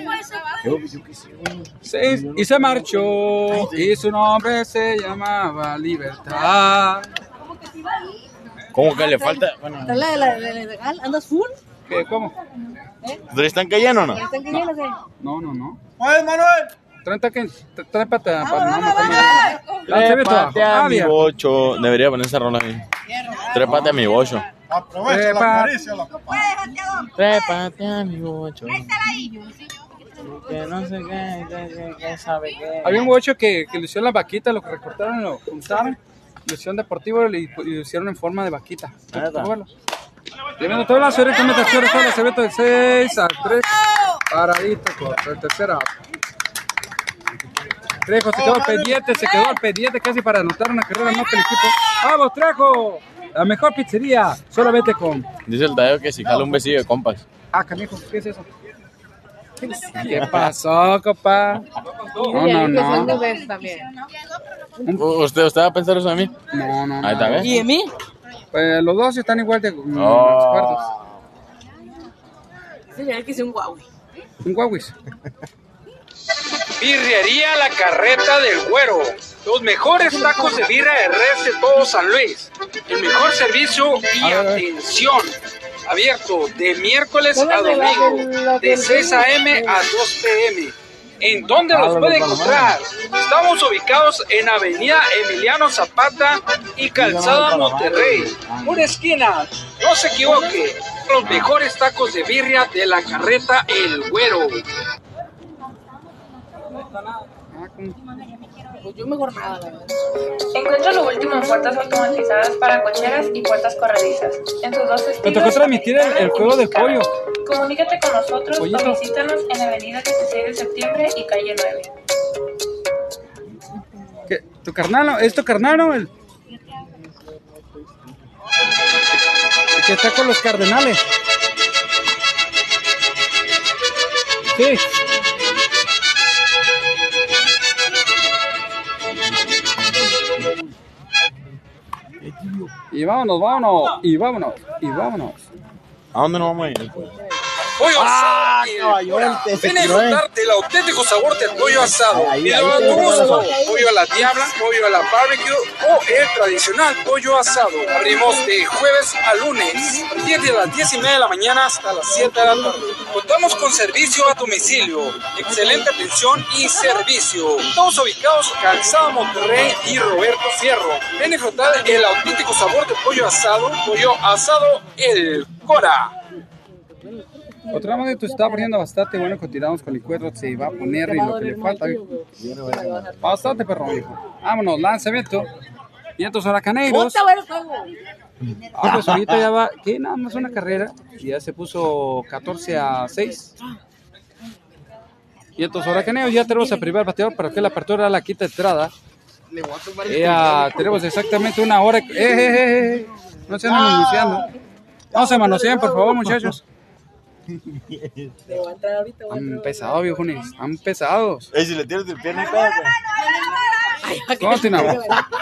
Speaker 1: Sí, y se marchó. Y su nombre se llamaba Libertad.
Speaker 9: ¿Cómo que le falta? Bueno,
Speaker 10: ¿Está la, la, la, la legal? ¿Andas full?
Speaker 1: ¿Qué? ¿Cómo?
Speaker 9: ¿tres tanques llenos o no?
Speaker 10: ¿Están que llenos, eh?
Speaker 1: No, no, no.
Speaker 8: Oye, Manuel.
Speaker 1: treinta que. Trépate para. No, no,
Speaker 9: Trépate a
Speaker 1: Ah,
Speaker 9: mi
Speaker 1: bien.
Speaker 9: bocho. Debería poner esa rola ahí. Trépate a mi bocho.
Speaker 8: Aprovecha la
Speaker 1: Trepa.
Speaker 8: caricia, la
Speaker 9: Trépate a mi bocho. Que no sé qué, que, que, que sabe qué.
Speaker 1: Había un bocho que, que le hicieron la vaquita, lo que recortaron, lo juntaron, lo hicieron deportivo y, y lo hicieron en forma de vaquita.
Speaker 9: ¿Neta?
Speaker 1: Bueno. Tremendo todo el directamente al cierre, solo se del seis a tres. Paradito, por el tercero. Trejo se quedó al pendiente, se quedó al pendiente casi para anotar una carrera más que el equipo. ¡Vamos, Trejo! La mejor pizzería, solamente con...
Speaker 9: Dice el Tadeo que si jala un besillo de compas.
Speaker 1: Ah, canijo, ¿qué es eso? ¿Qué pasó, compa? No, no, no.
Speaker 9: ¿Usted, ¿Usted va a pensar eso de mí?
Speaker 1: No, no, no.
Speaker 9: Ahí está, ¿ves?
Speaker 10: ¿Y de mí?
Speaker 1: Pues los dos están igual de mm,
Speaker 9: Oh.
Speaker 1: cuartos.
Speaker 10: Sí, ya que hice un Huawei.
Speaker 1: Un guauis. Birrería La Carreta del Güero. Los mejores tacos de birra de res de todo San Luis. El mejor servicio y atención. Abierto de miércoles a domingo, de seis a eme a dos pe eme. ¿En dónde los puede encontrar? Estamos ubicados en Avenida Emiliano Zapata y Calzada Monterrey. Una esquina, no se equivoque. Los mejores tacos de birria de La Carreta El Güero.
Speaker 10: Pues yo mejor nada, la verdad.
Speaker 4: Encuentra lo último en puertas automatizadas para cocheras y puertas corredizas. En sus dos
Speaker 1: Me
Speaker 4: estilos,
Speaker 1: tocó transmitir el, el juego del pollo.
Speaker 4: Comunícate con nosotros
Speaker 1: Pollito.
Speaker 4: o visítanos en Avenida dieciséis de septiembre y calle nueve.
Speaker 1: ¿Qué? ¿Tu carnal? ¿Es tu carnal o el? El que está con los cardenales. Sí. Y vámonos, vámonos, y vámonos, y vámonos.
Speaker 9: ¿A dónde nos vamos a ir?
Speaker 1: Pollo
Speaker 9: Ah,
Speaker 1: asado.
Speaker 9: caballote, se
Speaker 1: Ven a
Speaker 9: tiró, eh.
Speaker 1: disfrutar del auténtico sabor del pollo asado.
Speaker 9: Ahí,
Speaker 1: Y
Speaker 9: ahí,
Speaker 1: a
Speaker 9: ahí,
Speaker 1: tu
Speaker 9: ahí,
Speaker 1: gusto.
Speaker 9: ahí.
Speaker 1: Pollo a la diabla, pollo a la barbecue o el tradicional pollo asado. Abrimos de jueves a lunes, desde las diez y media de la mañana hasta las siete de la tarde. Contamos con servicio a domicilio, excelente atención y servicio. Estamos ubicados en Calzada Monterrey y Roberto Fierro. Ven a disfrutar el auténtico sabor del pollo asado, pollo asado El Cora. Otra vez tú está poniendo bastante bueno, continuamos con el cuadro, se va a poner y lo que le falta. Bastante perro, hijo. Vámonos, lanzamiento. Vientos huracaneros.
Speaker 10: ¡Puta, bueno, juego!
Speaker 1: Ah, pues ahorita ya va, ¿qué? Nada más una carrera. Y ya se puso catorce a seis. Vientos huracaneros, ya tenemos el primer bateador, pero que la apertura la quita entrada. Ya tenemos exactamente una hora. ¡Eh, eh, eh! eh. No se andan anunciando. No se manoseen, por favor, muchachos.
Speaker 10: Le voy a entrar ahorita, voy a
Speaker 1: Han
Speaker 10: entrar.
Speaker 1: pesado, viejones. Han pesados.
Speaker 9: Ey, si le tiras de pierna y pedo, pues.
Speaker 1: Continuamos.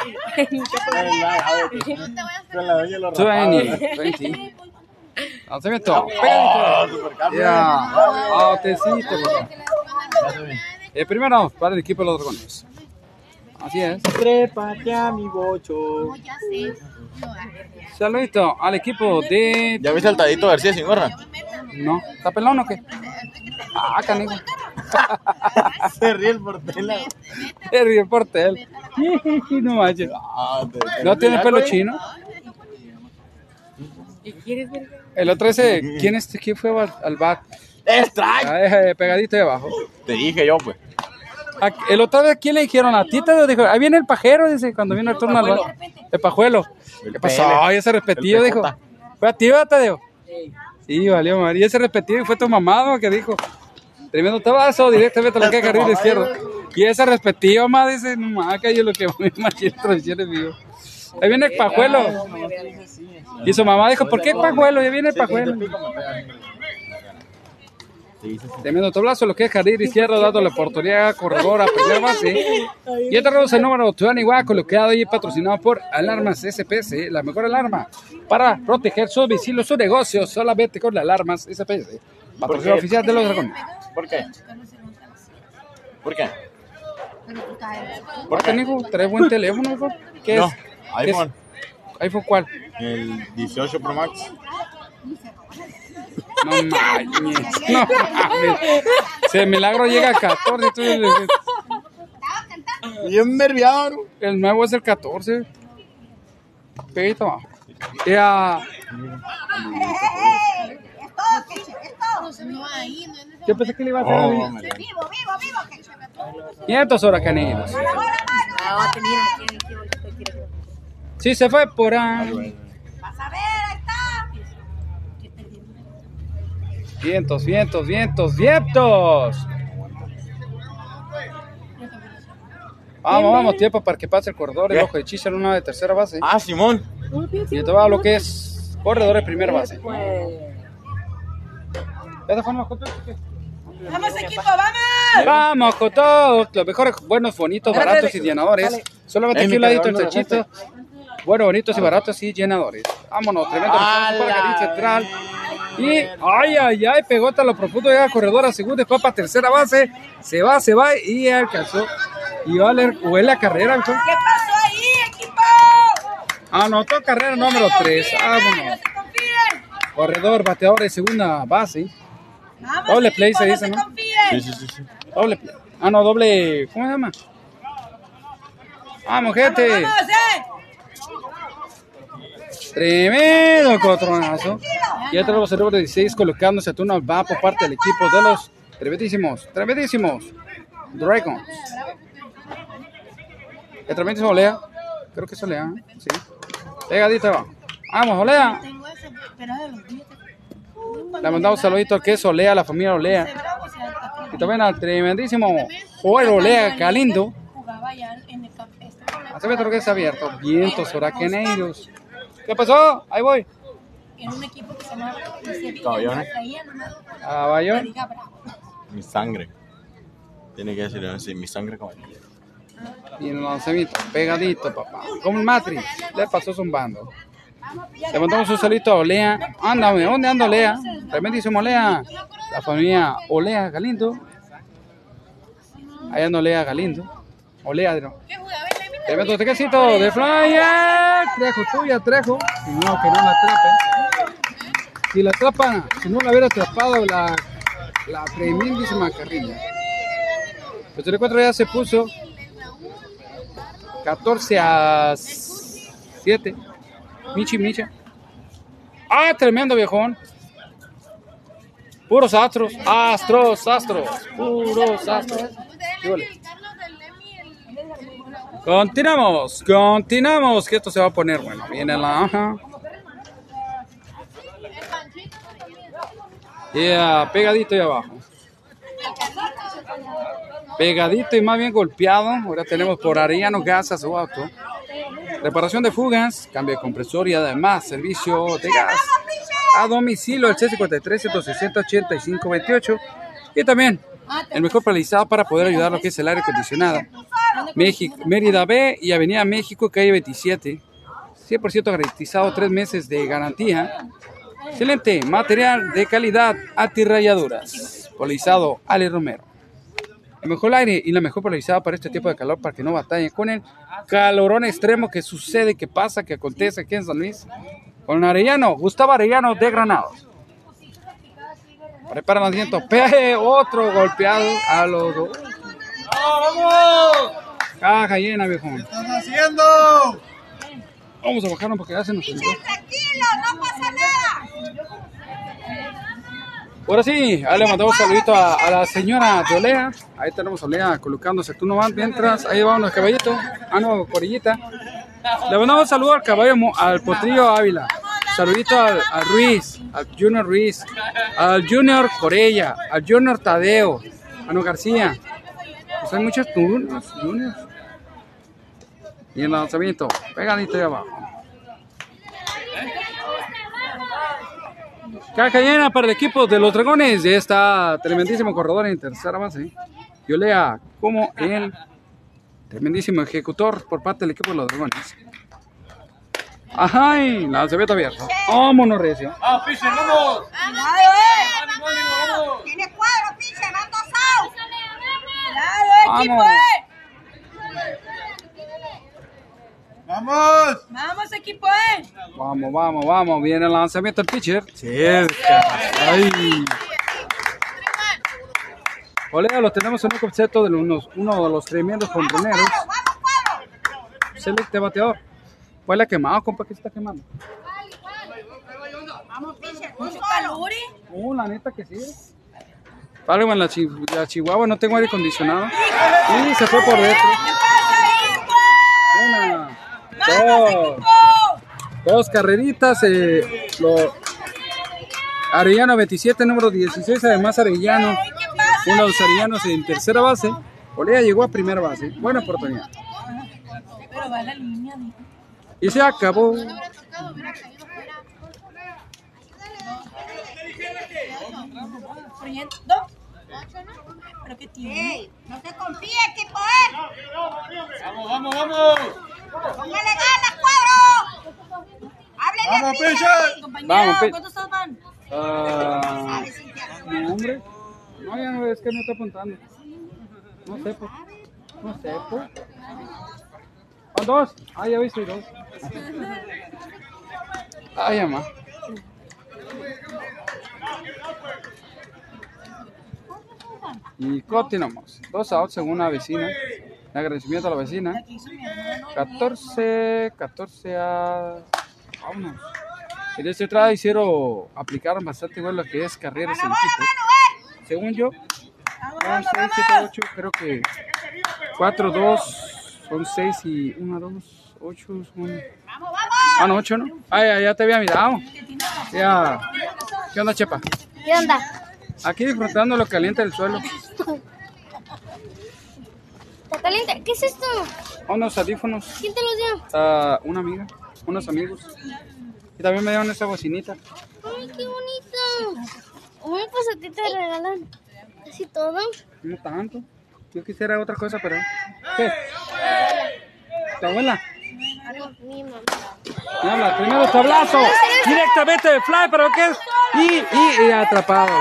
Speaker 9: Con la doña lo
Speaker 1: veinte,
Speaker 9: rapaba.
Speaker 1: veinte. Lanzamiento. Pegadito. Ya. Autecito. El primero para el equipo de los dragones. Así es.
Speaker 9: Trépate a mi bocho.
Speaker 1: Saludito al equipo de...
Speaker 9: ¿Ya viste al Tadito García sin gorra?
Speaker 1: No. ¿Está pelón o qué? Ah, canijo.
Speaker 9: Se ríe el portela.
Speaker 1: Se ríe el portel. No manches. ¿No tiene pelo chino?
Speaker 10: ¿Qué quieres ver?
Speaker 1: El otro ese, ¿quién, es, quién fue al, al bat?
Speaker 9: ¡Strike!
Speaker 1: Ah, eh, pegadito de abajo.
Speaker 9: Te dije yo, pues.
Speaker 1: A- El otro día, ¿quién le dijeron? A ti te dijo, ahí viene el pajero, dice, cuando vino el turno al bat. El pajuelo.
Speaker 9: El
Speaker 1: ¿Qué pasó?
Speaker 9: pele.
Speaker 1: Ay, ese repetido,
Speaker 9: El
Speaker 1: dijo.
Speaker 9: pejota.
Speaker 1: ¿Fue a ti, Tadeo? Sí, valió, María. Ese repetido fue tu mamá, ¿no? Que dijo. Tremendo tabazo, directamente a la que carril izquierdo. Y ese repetido, mamá, dice, no más, que yo lo que me imagino tradiciones mío. Ahí viene el pajuelo. Y su mamá dijo, ¿por qué pajuelo? Ya viene el pajuelo. Tremendo tablazo, lo que es carril izquierdo, dando la oportunidad corredora, primera base. Y este es el número veintiuno, colocado y patrocinado por Alarmas S P S, la mejor alarma para proteger su domicilio, su negocio, solamente con las Alarmas S P S. Patrocinador oficial de los dragones.
Speaker 9: ¿Por qué? ¿Por qué?
Speaker 1: ¿Por qué, hijo? ¿Traes buen teléfono, hijo? ¿Qué
Speaker 9: No,
Speaker 1: es?
Speaker 9: iPhone.
Speaker 1: ¿Qué es? ¿iPhone cuál?
Speaker 9: El dieciocho Pro Max.
Speaker 1: No mames, no mames. Si el milagro llega a catorce, tú...
Speaker 9: Bien nerviado, ¿no?
Speaker 1: El nuevo es el catorce. Pegadito abajo. Ya. Yo pensé que le iba a hacer.
Speaker 9: Oh,
Speaker 11: Vivo, vivo, vivo, que
Speaker 1: quinientos huracaneros. Sí, se fue por ahí.
Speaker 11: vas a ver, ahí está.
Speaker 1: Vientos, vientos, vientos, vientos. Vamos, vamos, tiempo para que pase el corredor. El ojo de chicha en una de tercera base.
Speaker 9: Ah, Simón.
Speaker 1: Y te va a lo que es corredor de primera base. ¿Ya fue mejor?
Speaker 11: Vamos, equipo, vamos.
Speaker 1: Vamos con todos los mejores, buenos, bonitos, baratos y llenadores. Solamente aquí un ladito el techito. Bueno, bonitos y baratos y llenadores. Vámonos, tremendo rechazo para Jardín Central. Y, ay, ay, ay, pegó hasta lo profundo, llega el corredor a segunda, después para tercera base. Se va, se va y alcanzó. Y vale, huele a carrera. ¿Qué
Speaker 11: pasó ahí, equipo?
Speaker 1: Anotó carrera número tres. Vámonos. Corredor, bateador de segunda base.
Speaker 11: Vamos,
Speaker 1: Doble play
Speaker 11: equipo,
Speaker 1: se
Speaker 11: no
Speaker 1: dice,
Speaker 11: se
Speaker 1: ¿no?
Speaker 11: confíen.
Speaker 9: Sí, sí, sí, sí.
Speaker 1: Doble play. Ah, no, doble. ¿Cómo se llama? Vamos, gente.
Speaker 11: Vamos, vamos, eh.
Speaker 1: Tremendo cotronazo. Ya tenemos el número dieciséis colocándose a turno va por parte del equipo de los tremendísimos, tremendísimos Dragons. El tremendísimo Olea. Creo que es Olea, sí. Pegadita va. Vamos, Olea. Le mandamos un saludito al que es Olea, la familia Olea. Y también al tremendísimo Joel Olea Galindo. Hace metro que es abierto. Vientos huracaneros. ¿Qué pasó? Ahí voy.
Speaker 2: En un equipo que se llama
Speaker 9: Caballones.
Speaker 1: Caballón.
Speaker 9: Mi sangre. Tiene que decirlo así, mi sangre caballón.
Speaker 1: Y en el lanzamiento, pegadito, papá. Como el Matrix, le pasó zumbando. Le mandamos un saludito a Olea. Ándame, ¿dónde anda Olea? Tremendísimo Olea. La familia Olea Galindo. Allá anda Olea Galindo. Olea, no. Tremendo tequecito de Flyer. Trejo, tuya, Trejo. Si no, que no la atrape. Si la atrapa, si no la hubiera atrapado la, la tremendísima carrilla. El encuentro ya se puso catorce a siete. Michi, Micha. Ah, tremendo viejón. Puros astros, astros, astros. Puros astros. Continuamos, continuamos. Que esto se va a poner bueno. Viene la ajá. Yeah, pegadito ahí abajo. Pegadito y más bien golpeado. Ahora tenemos por Arellano Gas a su auto. Reparación de fugas, cambio de compresor y además servicio de gas a domicilio al seis cincuenta y tres, ciento sesenta, ochenta y cinco veintiocho. Y también el mejor paralizado para poder ayudar a lo que es el aire acondicionado. México, Mérida B y Avenida México, calle veintisiete. cien por ciento garantizado, tres meses de garantía. Excelente, material de calidad, antirrayaduras. Polarizado Ale Romero. El mejor aire y la mejor polarizada para este tipo de calor para que no batallen con el calorón extremo que sucede, que pasa, que acontece aquí en San Luis. Con Arellano, Gustavo Arellano de Granados. Prepara el asiento. Peje, otro golpeado a los dos.
Speaker 8: ¡Vamos!
Speaker 1: Caja llena, viejón.
Speaker 8: ¿Qué estás haciendo?
Speaker 1: Vamos a bajarnos porque ya se nos olvidó.
Speaker 11: Tranquilo, no pasa nada.
Speaker 1: Ahora sí, ahí le mandamos un saludito a, a la señora de Olea. Ahí tenemos a Olea colocándose tú nomás mientras. Ahí va unos caballitos. Ah, no, corillita. Le mandamos un saludo al caballo, al Potrillo Ávila. Saludito al, al Ruiz, al Junior Ruiz, al Junior Corella, al Junior Tadeo, a No García. Pues hay muchos turnos, juniors. Y el lanzamiento, pegadito ahí abajo. Caja llena para el equipo de los Dragones de esta tremendísimo corredor en tercera base. Yo lea como el tremendísimo ejecutor por parte del equipo de los Dragones. Ajá, y lanzamiento abierto. Vámonos, recio.
Speaker 3: ¡Ah, Fisher, vamos!
Speaker 11: Cuidado, eh. equipo,
Speaker 1: Vamos.
Speaker 11: eh.
Speaker 8: ¡Vamos!
Speaker 11: Vamos, equipo, eh.
Speaker 1: Vamos, vamos, vamos. Viene el lanzamiento del pitcher. Cerca. Ay. Olea, lo tenemos en un concepto de unos, uno de los tremendos jonroneros. Excelente bateador. Huele quemado, compa, que se está quemando.
Speaker 11: Vamos, pitcher. Mucho calor, eh.
Speaker 1: Uh, la neta que sí. Válgame, la, chi la Chihuahua no tengo aire acondicionado. Y se fue por dentro. Una, dos, dos carreritas. Eh, lo, Arellano veintisiete, número dieciséis, además Arellano. Uno de los arellanos en tercera base. Olea llegó a primera base. Buena oportunidad.
Speaker 10: Pero va la línea.
Speaker 1: Y se acabó.
Speaker 10: ¿Dos? ¿Pero qué tiene?
Speaker 11: Ey, no se confíe, equipo, eh.
Speaker 3: Vamos, vamos, vamos.
Speaker 11: Póngale ganas, cuadro. Háblele,
Speaker 8: ¡Vamos,
Speaker 11: pitcher.
Speaker 8: pitcher!
Speaker 10: Compañero,
Speaker 1: Vamos, Pi-
Speaker 10: ¿cuántos todos van?
Speaker 1: Ah, no, hombre. No, ya no, es que no está apuntando. No sé, pues. No sé, pues. ¿Van dos? Ah, ya viste dos. Ay, mamá. Y continuamos. Dos outs según la vecina. En agradecimiento a la vecina. catorce, catorce a... Vámonos. En este traje hicieron, aplicaron bastante igual lo que es carreras en equipo. Según yo, son seis, siete, ocho, creo que cuatro, dos, son seis y uno, dos, ocho, son... Ah, no, ocho, ¿no? Ah, ya, ya te había mirado. Ya. ¿Qué onda, Chepa?
Speaker 7: ¿Qué onda?
Speaker 1: Aquí disfrutando lo caliente del suelo.
Speaker 7: ¿Está caliente? ¿Qué es esto?
Speaker 1: Unos audífonos.
Speaker 7: ¿Quién te los dio?
Speaker 1: Ah, una amiga, unos amigos. Y también me dieron esa bocinita.
Speaker 7: Ay, qué bonito. Uy, pues a ti te regalan casi todo.
Speaker 1: No tanto. Yo quisiera otra cosa, pero... ¿Qué? ¿Tu abuela?
Speaker 7: Mi mamá.
Speaker 1: Me habla, primero tablazo. Directamente de fly, pero ¿qué es? Y, y, y atrapado.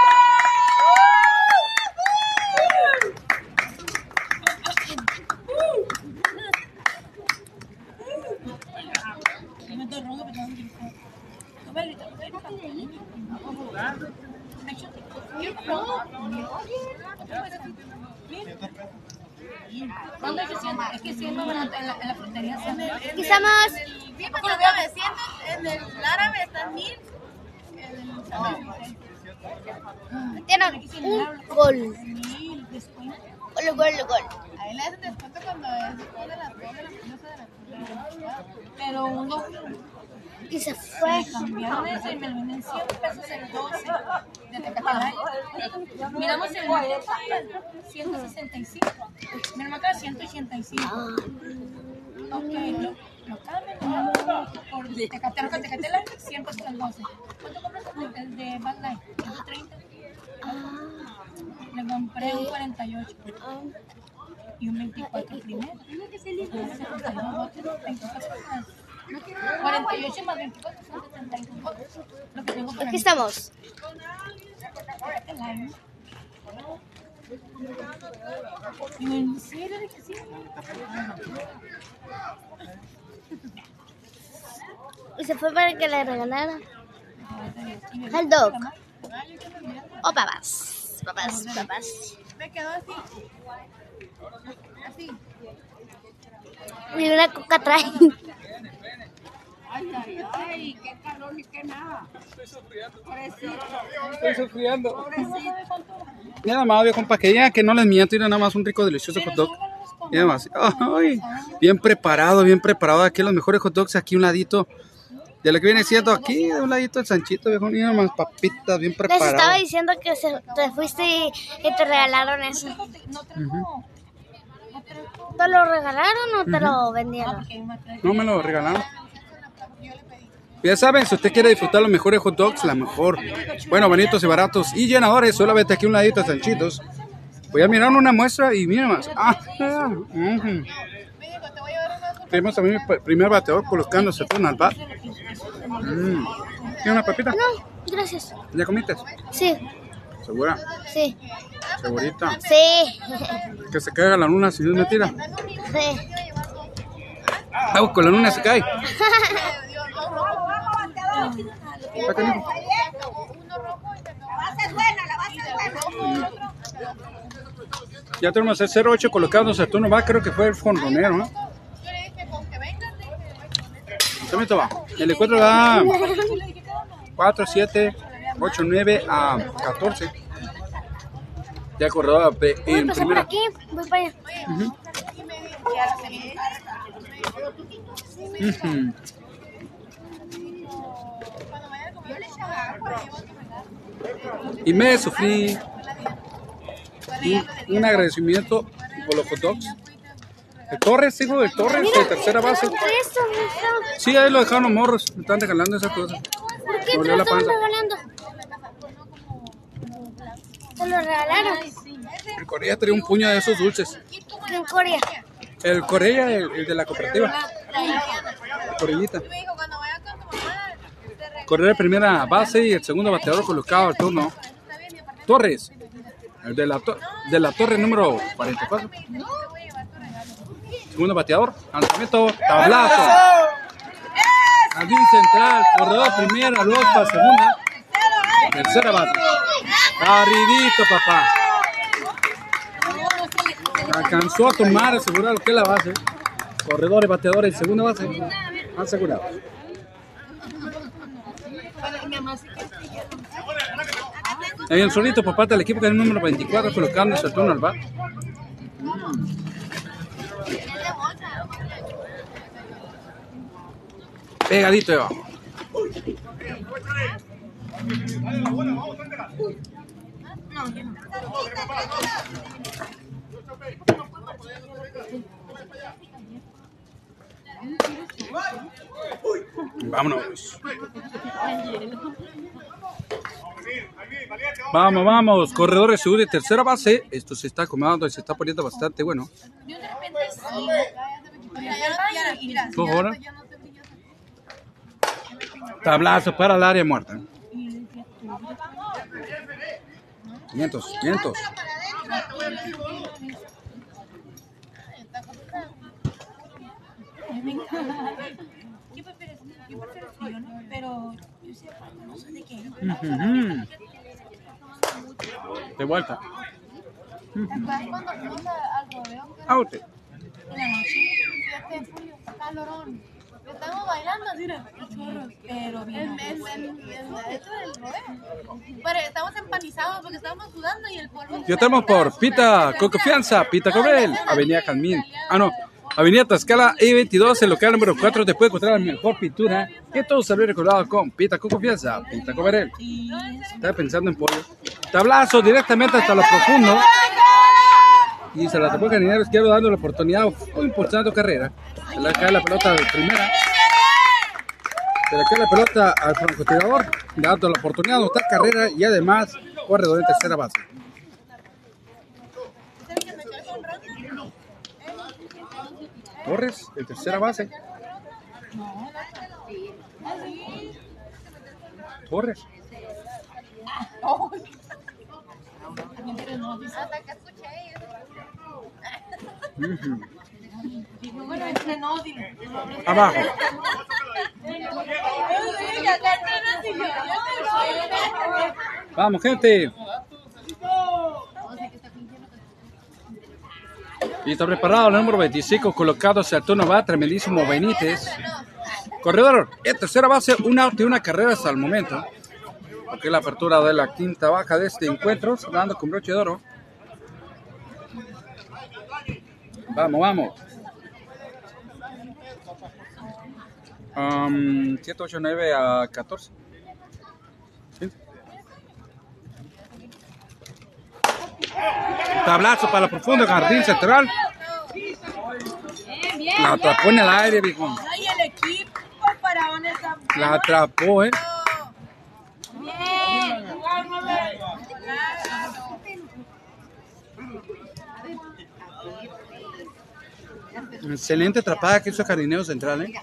Speaker 10: ¿Dónde se siente? Es que siendo en la, en la, en la frutería.
Speaker 7: Aquí estamos.
Speaker 2: Sí, porque lo veo diciendo, en el árabe está mil.
Speaker 7: Tienen un gol. Gol, gol, gol.
Speaker 2: A él le hacen descuento cuando es después de las dos de la no sé, de la
Speaker 10: Pero uno
Speaker 7: Y se fue.
Speaker 10: cambiaron eso y me lo venden cien pesos el doce de Tecatepec. Miramos el ciento sesenta y cinco. Mi hermano acá ciento ochenta y cinco. Ok, lo, lo cambian por Tecatepec con Tecatepec, cien pesos el doce. ¿Cuánto compras el de Bad Light? ciento treinta. Le compré un cuarenta y ocho y un veinticuatro primero. cuarenta y ocho más veinticuatro son setenta y dos. Lo que tengo para
Speaker 7: Aquí
Speaker 10: mí.
Speaker 7: estamos.
Speaker 10: ¿En serio de que sí?
Speaker 7: Y se fue para que le regalara. Hot dog. O papas. Papas, papas.
Speaker 2: Me quedó así. Así.
Speaker 7: Y una coca trae.
Speaker 11: Ay, ay, ay, qué calor ni qué nada. Pobrecito.
Speaker 1: Estoy sufriendo.
Speaker 11: Pobrecito.
Speaker 1: Mira nada más, viejo, compa, que digan que no les miento, y nada más un rico, delicioso hot dog. Mira más. Ay, bien preparado, bien preparado. Aquí los mejores hot dogs, aquí un ladito de lo que viene siendo aquí, de un ladito el Sanchito, viejo. Mira más, papitas, bien
Speaker 7: Les estaba
Speaker 1: preparadas.
Speaker 7: diciendo que se, te fuiste y, y te regalaron eso.
Speaker 1: Ujú.
Speaker 7: ¿Te lo regalaron o te lo vendieron?
Speaker 1: No me lo regalaron. Ya saben, si usted quiere disfrutar los mejores hot dogs, la mejor, bueno, bonitos y baratos y llenadores, solamente aquí un ladito de Sanchitos. Voy a mirar una muestra y mira más. Ah, ah, uh-huh. Tenemos también el primer bateador colocándose turno al bat. Mm. ¿Tiene una papita?
Speaker 7: No, gracias.
Speaker 1: ¿Ya comiste?
Speaker 7: Sí.
Speaker 1: ¿Segura?
Speaker 7: Sí.
Speaker 1: ¿Segurita?
Speaker 7: Sí.
Speaker 1: Que se caiga la luna si no es mentira.
Speaker 7: Sí.
Speaker 1: Vamos, con la luna se cae.
Speaker 11: La base es buena, la base es buena.
Speaker 1: Ya tenemos el cero ocho colocado en Saturno va, creo que fue el fonronero, ¿no? Lanzamiento va. El encuentro da cuatro, siete, ocho, nueve a catorce. Ya corredor en
Speaker 7: Voy
Speaker 1: primera.
Speaker 7: por aquí, voy para allá.
Speaker 1: Uh-huh. Uh-huh. Y me sufrí un, un agradecimiento por los hot dogs. El Torres, hijo del Torres, de tercera base. Sí, ahí lo dejaron los morros. Me están regalando esa cosa.
Speaker 7: ¿Por qué te lo están regalando? ¿Te lo regalaron?
Speaker 1: El Correa tenía un puño de esos dulces.
Speaker 7: ¿En Corea?
Speaker 1: El Correa, el, el de la cooperativa. Corellita. Correa de primera base y el segundo bateador colocado al turno. Torres, el de la, to de la torre número cuarenta y cuatro. Segundo bateador, lanzamiento, tablazo. Jardín central, corredor primera, luego para segunda. Tercera base. Barridito, papá. Alcanzó a tomar, asegurar lo que es la base. Corredores, bateadores, segunda base. Asegurado. Ahí en solito por parte del equipo que es el número veinticuatro, colocando el turno al bar. Pegadito de abajo. Vámonos. Vamos, vamos. Corredores segunda y tercera base. Esto se está acomodando y se está poniendo bastante bueno. Dos horas. Tablazo para el área muerta. quinientos, quinientos.
Speaker 10: Yo prefiero, yo prefiero frío, ¿no? Pero yo sé, no sé de qué.
Speaker 1: Uh-huh. De vuelta.
Speaker 2: ¿Te acuerdas cuando fuimos al rodeo?
Speaker 1: Out.
Speaker 2: En la noche, siete de julio, calorón. Estábamos bailando, mira,
Speaker 10: pero bien.
Speaker 2: En, en, en, en esto del rodeo. Pero estamos empanizados porque estábamos sudando y el polvo.
Speaker 1: Ya estamos por Pita con confianza, Pita Cobel, Avenida Jazmín. Ah, no. Avenida Tlaxcala E veintidós, el local número cuatro, te puede encontrar la mejor pintura que todos habéis recordado con Pita con confianza, Pita Coberel. Estaba pensando en pollo. Tablazo directamente hasta lo profundo. Y se la tapó el jardinero izquierdo dando la oportunidad o impulsando carrera. Se le cae la pelota de primera. Se le cae la pelota al francotirador, dando la oportunidad de anotar carrera y además corredor en tercera base. Torres, en tercera base. Torres.
Speaker 2: Hasta que escuché
Speaker 1: Abajo. Vamos, gente. Y está preparado el número veinticinco, colocado hacia el turno va, tremendísimo Benítez. Corredor, en tercera base, un out y una carrera hasta el momento. Aquí la apertura de la quinta baja de este encuentro, dando con broche de oro. Vamos, vamos. Um, siete, ocho, nueve a catorce. ¿Sí? Tablazo para la profunda, jardín central. La atrapó en el aire, viejo.
Speaker 10: Ay, el equipo para esa.
Speaker 1: La atrapó, eh.
Speaker 10: Bien.
Speaker 1: Excelente atrapada que hizo Jardinero Central, eh.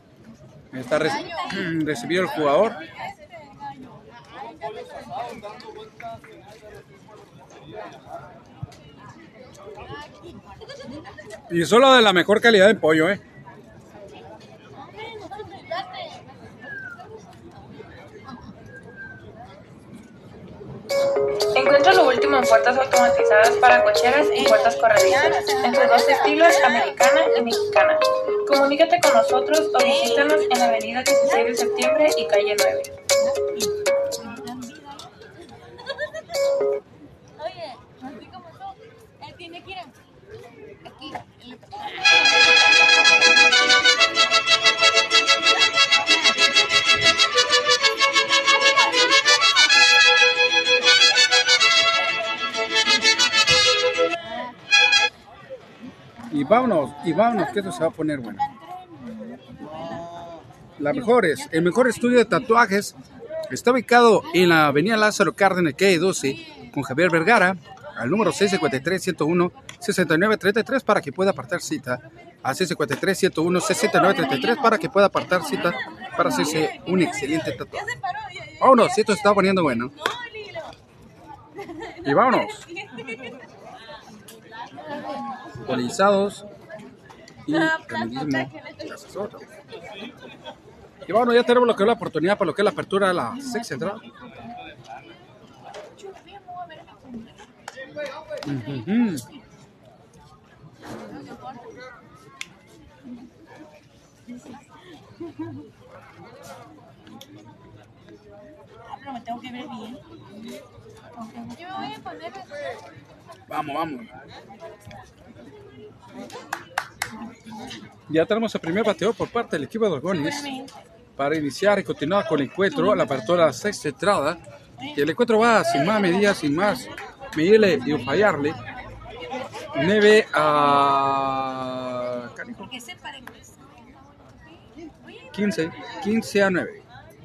Speaker 1: Está re recibido el jugador. Y solo de la mejor calidad de pollo, ¿eh?
Speaker 4: Encuentra lo último en puertas automatizadas para cocheras y puertas corredizas, en sus dos estilos, americana y mexicana. Comunícate con nosotros o visítanos en la avenida dieciséis de septiembre y calle nueve.
Speaker 10: Oye, así como tú, él tiene que ir aquí.
Speaker 1: Y vámonos, y vámonos, que esto se va a poner bueno. La mejor es, el mejor estudio de tatuajes está ubicado en la avenida Lázaro Cárdenas, calle doce, con Javier Vergara, al número seis cinco tres, uno cero uno, seis nueve tres tres para que pueda apartar cita. A seis cinco tres, uno cero uno, seis nueve tres tres para que pueda apartar cita para hacerse un excelente tatuaje. Vámonos, esto se está poniendo bueno. Y vámonos. Polizados y caminismo. Y bueno, ya tenemos lo que es la oportunidad para lo que es la apertura de la sexta entrada. Uh-huh.
Speaker 10: Pero me tengo que ver bien. Yo me voy a poner.
Speaker 1: Vamos, vamos. Ya tenemos el primer bateo por parte del equipo de Dragones para iniciar y continuar con el encuentro, la apertura de la sexta entrada. Y el encuentro va sin más medidas, sin más medirle y fallarle. nueve a quince, quince a nueve.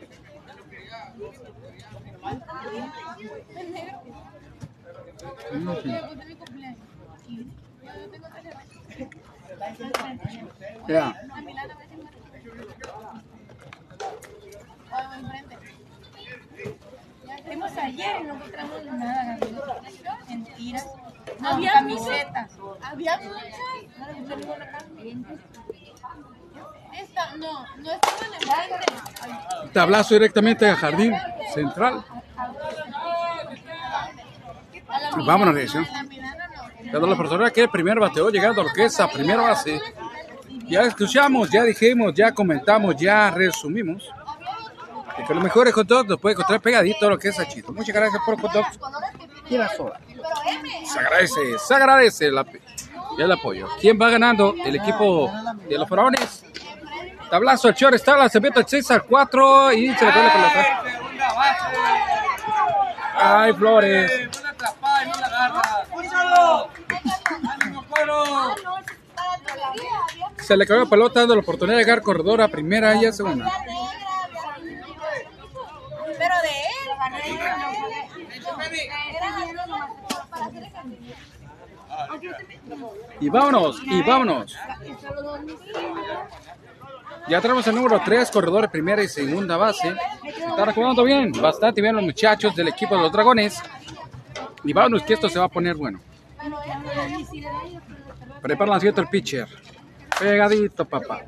Speaker 1: Ya.
Speaker 10: Fuimos ayer y no encontramos nada, mentira. No había camisetas. Había muchas. No le gustó ninguna acá. Esta, no, no estaban en grande.
Speaker 1: Tablazo directamente al jardín central. Vámonos, dirección. Cuando la persona que el primer bateo llegando a lo que es a primera base, ya escuchamos, ya dijimos, ya comentamos, ya resumimos. Y que los mejores hot dogs los puede encontrar pegadito a lo que es Achito. Muchas gracias por los hot dogs y la soda. Se agradece, se agradece la, el apoyo. ¿Quién va ganando? El equipo de los faraones. Tablazo, el short está lanzamiento el seis al cuatro y se le pone la pelota. Ay, Flores. Se le cayó la pelota dando la oportunidad de llegar corredor a primera y a segunda.
Speaker 10: Pero de él.
Speaker 1: Y vámonos, y vámonos. Ya tenemos el número tres, corredores primera y segunda base. Están acomodando bien, bastante bien los muchachos del equipo de los Dragones. Y vámonos, que esto se va a poner bueno. Prepara el lanzamiento el pitcher. Pegadito, papá.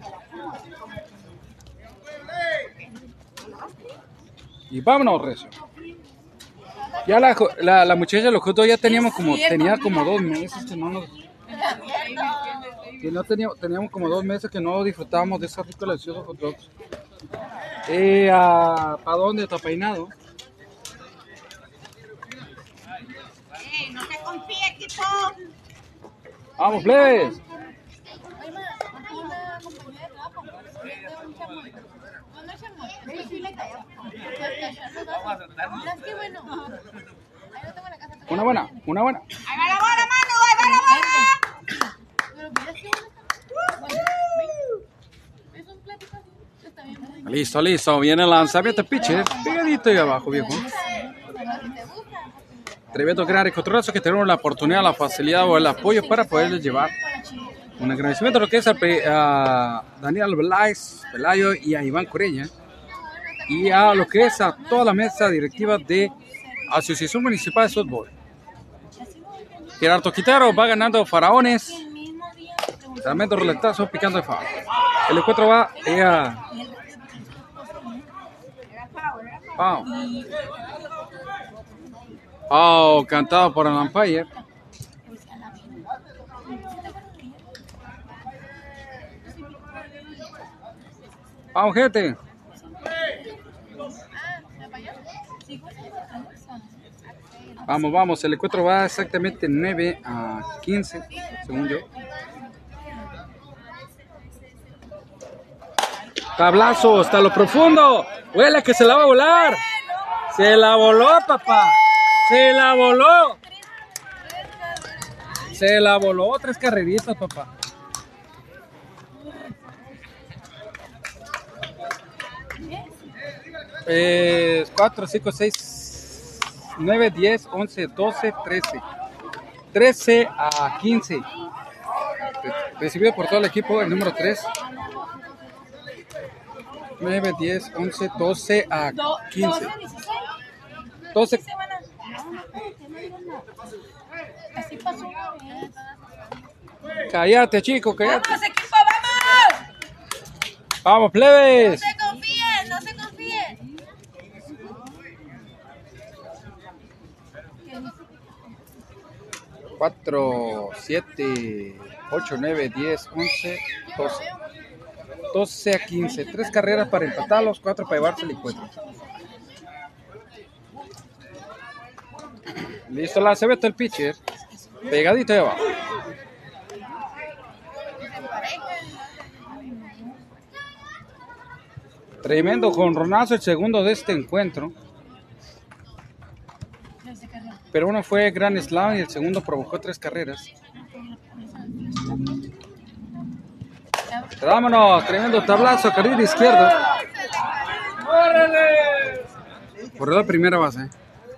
Speaker 1: Y vámonos, Recio. Ya la, la, la muchacha de los hot dogs ya teníamos como, tenía como dos meses que no nos... Que no teníamos, teníamos como dos meses que no disfrutábamos de esos ricos deliciosos hot dogs. Eh, ¿para dónde está peinado?
Speaker 11: Ey, no te confíes, equipo.
Speaker 1: Vamos, plebes. Una buena, una buena.
Speaker 11: Ahí va la bola, mano, ahí va la bola.
Speaker 1: Listo, listo. Viene el lanzamiento pitcher. Pegadito ahí abajo, viejo. Tremendo gran encontronazo que tenemos la oportunidad, la facilidad o el apoyo para poderles llevar. Un agradecimiento a lo que es a, a Daniel Velázquez, Pelayo y a Iván Coreña. Y a lo que es a toda la mesa directiva de Asociación Municipal de Softball. Gerardo Quintero va ganando Faraones. Tremendo roletazo picando de foul. El encuentro va a Pau. Pau, cantado por el umpire. Pau, gente. Vamos, vamos, el encuentro va exactamente nueve a quince, según yo. Tablazo hasta lo profundo. Huele que se la va a volar. Se la voló, papá. Se la voló. Se la voló. Tres carreritas, papá. Eh, cuatro, cinco, seis, nueve, diez, once, doce, trece. trece a quince. Recibido por todo el equipo el número tres. nueve, diez, once, doce a quince. doce. Cállate, chico, cállate.
Speaker 11: ¡Vamos, equipo, vamos!
Speaker 1: Vamos, plebes.
Speaker 11: No se confíen, no se confíen.
Speaker 1: cuatro, siete, ocho, nueve, diez, once, doce. doce a quince. Tres carreras para empatarlos, cuatro para llevarse el encuentro. Listo, la se ve el pitcher. Pegadito de abajo. Tremendo jonronazo el segundo de este encuentro. Pero uno fue Grand Slam y el segundo provocó tres carreras. Vámonos, tremendo tablazo, carril izquierdo. Corredor primera base.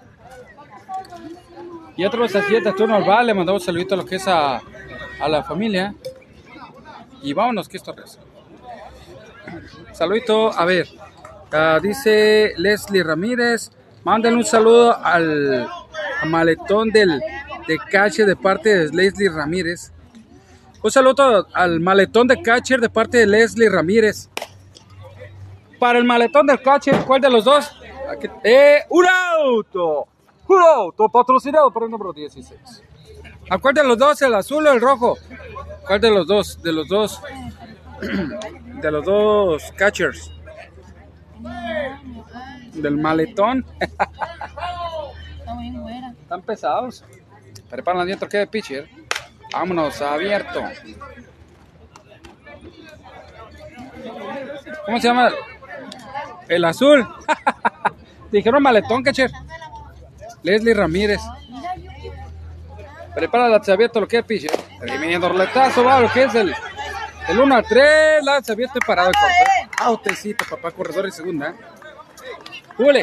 Speaker 1: Y otro siguiente turno al bar. Le mandamos un saludito a lo que es a, a la familia. Y vámonos, que esto reza. Saludito, a ver. Uh, dice Leslie Ramírez. Mándale un saludo al, al maletón del, de catcher de parte de Leslie Ramírez. Un saludo al maletón de catcher de parte de Leslie Ramírez. Para el maletón del catcher, ¿cuál de los dos? Aquí, eh, un auto. Un auto patrocinado por el número dieciséis. ¿A cuál de los dos? ¿El azul o el rojo? ¿Cuál de los dos? De los dos. De los dos catchers. Del maletón. Están pesados. Preparan adentro que de pitcher. Vámonos, abierto. ¿Cómo se llama? El azul. Dijeron maletón, catcher. Leslie Ramírez. Prepara el abierto lo que es pitcher. Tremendo roletazo, va lo que es el, el uno a tres. Lanza abierto y parado. Autecito, papá, corredor en segunda. ¡Júbele!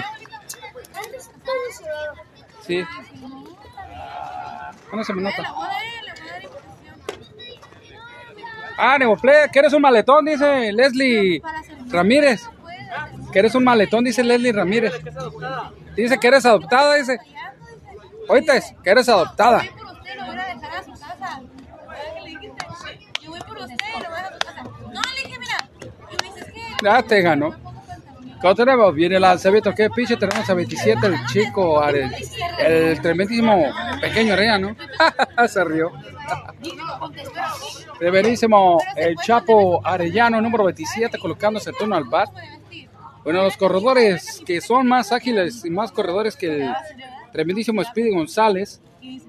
Speaker 1: Sí. ¿Cómo se me nota? Ah, Nevoplay, ¿quieres un maletón? Dice Leslie Ramírez. ¿Quieres un maletón? Dice Leslie Ramírez. Dice que eres adoptada, dice. Oíste, que eres adoptada. Ya te ganó. ¿Cómo tenemos? Viene el lanzamiento que piche, tenemos a veintisiete el chico, el, el tremendísimo pequeño Arellano. Se rió. Tremendísimo el Chapo Arellano, número veintisiete, colocándose el turno al bat. Bueno, los corredores que son más ágiles y más corredores que el tremendísimo Speedy González.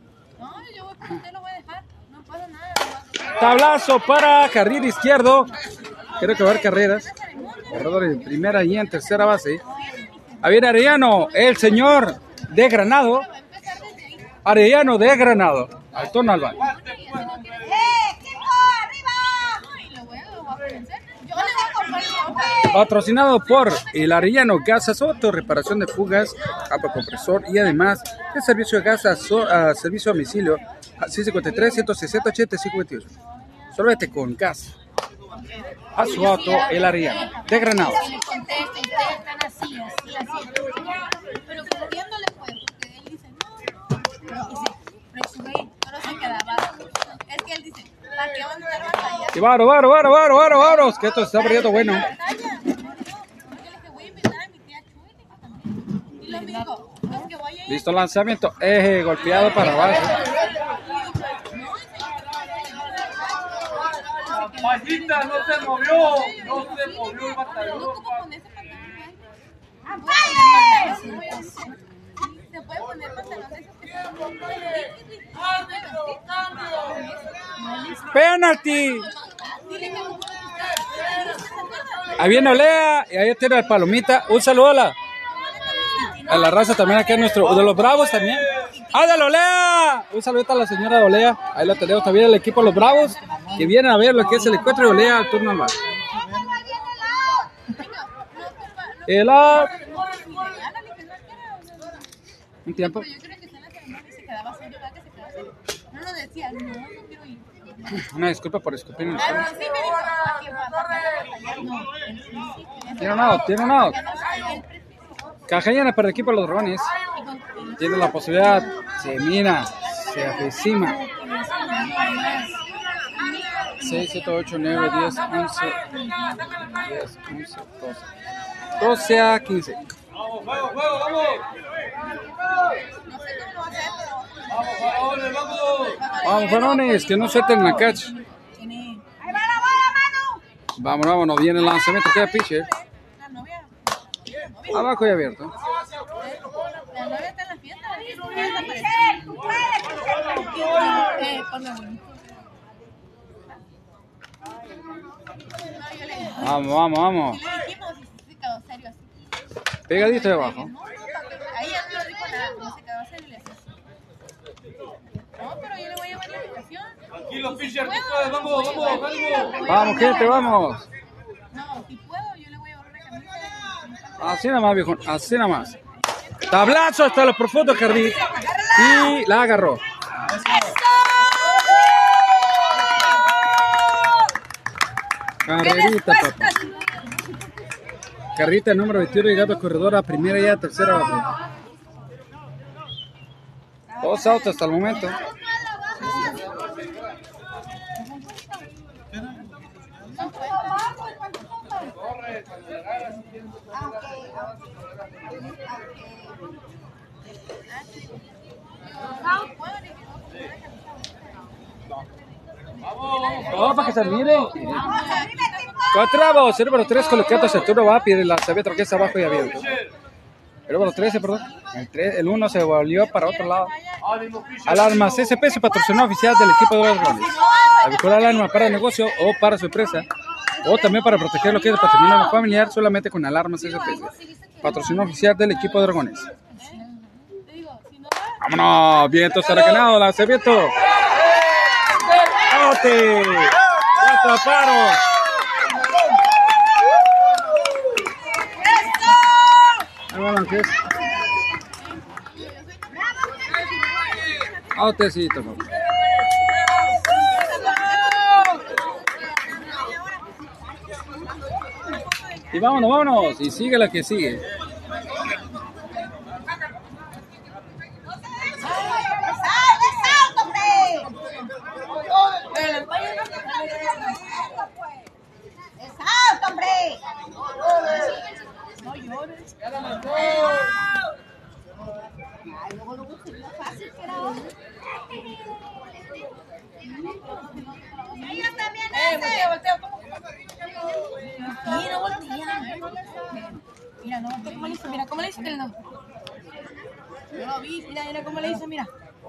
Speaker 1: Tablazo para carril izquierdo. Creo que va a haber carreras. Corredor en primera y en tercera base. Javier Arellano, el señor de Granado. Arellano de Granado. Al turno al bat. Patrocinado por el Arellano Gas Azoto, reparación de fugas, compresor y además el servicio de gas a, so, a servicio a domicilio a seis cinco tres, ciento sesenta, ochenta y cinco veintiocho. Solo vete con gas. A su auto, el Arellano de Granado. Y varo, varo, varo, varo, varo, varo. Que esto se está perdiendo bueno. Listo, lanzamiento. Eje golpeado para abajo.
Speaker 3: Pajita no se movió. No se movió el batallón.
Speaker 2: Se puede poner pantalones que
Speaker 1: ¡Penalti! Ahí viene Olea y ahí tiene el Palomita. Un saludo a la, a la raza también aquí, nuestro, de los Bravos también. ¡Ah, de la Olea! Un saludito a la señora de Olea. Ahí la tenemos también, el equipo de los Bravos, que vienen a ver lo que es el encuentro de Olea al turno normal. El A. Un tiempo.
Speaker 2: Yo creo que está en la ceremonia y se quedaba serio, ¿verdad? Que se quedaba serio. No lo decía, no, no quiero ir.
Speaker 1: Una disculpa por escupir en el
Speaker 2: Ah,
Speaker 1: suelo.
Speaker 2: no, sí me dijo, ¿a quién va? No,
Speaker 1: Tiene un out, tiene un out. Caja llena para el equipo de los Dragones. Tiene la posibilidad, se mira, se aproxima. seis, siete, ocho, nueve, diez, once, diez, once, doce. doce a quince.
Speaker 3: Vamos, juego, juego, vamos. Vamos, varones, vamos.
Speaker 1: Vamos, varones, que no suelten la catch. Vamos, vámonos, viene el lanzamiento, queda pitcher. Abajo y abierto.
Speaker 2: La novia está en la fiesta. Eh, ponme bonito.
Speaker 1: Vamos, vamos, vamos.
Speaker 2: Le dijimos y se quedó serio así.
Speaker 1: Pegadito de abajo.
Speaker 2: Ahí ya no dijo nada, no se quedó serio y le hacía así. No, pero yo le voy a llevar la invitación.
Speaker 3: Tranquilo, pitcher, tú puedes, vamos, vamos, ánimo.
Speaker 1: Vamos, gente, vamos.
Speaker 2: No, si puedo, yo le voy a llevar una camisa.
Speaker 1: Así nada más, viejo, así nada más. Tablazo hasta los profundos, Cardi. Y la agarró. Carrerita, papá. Carrita número veintiuno llegando a corredora, primera y a tercera base. Dos outs hasta el momento. Oh, para que se miren. Contra vos, el número tres colocando el turno va a pedir la se ve troqueza abajo y abierto. El número trece, perdón. El, tres, el uno se volvió para otro lado. Alarma C S P, su patrocinador oficial del equipo de los Dragones. Al vincular alarma para el negocio o para su empresa, o también para proteger lo que es el patrimonio familiar, solamente con alarmas C S P. Patrocinador oficial del equipo de Dragones. Vámonos, viento saracanado, lanzamiento. ¡Ote! ¡Ya atraparon! Ahí va Lanques. Outecito, papá. Y vámonos, vámonos. Y sigue la que sigue.
Speaker 11: ¡Exacto, hombre!
Speaker 2: No llores.
Speaker 11: Ay, luego luego se vio fácil que era otro. Ella también
Speaker 2: Eh,
Speaker 11: hace.
Speaker 2: volteo, volteo. ¿Cómo? Sí, no voltea. Mira, no voltea. ¿Cómo le hizo? Mira, ¿cómo le hizo? Que no. Yo lo vi. Mira, mira cómo le hizo, mira.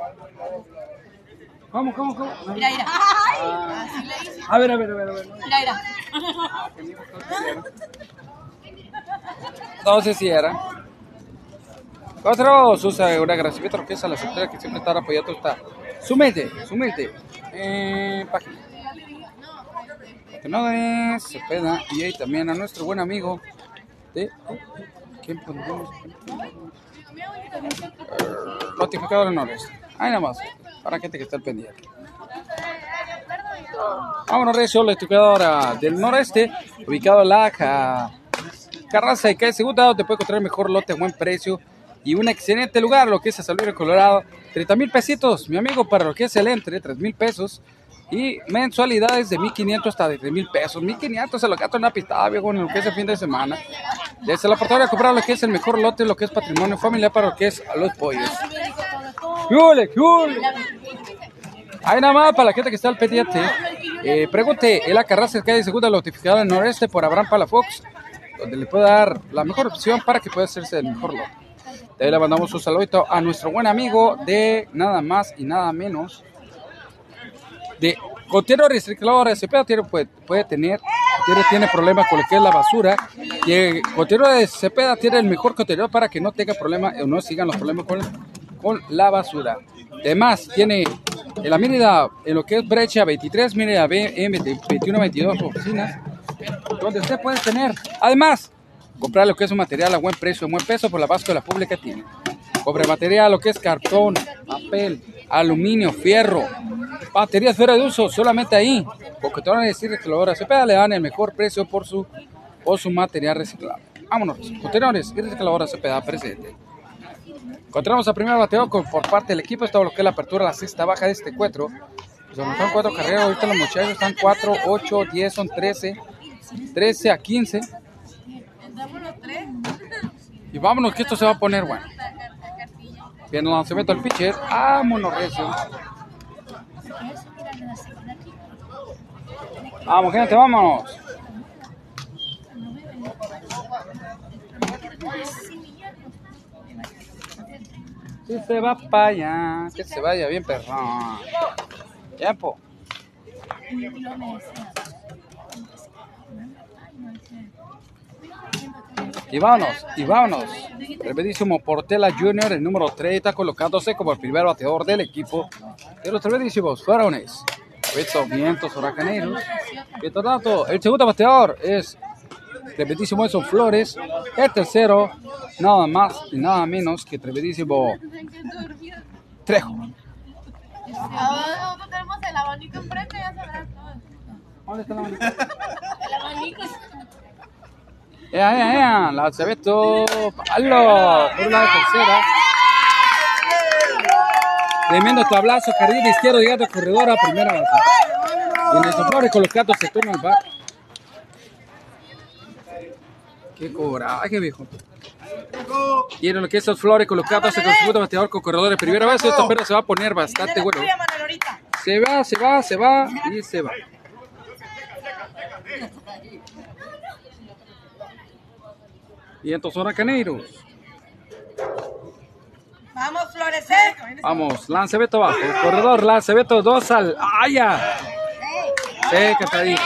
Speaker 1: ¿Cómo, cómo, cómo?
Speaker 2: Mira, mira. Así le hice.
Speaker 1: A ver, a ver, a ver, a ver.
Speaker 2: Mira, mira.
Speaker 1: No sé si era. Otro usa una agradecimiento a la secretaria que siempre está apoyando esta. Sumelte, sumelte. Eh, página. Que no es Cepeda y ahí también a nuestro buen amigo de. ¿Quién pondremos? Notificador de Noreste. Ahí nada más. Para gente que está al pendiente. Vámonos, Recio, la notificadora del Noreste, ubicado en la ja, Carranza de calle Segunda, donde puede encontrar el mejor lote a buen precio y un excelente lugar, lo que es a San Luis de Colorado. treinta mil pesitos, mi amigo, para lo que es el entre, tres mil pesos. Y mensualidades de mil quinientos hasta de tres mil pesos. mil quinientos se lo gasto en una pistada, viejo, en lo que es el fin de semana. Desde la oportunidad de comprar lo que es el mejor lote, lo que es patrimonio familiar para lo que es a los pollos. ¡Yule, yule! Ahí nada más para la gente que está al pendiente. Eh, pregunte, el Acarraza calle segunda notificada al noreste por Abraham Palafox, donde le puede dar la mejor opción para que pueda hacerse el mejor lote. De ahí le mandamos un saludito a nuestro buen amigo de nada más y nada menos de Contenedores Recicladora Cepeda. Tiene, puede, puede tener, tiene, tiene problemas con lo que es la basura. Y Contenedores Cepeda tiene el mejor contenedor para que no tenga problemas o no sigan los problemas con, con la basura. Además, tiene en la Mérida, en lo que es Brecha veintitrés, Mérida B M veintiuno veintidós oficinas, donde usted puede tener, además, comprar lo que es un material a buen precio, a buen peso por la base de la pública tiene. Compre material, lo que es cartón, papel, aluminio, fierro, baterías fuera de uso, solamente ahí. Porque te van a decir que la Cepeda le dan el mejor precio por su, por su material reciclado. Vámonos, Contenedores y Recicladora Cepeda presente. Encontramos a primer bateador por parte del equipo. Esto es lo que es la apertura, la sexta baja de este encuentro. Pues están cuatro carreras, ahorita los muchachos están cuatro, ocho, diez, son trece, trece a quince. Y vámonos que esto se va a poner bueno. Viendo el lanzamiento del pitcher. Vámonos, recio. Vamos, gente, vámonos. Si se va para allá, que se vaya bien, perrón. Tiempo. Y vámonos, y vámonos. El bellísimo Portela Junior, el número treinta, colocándose como el primer bateador del equipo de los bellísimos varones. Estos vientos huracaneros. Mientras tanto, el segundo bateador es el bellísimo Edson Flores. El tercero, nada más y nada menos que el bellísimo Trejo.
Speaker 10: Nosotros tenemos el abanico enfrente, ya sabrás todo.
Speaker 1: ¿Dónde está el abanico?
Speaker 10: El abanico es...
Speaker 1: ¡Ea, ea, ea! Lanzamiento, palo, por la tercera. Tremendo tablazo, jardín izquierdo, llegando al corredor a primera base. Y en el Flores colocando se turno al bat. Qué coraje, viejo. Y en lo que es esos Flores colocándose con el segundo bateador con corredor de primera base. Esto pero se va a poner bastante bueno. Se va, se va, se va y se va. Y entonces huracaneros.
Speaker 11: Vamos, Flores, ¿eh?
Speaker 1: Vamos, lancebeto abajo. Corredor, lancebeto dos al. ¡Ay, ya! Sí, catadito.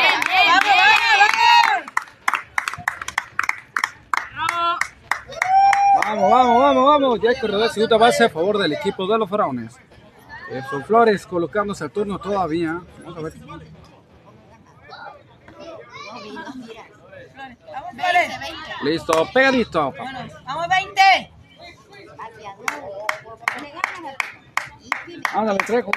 Speaker 1: Vamos, vamos, vamos, vamos. Ya hay corredor de segunda base a favor del equipo de los Faraones. Son Flores colocándose al turno todavía. Vamos a ver. Listo, pegadito.
Speaker 11: Vamos, veinte.
Speaker 1: Ándale, Trejo.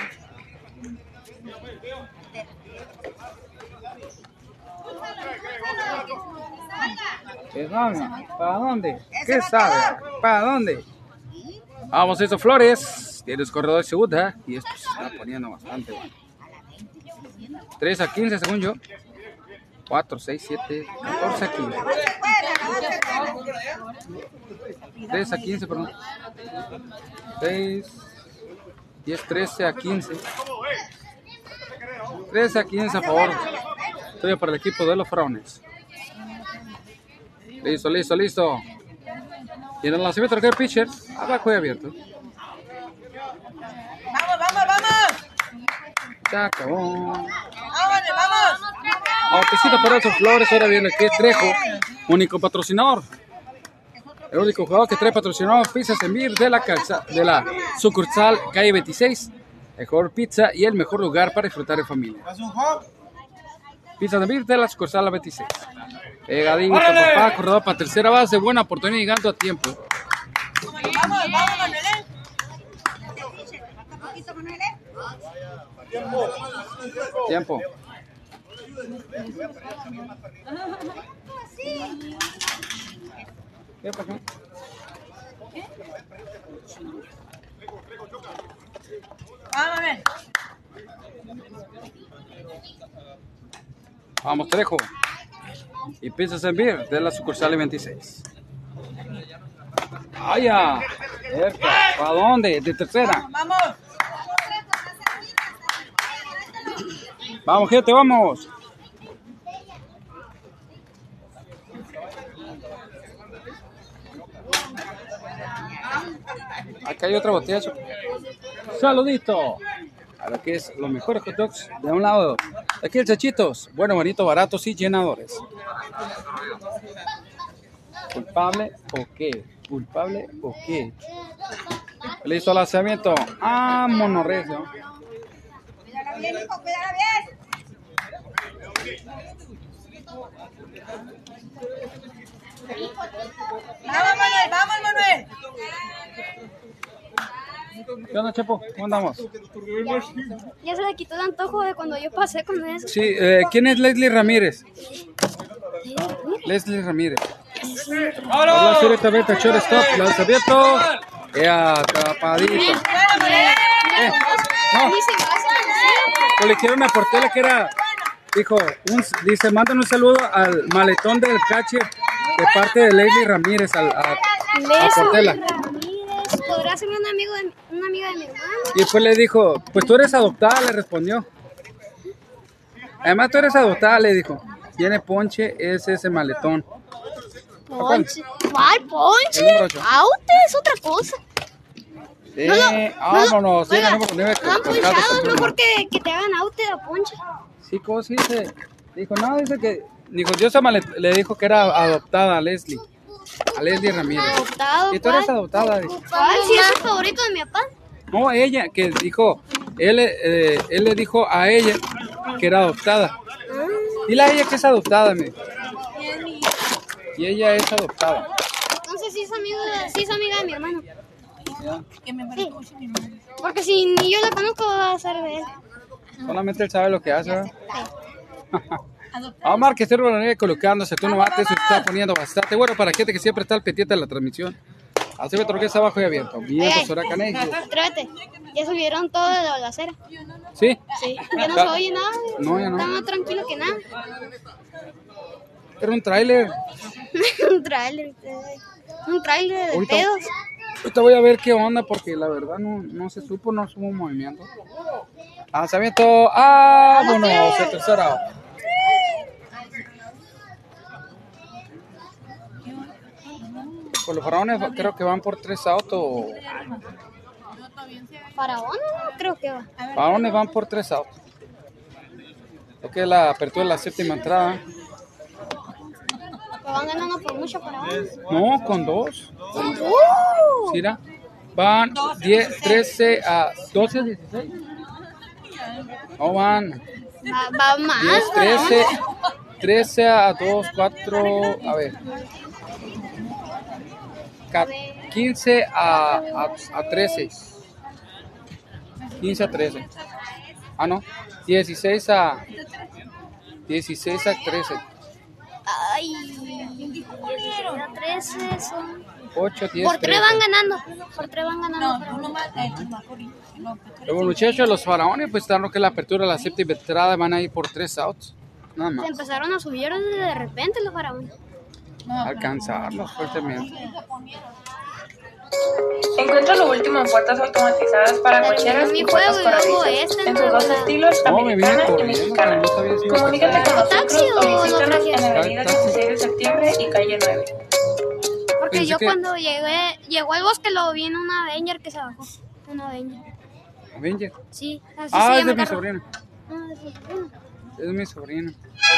Speaker 1: ¿Qué sabe? ¿Para dónde? ¿Qué sabe? ¿Para dónde? Vamos, esos Flores. Tienes corredor de segunda. Y esto se está poniendo bastante bueno. tres a quince, según yo. cuatro, seis, siete, catorce a quince. tres a quince, perdón. seis, diez, trece a quince. trece a quince a favor. Estoy para el equipo de los Faraones. Listo, listo, listo. Y en el lanzamiento del pitcher, abajo y abierto.
Speaker 11: Vamos, vamos, vamos.
Speaker 1: Se acabó.
Speaker 11: Vamos, vamos.
Speaker 1: Autecito para esos Flores. Ahora viene que es Trejo, único patrocinador. El único jugador que trae patrocinador Pizza Semir de la calza, de la sucursal calle veintiséis. Mejor pizza y el mejor lugar para disfrutar en familia. Pizza Semir de la sucursal veintiséis. Pegadito, papá, corredor para tercera base. Buena oportunidad llegando a tiempo.
Speaker 11: Vamos, vamos, Manuel.
Speaker 1: Tiempo. ¿Qué pasó?
Speaker 11: Vamos a ver.
Speaker 1: Vamos, Trejo. Y empieza a servir de la sucursal veintiséis. ¡Vaya! ¿Para dónde? De tercera.
Speaker 11: Vamos.
Speaker 1: Vamos, gente, vamos. Acá hay otra botella. Saludito. A lo que es los mejores hot dogs de un lado. Aquí el Chachitos. Bueno, bonito, baratos y llenadores. ¿Culpable o qué? ¿Culpable o qué? Listo el lanzamiento. Vámonos, recio.
Speaker 11: Cuídala bien, hijo, cuídala bien. Vamos, Manuel, vamos, Manuel.
Speaker 1: ¿Qué onda, Chepo? ¿Cómo andamos?
Speaker 7: Ya se le quitó el antojo de cuando yo pasé con eso.
Speaker 1: Sí, eh, ¿quién es Leslie Ramírez? Leslie Ramírez. Habla directamente a shortstop, lanzamiento. Ya, tapadito. Eh, no. Pues le quiero una portela que era, dijo, un, dice, mandan un saludo al maletón del catcher de parte de Leslie Ramírez, al, a, a portela.
Speaker 7: ¿Podrá ser un amigo de, una amiga de mi hermano?
Speaker 1: Y después le dijo, pues tú eres adoptada, le respondió. Además tú eres adoptada, le dijo. Tiene ponche, es ese maletón.
Speaker 7: ¿Ponche? ¿Cuál ponche? Aute es otra cosa.
Speaker 1: Sí, no, no, vámonos. Sí,
Speaker 7: oiga,
Speaker 1: no, no, no,
Speaker 7: han ponchado, es mejor que, que te hagan aute de ponche.
Speaker 1: Sí, ¿cómo se dice? Dijo, no, dice que, dijo, Dios le dijo que era adoptada a Leslie. A Leslie Ramírez.
Speaker 7: ¿Adoptado?
Speaker 1: Y tú eres adoptada. Dijo.
Speaker 7: ¿Cuál? ¿Sí es el favorito de mi papá?
Speaker 1: No, ella, que dijo, él, eh, él le dijo a ella que era adoptada.
Speaker 7: Ah.
Speaker 1: Dile a ella que es adoptada, me. Y ella es adoptada.
Speaker 7: Entonces sí es, amigo de, sí es amiga de mi hermano.
Speaker 1: Ya.
Speaker 10: Que me parece mucho mi hermano.
Speaker 7: Porque si ni yo la conozco, va a ser de él.
Speaker 1: Solamente él sabe lo que hace, ¿verdad? Omar, que esté colocándose, tú no mates, se está poniendo bastante bueno para gente que siempre está al pendiente de la transmisión. Así me troqué abajo y abierto. Bien, profesora Canejo.
Speaker 7: Atrévete, ya se olvidaron todo de la balacera.
Speaker 1: ¿Sí?
Speaker 7: Sí, ya no se oye nada.
Speaker 1: No, ya no.
Speaker 7: Está más tranquilo que nada.
Speaker 1: Era un tráiler.
Speaker 7: Un tráiler. Un tráiler de
Speaker 1: Ahorita-
Speaker 7: pedos.
Speaker 1: Ahorita voy a ver qué onda porque la verdad no, no se supo, no hubo movimiento. Lanzamiento. Ah, bueno, se tercera. Pues los faraones creo que van por tres autos.
Speaker 7: Faraón, no creo que va.
Speaker 1: Faraones van por tres autos. Lo que es la apertura de la séptima entrada.
Speaker 7: Que van ganando por mucho Faraón.
Speaker 1: No, con dos.
Speaker 7: ¡Uh!
Speaker 1: Mira, van diez, trece a doce, dieciséis. No van.
Speaker 7: Va, va más.
Speaker 1: diez, trece, trece a dos, cuatro, a ver. Ca- quince a, a, a trece. quince a trece. Ah, no. dieciséis a dieciséis a trece.
Speaker 7: Ay, ya trece son.
Speaker 1: ocho, diez,
Speaker 7: Por tres
Speaker 1: trece.
Speaker 7: van ganando. Por tres van ganando.
Speaker 10: No, uno más, eh, más por ahí. No,
Speaker 1: Los muchachos, los faraones, pues están lo que es la apertura de la séptima entrada, van a ir por tres outs. Nada
Speaker 7: Se
Speaker 1: más.
Speaker 7: empezaron a subir de repente los faraones.
Speaker 1: Alcanzarlos fuertemente.
Speaker 4: Encuentra lo último en puertas automatizadas para cocheras
Speaker 7: mi
Speaker 4: y puertas
Speaker 7: juego y luego
Speaker 4: corredizas,
Speaker 7: este
Speaker 4: en
Speaker 7: no,
Speaker 4: sus dos
Speaker 7: la-
Speaker 4: estilos,
Speaker 1: No, me vine
Speaker 4: americana y
Speaker 1: corriendo,
Speaker 4: mexicana.
Speaker 1: no sabía si iba a
Speaker 4: Comunícate con
Speaker 1: pasar.
Speaker 4: nosotros
Speaker 7: ¿Taxi o
Speaker 4: o
Speaker 7: lo
Speaker 4: visítanos en
Speaker 7: trajeron?
Speaker 4: Avenida dieciséis de septiembre y calle nueve.
Speaker 7: Porque
Speaker 1: Pensé
Speaker 7: yo
Speaker 1: que-
Speaker 7: cuando llegué, llegó al bosque lo vi en una Avenger que se bajó. Una Avenger.
Speaker 1: Avenger.
Speaker 7: Sí, así
Speaker 1: Ah,
Speaker 7: se
Speaker 1: es
Speaker 7: llama
Speaker 1: de
Speaker 7: el
Speaker 1: mi
Speaker 7: carro.
Speaker 1: sobrino.
Speaker 7: Ah, es de mi sobrino.
Speaker 1: Es mi sobrino.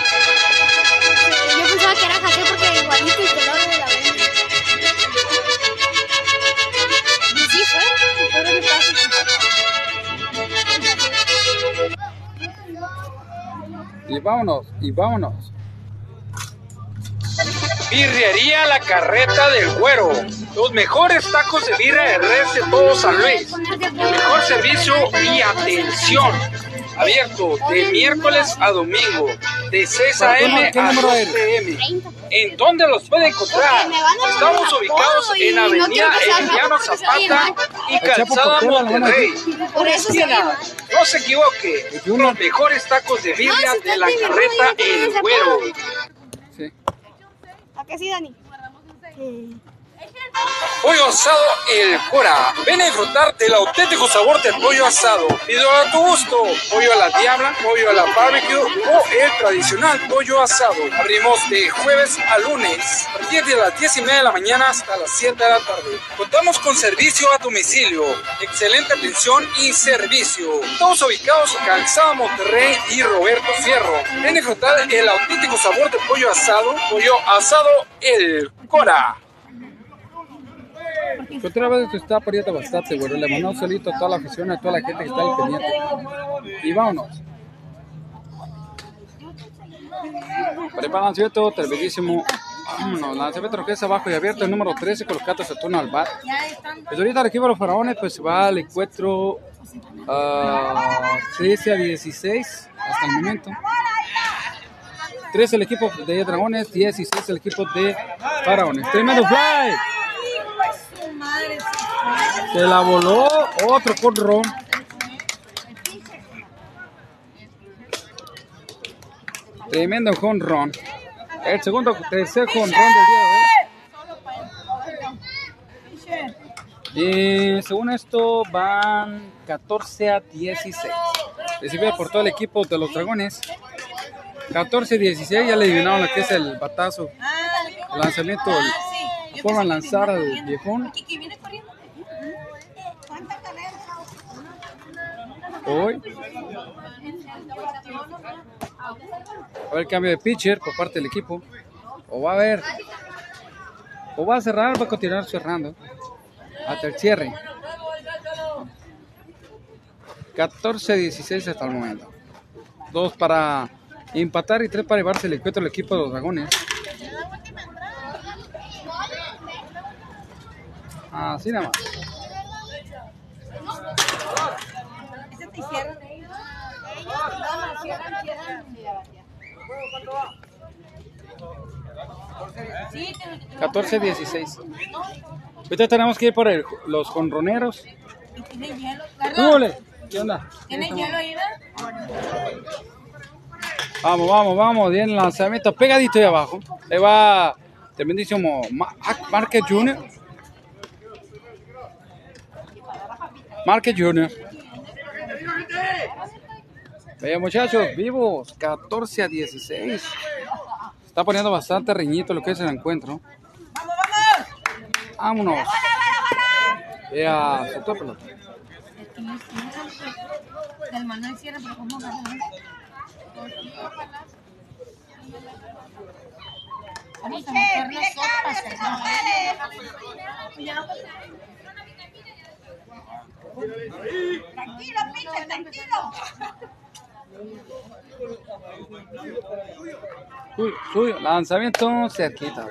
Speaker 7: Yo pensaba que era Jaque porque igualito el color de la Avenger. Y sí fue, sí fue de mi casa.
Speaker 1: Y vámonos, y vámonos. Birrería La Carreta del Güero. Los mejores tacos de birra de res de todo San Luis. El mejor servicio y atención. Abierto de miércoles a domingo. de seis a eme a dos pe eme. ¿En dónde los puede encontrar? Estamos ubicados en Avenida Emiliano Zapata y Calzada Monterrey. Esquina, no se equivoque, los mejores tacos de birria de la carreta El Güero.
Speaker 7: Sí. ¿A qué sí, Dani? Sí.
Speaker 1: Pollo asado El Cora. Ven a disfrutar del auténtico sabor del pollo asado. Pídelo a tu gusto. Pollo a la diabla, pollo a la barbecue o el tradicional pollo asado. Abrimos de jueves a lunes, a partir de las diez y media de la mañana hasta las siete de la tarde. Contamos con servicio a domicilio, excelente atención y servicio. Estamos ubicados en Calzada Monterrey y Roberto Fierro. Ven a disfrutar el auténtico sabor del pollo asado. Pollo asado El Cora. Que otra vez te está poniendo bastante, güey. Le mandamos un solito a toda la afición, a toda la gente que está al pendiente. Y vámonos. Para el lanzamiento, televidísimo. Vámonos, lanzamiento lo que es abajo y abierto, el número trece, colocado Saturno al bat. Pues ahorita el equipo de los Faraones, pues va al encuentro uh, trece a dieciséis hasta el momento. trece el equipo de Dragones, dieciséis el equipo de Faraones. Tremendo fly. Se la voló otro jonrón. Tremendo jonrón. El segundo, tercer jonrón del día de hoy. Y según esto van catorce a dieciséis. Recibido por todo el equipo de los Dragones. catorce a dieciséis, ya le adivinaron lo que es el batazo. El lanzamiento, el, forma de lanzar al viejón. Hoy a ver cambio de pitcher por parte del equipo, o va a haber, o va a cerrar, va a continuar cerrando hasta el cierre. catorce a dieciséis hasta el momento, dos para empatar y tres para llevarse el encuentro del equipo de los Dragones. Así nada más. catorce a dieciséis. Ahorita tenemos que ir por el, los jonroneros. ¿Qué onda?
Speaker 10: ¿Tienes hielo ahí,
Speaker 1: Vamos, vamos, vamos. Bien, lanzamiento pegadito ahí abajo. Le va tremendísimo Márquez junior Márquez junior Vaya muchachos, vivos, catorce a dieciséis. Está poniendo bastante reñito lo que es el encuentro.
Speaker 11: ¡Vamos, vamos!
Speaker 1: Vámonos. Ya, soltó pelota.
Speaker 10: Del Manuel Sierra, pero ¿cómo ganó? Vamos a meter las sopas.
Speaker 11: Tranquilo, pinche, tranquilo.
Speaker 1: Uy, suyo, lanzamiento cerquita.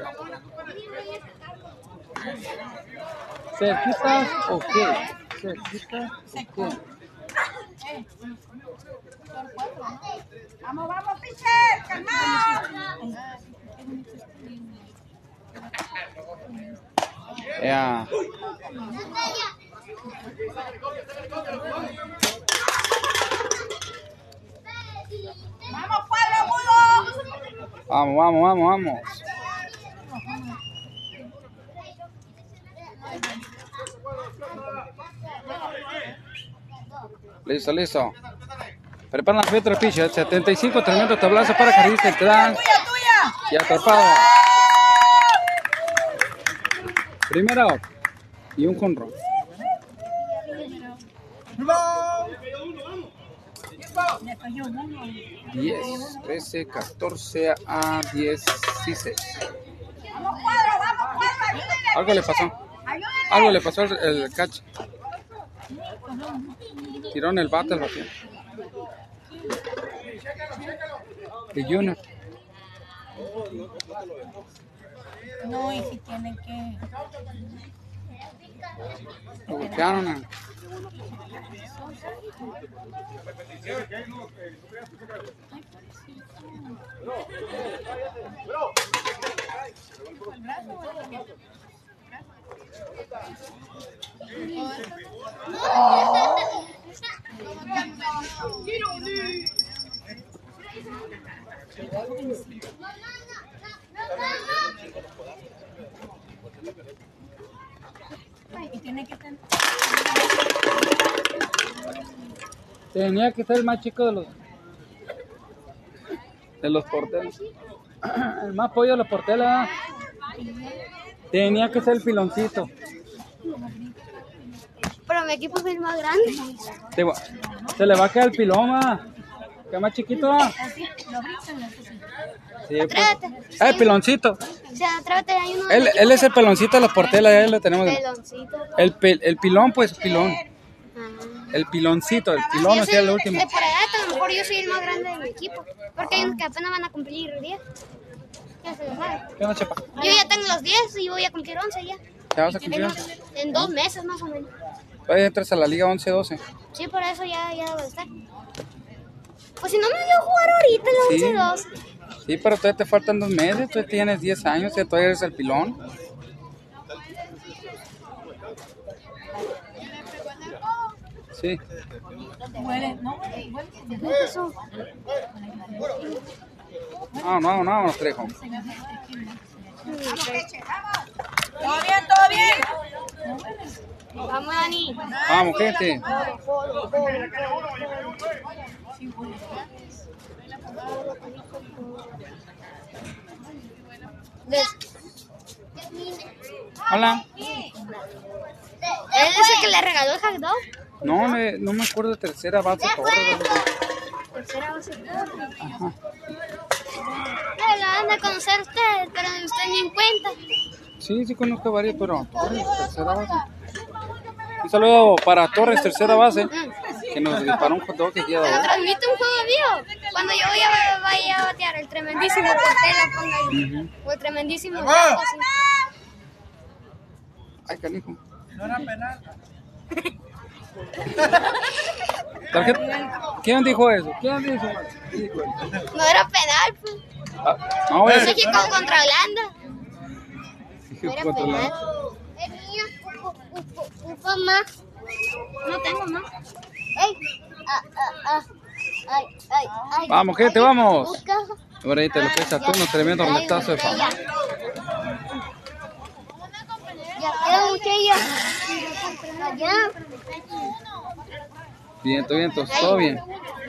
Speaker 1: Cerquita, ok. Cerquita, ok.
Speaker 11: Vamos, vamos, pinche, calmado.
Speaker 1: Ya.
Speaker 11: Vamos, Pablo, mudo.
Speaker 1: Vamos, vamos, vamos, vamos. Listo, listo. Preparan la otra pitch, setenta y cinco, tremendo tablazo para carril central. Y atrapado. Primera out. Y un jonrón. diez, trece, catorce a dieciséis. Algo le pasó. Algo le pasó el, el catch. Tiró en el bate el bateo. De Junior.
Speaker 10: No, y si tienen que...
Speaker 1: Lo golpearon. A...
Speaker 10: Y tiene que tener...
Speaker 1: Tenía que ser el más chico de los de los porteros. El más pollo de los porteros. Tenía que ser el piloncito.
Speaker 7: Pero mi equipo es el más grande.
Speaker 1: Se, va- se le va a quedar el piloma. Que más chiquito.
Speaker 10: Así, lo brincan así.
Speaker 1: Sí, pues.
Speaker 7: Atrévete.
Speaker 1: Ah, el piloncito.
Speaker 7: O sea, atrévete, hay uno.
Speaker 1: Él, él es el peloncito de los porteros. Ya lo tenemos.
Speaker 7: Peloncito.
Speaker 1: El, pel- el pilón, pues pilón.
Speaker 7: Ah.
Speaker 1: El piloncito. El pilón,
Speaker 7: Yo
Speaker 1: no
Speaker 7: soy-
Speaker 1: sea el último.
Speaker 7: De por edad, a lo mejor yo soy el más grande de mi equipo. Porque hay unos que apenas van a cumplir diez. Ya se lo sabe.
Speaker 1: ¿Qué onda, chepa?
Speaker 7: Yo ya tengo los diez y voy a cumplir once ya.
Speaker 1: ¿Te vas a cumplir?
Speaker 7: En, en dos meses más o menos.
Speaker 1: Todavía entras a la liga once doce.
Speaker 7: Sí, por eso ya, ya debo de estar. Pues si no me dio a jugar ahorita en
Speaker 1: Sí.
Speaker 7: la once dos.
Speaker 1: Sí, pero todavía te faltan dos meses. Tú tienes diez años y todavía eres el pilón. Sí.
Speaker 10: Huele, no huele, huele.
Speaker 7: Eso.
Speaker 1: No, no, no, no, Trejo.
Speaker 11: ¿Todo bien? ¿Todo bien?
Speaker 7: Vamos, Dani.
Speaker 1: Vamos, gente. Hola.
Speaker 7: ¿Él es el que le regaló el hot dog?
Speaker 1: No, me, no me acuerdo de tercera base. Torres.
Speaker 7: Tercera base.
Speaker 1: Ajá.
Speaker 7: Él la anda a conocer usted, pero usted ni en cuenta.
Speaker 1: Sí, sí conozco a varios, pero Torres, tercera base. Un saludo para Torres, tercera base, que nos disparó un hot dog que queda.
Speaker 7: Pero transmite un juego mío. Cuando yo voy a, vaya a batear, el tremendísimo Portela, ponga ahí.
Speaker 1: Ujú.
Speaker 7: O el tremendísimo Blanco, así.
Speaker 1: Ay, canijo.
Speaker 8: No era penal.
Speaker 1: Tarjeta- ¿Quién dijo eso? ¿Quién dijo eso?
Speaker 7: No era penal, pues.
Speaker 1: Ah, no, es-
Speaker 7: México contra Holanda. No era
Speaker 1: Contra la-
Speaker 7: penal. Es mío, un poco más. No tengo más. ¡Ey! Ah, ah, ah. Ay, ay, ay.
Speaker 1: Vamos, gente, vamos.
Speaker 7: Busca.
Speaker 1: Ahora ahí te lo que es Saturno, tremendo roletazo de
Speaker 7: Ya,
Speaker 1: fama.
Speaker 7: ya. Ya, queda muchilla. Allá.
Speaker 1: Viento, viento, todo bien.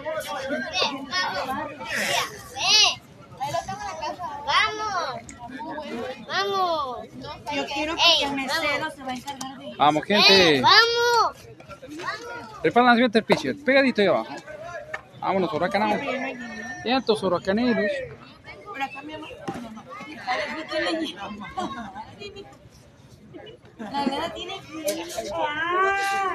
Speaker 7: Vamos. Vamos.
Speaker 10: Yo quiero que
Speaker 7: Ey,
Speaker 10: el mesero
Speaker 7: vamos.
Speaker 10: se va a encargar de...
Speaker 1: Vamos,
Speaker 7: Ey,
Speaker 1: gente.
Speaker 7: vamos.
Speaker 1: Prepara el lanzamiento del pitcher, pegadito ahí abajo. Vámonos, huracanamos. Vientos huracaneros.
Speaker 10: Por acá, mi amor. Aquí tiene hielo. La verdad tiene ¡Ah!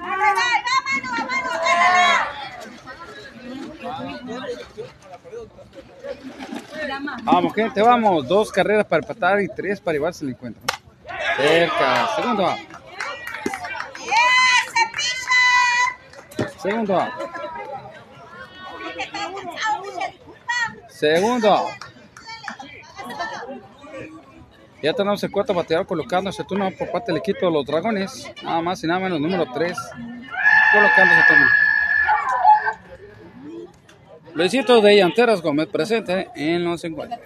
Speaker 1: Vamos, gente, vamos. Dos carreras para empatar y tres para llevarse el encuentro. Cerca. Segundo out. Segundo out. Segundo out. Ya tenemos el cuarto bateador colocándose turno por parte del equipo de los Dragones. Nada más y nada menos, número tres. Colocándose turno. Luisito de Llanteras Gómez presente en los encuentros.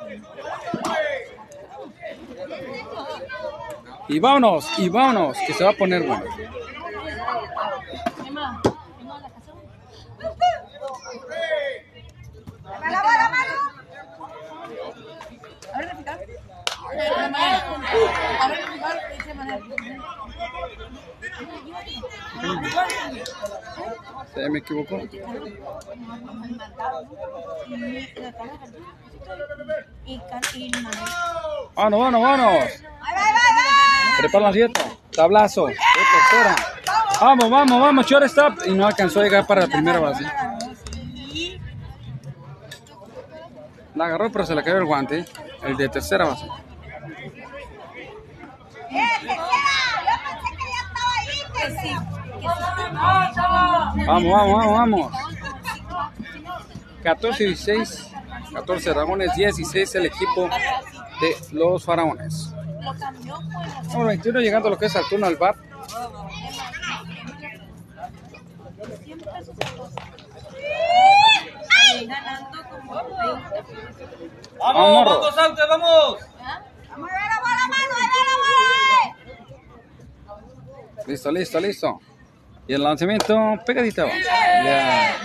Speaker 1: Y vámonos, y vámonos, que se va a poner bueno. Se me equivocó. Vámonos, vámonos, vámonos. Prepara la siete. Tablazo. De tercera. Vamos, vamos, vamos. Shortstop. Y no alcanzó a llegar para la primera base. La agarró, pero se le cayó el guante. El de tercera base. Vamos, vamos, vamos, vamos. catorce y dieciséis. catorce Dragones, dieciséis el equipo de los Faraones. Número veintiuno llegando a lo que es al turno al bat.
Speaker 3: Vamos, vamos, Salte, vamos.
Speaker 11: Vamos a ver la bola, mano, ahí va la bola.
Speaker 1: Listo, listo, listo. Y el lanzamiento pegadito. Ya.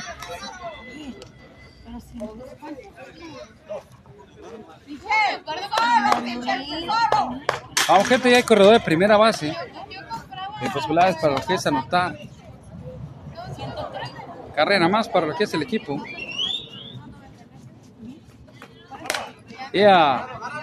Speaker 1: Vamos, gente, ya hay corredor de primera base. Hay posibilidades para lo que es anotar. Carrera más para lo que es el equipo. Ya.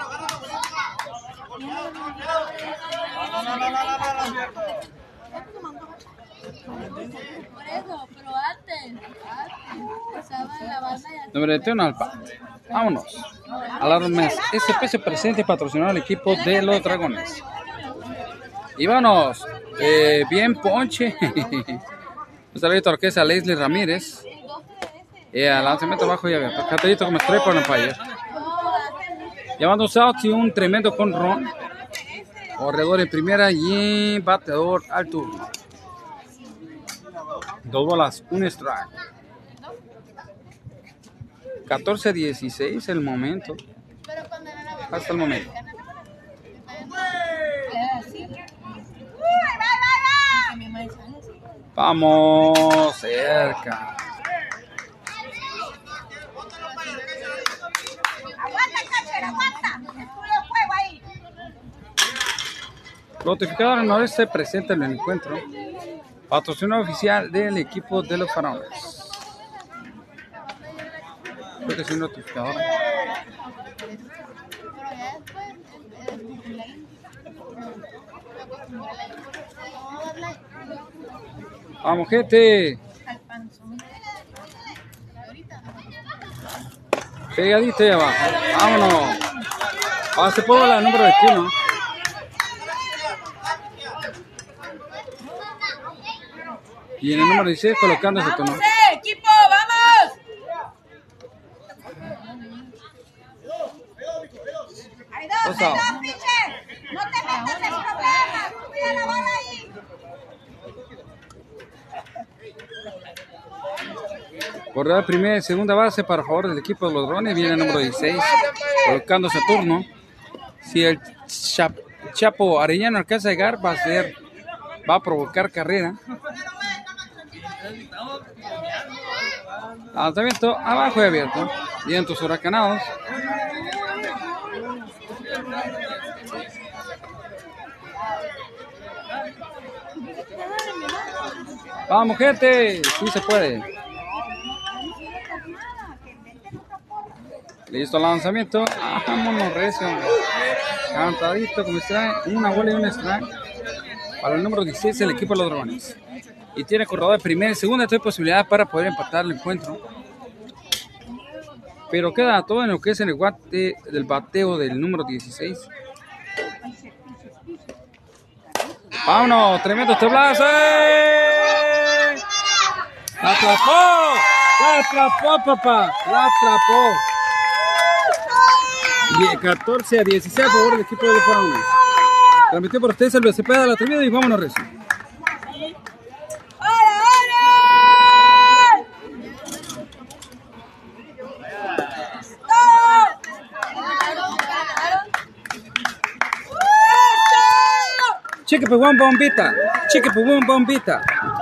Speaker 1: Número veintiuno al bate. Vámonos. Alarmes S P se presenta y patrocinó al equipo de los Dragones. Y vámonos. Eh, bien ponche. Un saludito a lo que es a Leslie Ramírez. Y al lanzamiento bajo y abierto. Catadito como estrella por Empire. Llevando un out y un tremendo conrón. Corredor en primera y bateador al turno. Dos bolas, un strike. catorce dieciséis el momento. Hasta el momento. Vamos, cerca.
Speaker 11: Aguanta, catcher, aguanta. Estudio fuego ahí.
Speaker 1: Notificador noreste presenta en el encuentro. Patrocinador oficial del equipo de los Faraones. Creo que es un notificador. Vamos, gente. Pegadito y abajo. Vámonos. Pase por la número de uno. Y en el número dieciséis colocándose tu nombre.
Speaker 11: ¡Vamos, equipo! ¡Vamos! Hay dos,
Speaker 1: Dos
Speaker 11: hay
Speaker 1: out.
Speaker 11: dos, pitcher. No te metas en problemas. Cuida la bola ahí.
Speaker 1: Corredor de primera y segunda base para favor del equipo de los Drones. Viene el número dieciséis, colocándose a turno. Si el Chap- Chapo Arellano alcanza a llegar, va a ser, va a provocar carrera. Lanzamiento abajo y abierto. Vientos huracanados. Vamos, gente, sí se puede. Listo el lanzamiento. Vámonos recio. Cantadito como strike. Una bola y un strike. Para el número dieciséis el equipo de los Dragones. Y tiene corredor de primera y segunda. Esto hay posibilidad para poder empatar el encuentro. Pero queda todo en lo que es en el guate del bateo del número dieciséis. Vámonos, tremendo tablazo. ¡Eh! La atrapó, la atrapó, papá, la atrapó. Y catorce a dieciséis a favor del equipo de los Faraones. Transmitió por ustedes el B C P de la trivia y vámonos, Recio. Chique pegón bombita, chique pegón bombita.